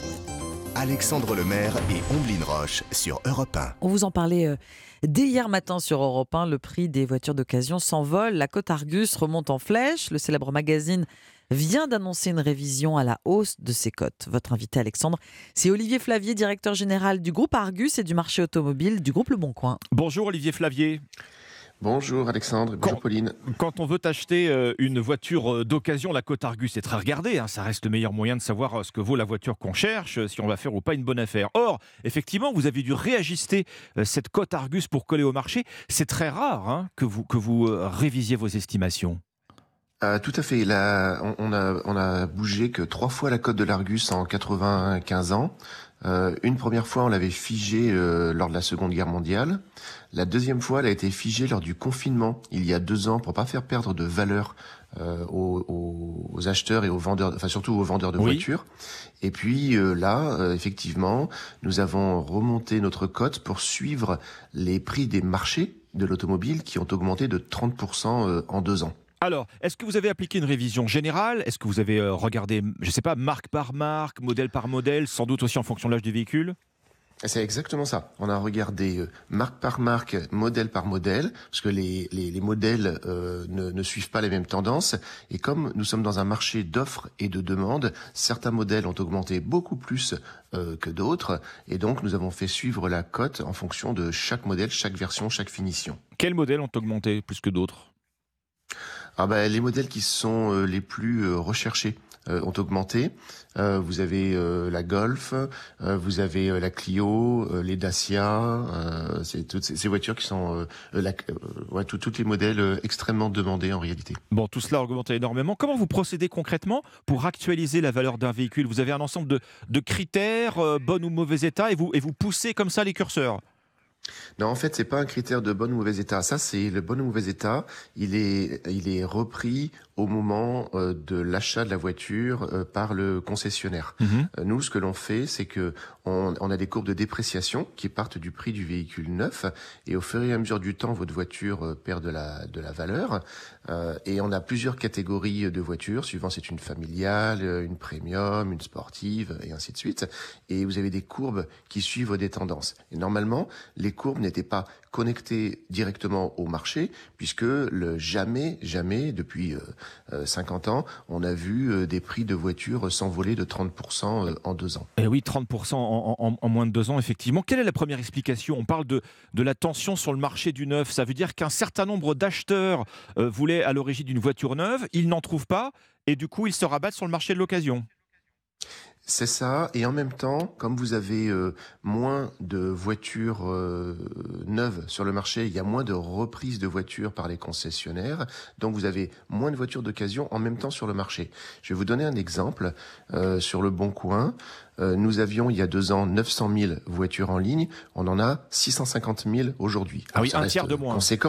Alexandre Lemaire et Omblin Roche sur Europe un. On vous en parlait euh, dès hier matin sur Europe un. Le prix des voitures d'occasion s'envole. La cote Argus remonte en flèche. Le célèbre magazine vient d'annoncer une révision à la hausse de ses cotes. Votre invité, Alexandre, c'est Olivier Flavier, directeur général du groupe Argus et du marché automobile du groupe Le Bon Coin. Bonjour Olivier Flavier. Bonjour Alexandre, bonjour quand, Pauline. Quand on veut acheter une voiture d'occasion, la cote Argus est très regardée. Hein, ça reste le meilleur moyen de savoir ce que vaut la voiture qu'on cherche, si on va faire ou pas une bonne affaire. Or, effectivement, vous avez dû réajuster cette cote Argus pour coller au marché. C'est très rare hein, que vous, que vous révisiez vos estimations. Euh, tout à fait. Là, on, on, a, on a bougé que trois fois la cote de l'Argus en quatre-vingt-quinze ans. Euh, une première fois, on l'avait figée euh, lors de la Seconde Guerre mondiale. La deuxième fois, elle a été figée lors du confinement, il y a deux ans, pour pas faire perdre de valeur euh, aux, aux, aux acheteurs et aux vendeurs, enfin surtout aux vendeurs de oui. voitures. Et puis euh, là, euh, effectivement, nous avons remonté notre cote pour suivre les prix des marchés de l'automobile qui ont augmenté de trente pour cent euh, en deux ans. Alors, est-ce que vous avez appliqué une révision générale ? Est-ce que vous avez euh, regardé, je ne sais pas, marque par marque, modèle par modèle, sans doute aussi en fonction de l'âge du véhicule ? C'est exactement ça. On a regardé euh, marque par marque, modèle par modèle, parce que les, les, les modèles euh, ne, ne suivent pas les mêmes tendances. Et comme nous sommes dans un marché d'offres et de demandes, certains modèles ont augmenté beaucoup plus euh, que d'autres. Et donc, nous avons fait suivre la cote en fonction de chaque modèle, chaque version, chaque finition. Quels modèles ont augmenté plus que d'autres ? Ah ben, les modèles qui sont euh, les plus euh, recherchés euh, ont augmenté. Euh, vous avez euh, la Golf, euh, vous avez euh, la Clio, euh, les Dacia, euh, c'est toutes ces, ces voitures qui sont euh, la, euh, ouais, tout, toutes les modèles euh, extrêmement demandés en réalité. Bon, tout cela a augmenté énormément. Comment vous procédez concrètement pour actualiser la valeur d'un véhicule ? Vous avez un ensemble de, de critères, euh, bon ou mauvais état, et vous, et vous poussez comme ça les curseurs ? Non, en fait, c'est pas un critère de bon ou mauvais état. Ça, c'est le bon ou mauvais état. Il est, il est repris au moment euh, de l'achat de la voiture euh, par le concessionnaire. Mmh. Euh, nous, ce que l'on fait, c'est que on, on a des courbes de dépréciation qui partent du prix du véhicule neuf, et au fur et à mesure du temps, votre voiture euh, perd de la de la valeur. Euh, et on a plusieurs catégories de voitures, suivant c'est une familiale, une premium, une sportive, et ainsi de suite. Et vous avez des courbes qui suivent des tendances. Et normalement, les courbes n'étaient pas connectées directement au marché, puisque le jamais, jamais, depuis euh, cinquante ans, on a vu euh, des prix de voitures s'envoler de trente pour cent euh, en deux ans. Et oui, trente pour cent en, en, en moins de deux ans, effectivement. Quelle est la première explication ? On parle de, de la tension sur le marché du neuf. Ça veut dire qu'un certain nombre d'acheteurs euh, voulaient à l'origine d'une voiture neuve, ils n'en trouvent pas, et du coup, ils se rabattent sur le marché de l'occasion. C'est ça, et en même temps, comme vous avez euh, moins de voitures euh, neuves sur le marché, il y a moins de reprises de voitures par les concessionnaires, donc vous avez moins de voitures d'occasion en même temps sur le marché. Je vais vous donner un exemple. Euh, sur Le Bon Coin, euh, nous avions il y a deux ans neuf cent mille voitures en ligne, on en a six cent cinquante mille aujourd'hui. Ah oui, un tiers de moins. Conséquent.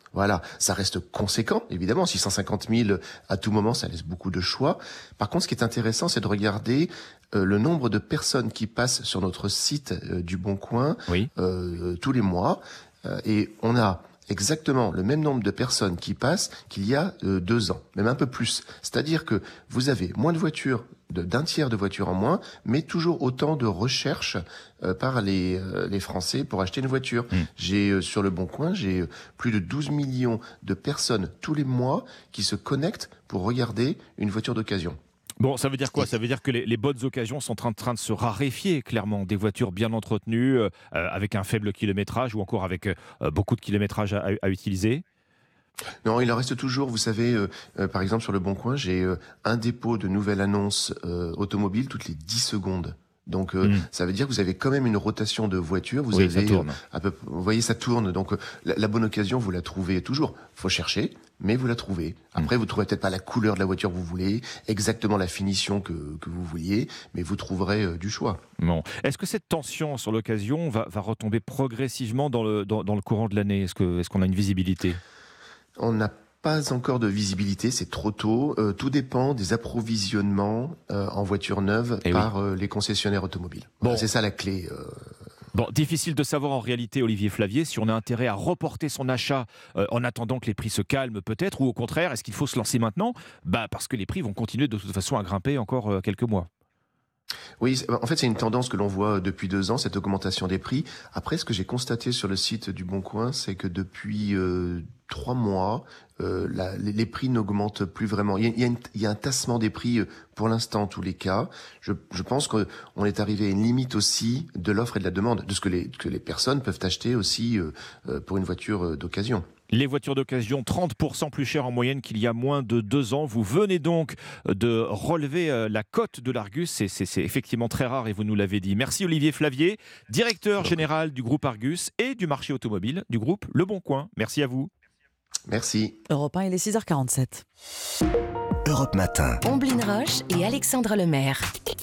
Voilà, ça reste conséquent, évidemment, six cent cinquante mille à tout moment, ça laisse beaucoup de choix. Par contre, ce qui est intéressant, c'est de regarder euh, le nombre de personnes qui passent sur notre site euh, du Bon Coin oui. euh, tous les mois. Euh, et on a exactement le même nombre de personnes qui passent qu'il y a euh, deux ans, même un peu plus. C'est-à-dire que vous avez moins de voitures, de, d'un tiers de voitures en moins, mais toujours autant de recherches euh, par les, euh, les Français pour acheter une voiture. Mmh. J'ai euh, sur le Bon Coin, j'ai euh, plus de douze millions de personnes tous les mois qui se connectent pour regarder une voiture d'occasion. Bon, ça veut dire quoi? Ça veut dire que les, les bonnes occasions sont en train de se raréfier, clairement. Des voitures bien entretenues, euh, avec un faible kilométrage ou encore avec euh, beaucoup de kilométrage à, à utiliser. Non, il en reste toujours. Vous savez, euh, euh, par exemple, sur le Bon Coin, j'ai euh, un dépôt de nouvelles annonces euh, automobiles toutes les dix secondes. Donc, euh, mmh. ça veut dire que vous avez quand même une rotation de voitures. Vous oui, avez, ça tourne. Euh, à peu, vous voyez, ça tourne. Donc, euh, la, la bonne occasion, vous la trouvez toujours. Faut chercher, mais vous la trouvez. Après, mmh. vous trouvez peut-être pas la couleur de la voiture que vous voulez, exactement la finition que, que vous vouliez, mais vous trouverez euh, du choix. Bon. Est-ce que cette tension sur l'occasion va, va retomber progressivement dans le, dans, dans le courant de l'année? Est-ce que, est-ce qu'on a une visibilité? On n'a pas encore de visibilité, c'est trop tôt. Euh, tout dépend des approvisionnements euh, en voitures neuves Et par oui. euh, les concessionnaires automobiles. Bon. Voilà, c'est ça la clé. Euh... Bon, difficile de savoir en réalité, Olivier Flavier, si on a intérêt à reporter son achat euh, en attendant que les prix se calment peut-être, ou au contraire, est-ce qu'il faut se lancer maintenant? Bah, parce que les prix vont continuer de toute façon à grimper encore euh, quelques mois. Oui, en fait, c'est une tendance que l'on voit depuis deux ans, cette augmentation des prix. Après, ce que j'ai constaté sur le site du Bon Coin, c'est que depuis euh, trois mois, euh, la, les, les prix n'augmentent plus vraiment. Il y a, il y a, une, il y a un tassement des prix pour l'instant, en tous les cas. Je, je pense qu'on est arrivé à une limite aussi de l'offre et de la demande, de ce que les, que les personnes peuvent acheter aussi euh, pour une voiture d'occasion. Les voitures d'occasion, trente pour cent plus chères en moyenne qu'il y a moins de deux ans. Vous venez donc de relever la cote de l'Argus. C'est, c'est, c'est effectivement très rare et vous nous l'avez dit. Merci Olivier Flavier, directeur général du groupe Argus et du marché automobile du groupe Le Bon Coin. Merci à vous. Merci. Europe un, il est six heures quarante-sept. Europe Matin. Omblin Roche et Alexandre Lemaire.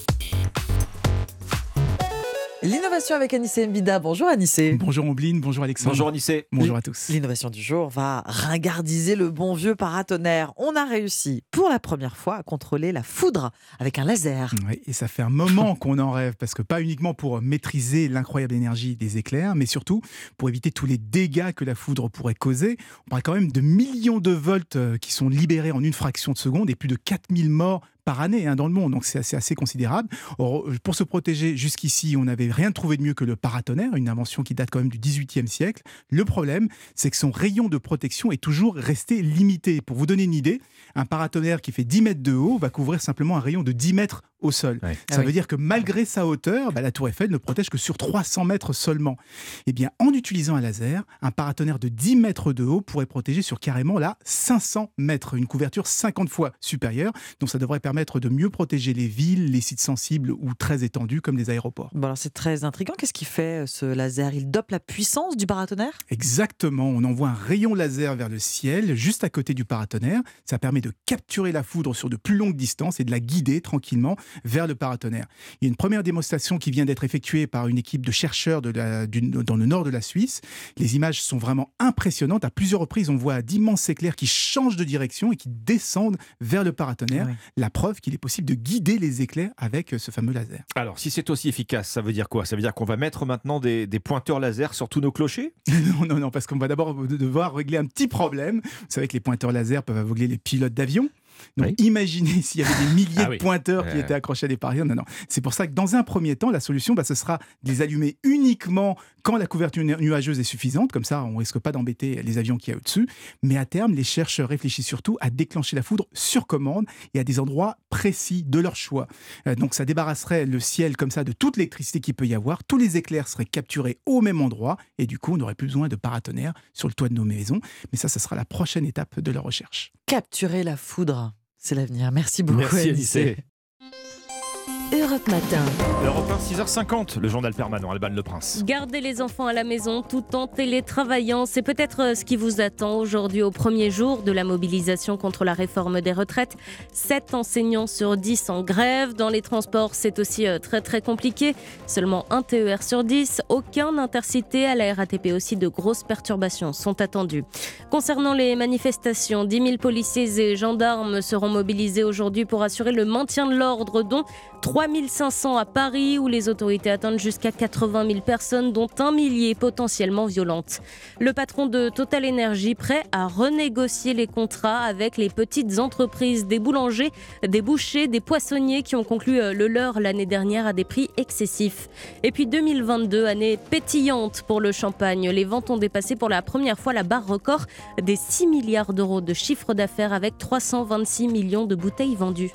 L'innovation avec Anissé Mbida. Bonjour Anissé. Bonjour Omblin, bonjour Alexandre. Bonjour Anissé. Bonjour à tous. L'innovation du jour va ringardiser le bon vieux paratonnerre. On a réussi pour la première fois à contrôler la foudre avec un laser. Oui, et ça fait un moment qu'on en rêve, parce que pas uniquement pour maîtriser l'incroyable énergie des éclairs, mais surtout pour éviter tous les dégâts que la foudre pourrait causer. On parle quand même de millions de volts qui sont libérés en une fraction de seconde et plus de quatre mille morts par année hein, dans le monde, donc c'est assez, assez considérable. Or, pour se protéger, jusqu'ici, on n'avait rien trouvé de mieux que le paratonnerre, une invention qui date quand même du dix-huitième siècle. Le problème, c'est que son rayon de protection est toujours resté limité. Pour vous donner une idée, un paratonnerre qui fait dix mètres de haut va couvrir simplement un rayon de dix mètres au sol. Ouais. Ça ah veut oui. dire que malgré sa hauteur, bah, la tour Eiffel ne protège que sur trois cents mètres seulement. Eh bien, en utilisant un laser, un paratonnerre de dix mètres de haut pourrait protéger sur carrément là cinq cents mètres, une couverture cinquante fois supérieure. Donc ça devrait permettre de mieux protéger les villes, les sites sensibles ou très étendus comme les aéroports. Bon alors c'est très intriguant. Qu'est-ce qu'il fait ce laser? Il dope la puissance du paratonnerre? Exactement. On envoie un rayon laser vers le ciel, juste à côté du paratonnerre. Ça permet de capturer la foudre sur de plus longues distances et de la guider tranquillement vers le paratonnerre. Il y a une première démonstration qui vient d'être effectuée par une équipe de chercheurs de la, du, dans le nord de la Suisse. Les images sont vraiment impressionnantes. À plusieurs reprises, on voit d'immenses éclairs qui changent de direction et qui descendent vers le paratonnerre. Ah oui. La preuve qu'il est possible de guider les éclairs avec ce fameux laser. Alors, si c'est aussi efficace, ça veut dire quoi? Ça veut dire qu'on va mettre maintenant des, des pointeurs laser sur tous nos clochers? Non, non, non, parce qu'on va d'abord devoir régler un petit problème. Vous savez que les pointeurs laser peuvent aveugler les pilotes d'avion. Donc, oui. Imaginez s'il y avait des milliers ah oui. de pointeurs qui euh... étaient accrochés à des pare-rides. Non, non. C'est pour ça que dans un premier temps, la solution, bah, ce sera de les allumer uniquement quand la couverture nuageuse est suffisante. Comme ça, on ne risque pas d'embêter les avions qu'il y a au-dessus. Mais à terme, les chercheurs réfléchissent surtout à déclencher la foudre sur commande et à des endroits précis de leur choix. Euh, donc, ça débarrasserait le ciel comme ça de toute l'électricité qu'il peut y avoir. Tous les éclairs seraient capturés au même endroit. Et du coup, on n'aurait plus besoin de paratonnerres sur le toit de nos maisons. Mais ça, ça sera la prochaine étape de leur recherche. Capturer la foudre. C'est l'avenir. Merci beaucoup. Merci Anissé. Europe Matin. Europe un, six heures cinquante, le journal permanent, Alban Le Prince. Gardez les enfants à la maison tout en télétravaillant. C'est peut-être ce qui vous attend aujourd'hui au premier jour de la mobilisation contre la réforme des retraites. sept enseignants sur dix en grève. Dans les transports, c'est aussi très très compliqué. Seulement un T E R sur dix. Aucun intercité. À la R A T P aussi, de grosses perturbations sont attendues. Concernant les manifestations, dix mille policiers et gendarmes seront mobilisés aujourd'hui pour assurer le maintien de l'ordre, dont trois mille cinq cents à Paris, où les autorités attendent jusqu'à quatre-vingt mille personnes, dont un millier potentiellement violentes. Le patron de Total Energy prêt à renégocier les contrats avec les petites entreprises, des boulangers, des bouchers, des poissonniers qui ont conclu le leur l'année dernière à des prix excessifs. Et puis deux mille vingt-deux, année pétillante pour le champagne. Les ventes ont dépassé pour la première fois la barre record des six milliards d'euros de chiffre d'affaires avec trois cent vingt-six millions de bouteilles vendues.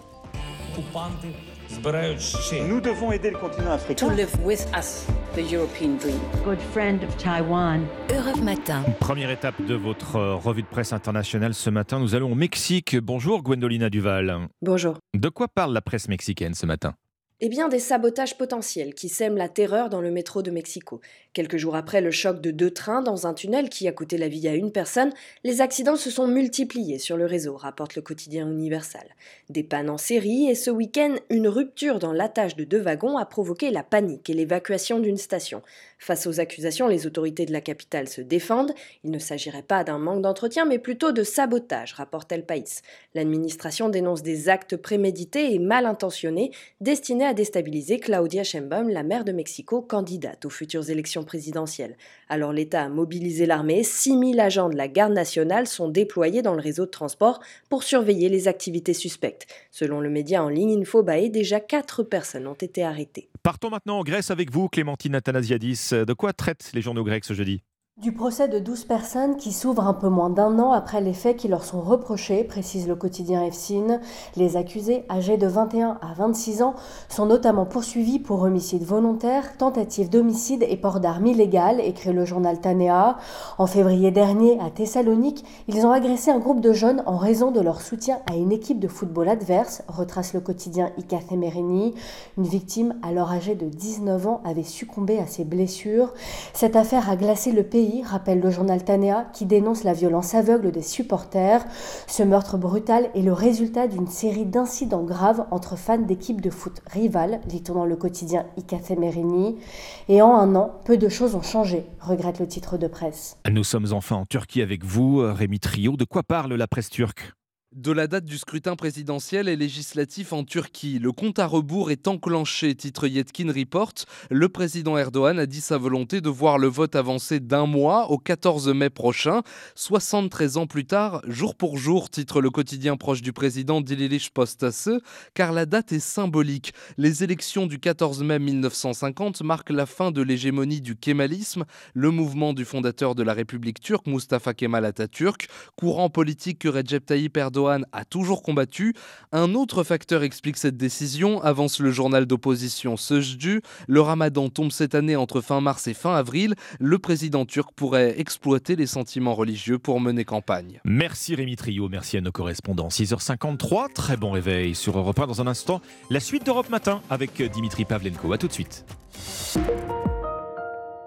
Nous devons aider le continent africain. To live with us, the European dream. Good friend of Taiwan. Europe Matin. Première étape de votre revue de presse internationale ce matin. Nous allons au Mexique. Bonjour Gwendolina Duval. Bonjour. De quoi parle la presse mexicaine ce matin ? Eh bien, des sabotages potentiels qui sèment la terreur dans le métro de Mexico. Quelques jours après le choc de deux trains dans un tunnel qui a coûté la vie à une personne, les accidents se sont multipliés sur le réseau, rapporte le quotidien Universal. Des pannes en série et ce week-end, une rupture dans l'attache de deux wagons a provoqué la panique et l'évacuation d'une station. Face aux accusations, les autorités de la capitale se défendent. Il ne s'agirait pas d'un manque d'entretien, mais plutôt de sabotage, rapporte El País. L'administration dénonce des actes prémédités et mal intentionnés destinés à déstabiliser Claudia Sheinbaum, la maire de Mexico, candidate aux futures élections présidentielles. Alors l'État a mobilisé l'armée, six mille agents de la garde nationale sont déployés dans le réseau de transport pour surveiller les activités suspectes. Selon le média en ligne Infobae, déjà quatre personnes ont été arrêtées. Partons maintenant en Grèce avec vous, Clémentine Athanasiadis. De quoi traitent les journaux grecs ce jeudi ? Du procès de douze personnes qui s'ouvrent un peu moins d'un an après les faits qui leur sont reprochés, précise le quotidien Efsine. Les accusés, âgés de vingt et un à vingt-six ans, sont notamment poursuivis pour homicide volontaire, tentative d'homicide et port d'armes illégales, écrit le journal Tanea. En février dernier, à Thessalonique, ils ont agressé un groupe de jeunes en raison de leur soutien à une équipe de football adverse, retrace le quotidien Ikathemerini. Une victime, alors âgée de dix-neuf ans, avait succombé à ses blessures. Cette affaire a glacé le pays, rappelle le journal Tanea, qui dénonce la violence aveugle des supporters. Ce meurtre brutal est le résultat d'une série d'incidents graves entre fans d'équipes de foot rivales, lit-on dans le quotidien Ikathemerini. Et en un an, peu de choses ont changé, regrette le titre de presse. Nous sommes enfin en Turquie avec vous, Rémi Trio. De quoi parle la presse turque ? De la date du scrutin présidentiel et législatif en Turquie, le compte à rebours est enclenché, titre Yetkin Report. Le président Erdogan a dit sa volonté de voir le vote avancer d'un mois au quatorze mai prochain. soixante-treize ans plus tard, jour pour jour, titre le quotidien proche du président Dililish Postası, car la date est symbolique. Les élections du quatorze mai mille neuf cent cinquante marquent la fin de l'hégémonie du kémalisme, le mouvement du fondateur de la République turque, Mustafa Kemal Atatürk, courant politique que Recep Tayyip Erdogan a toujours combattu. Un autre facteur explique cette décision, avance le journal d'opposition Sözcü. Le ramadan tombe cette année entre fin mars et fin avril. Le président turc pourrait exploiter les sentiments religieux pour mener campagne. Merci Rémi Trio, merci à nos correspondants. six heures cinquante-trois, très bon réveil sur Europe un. Dans un instant, la suite d'Europe Matin avec Dimitri Pavlenko. A tout de suite.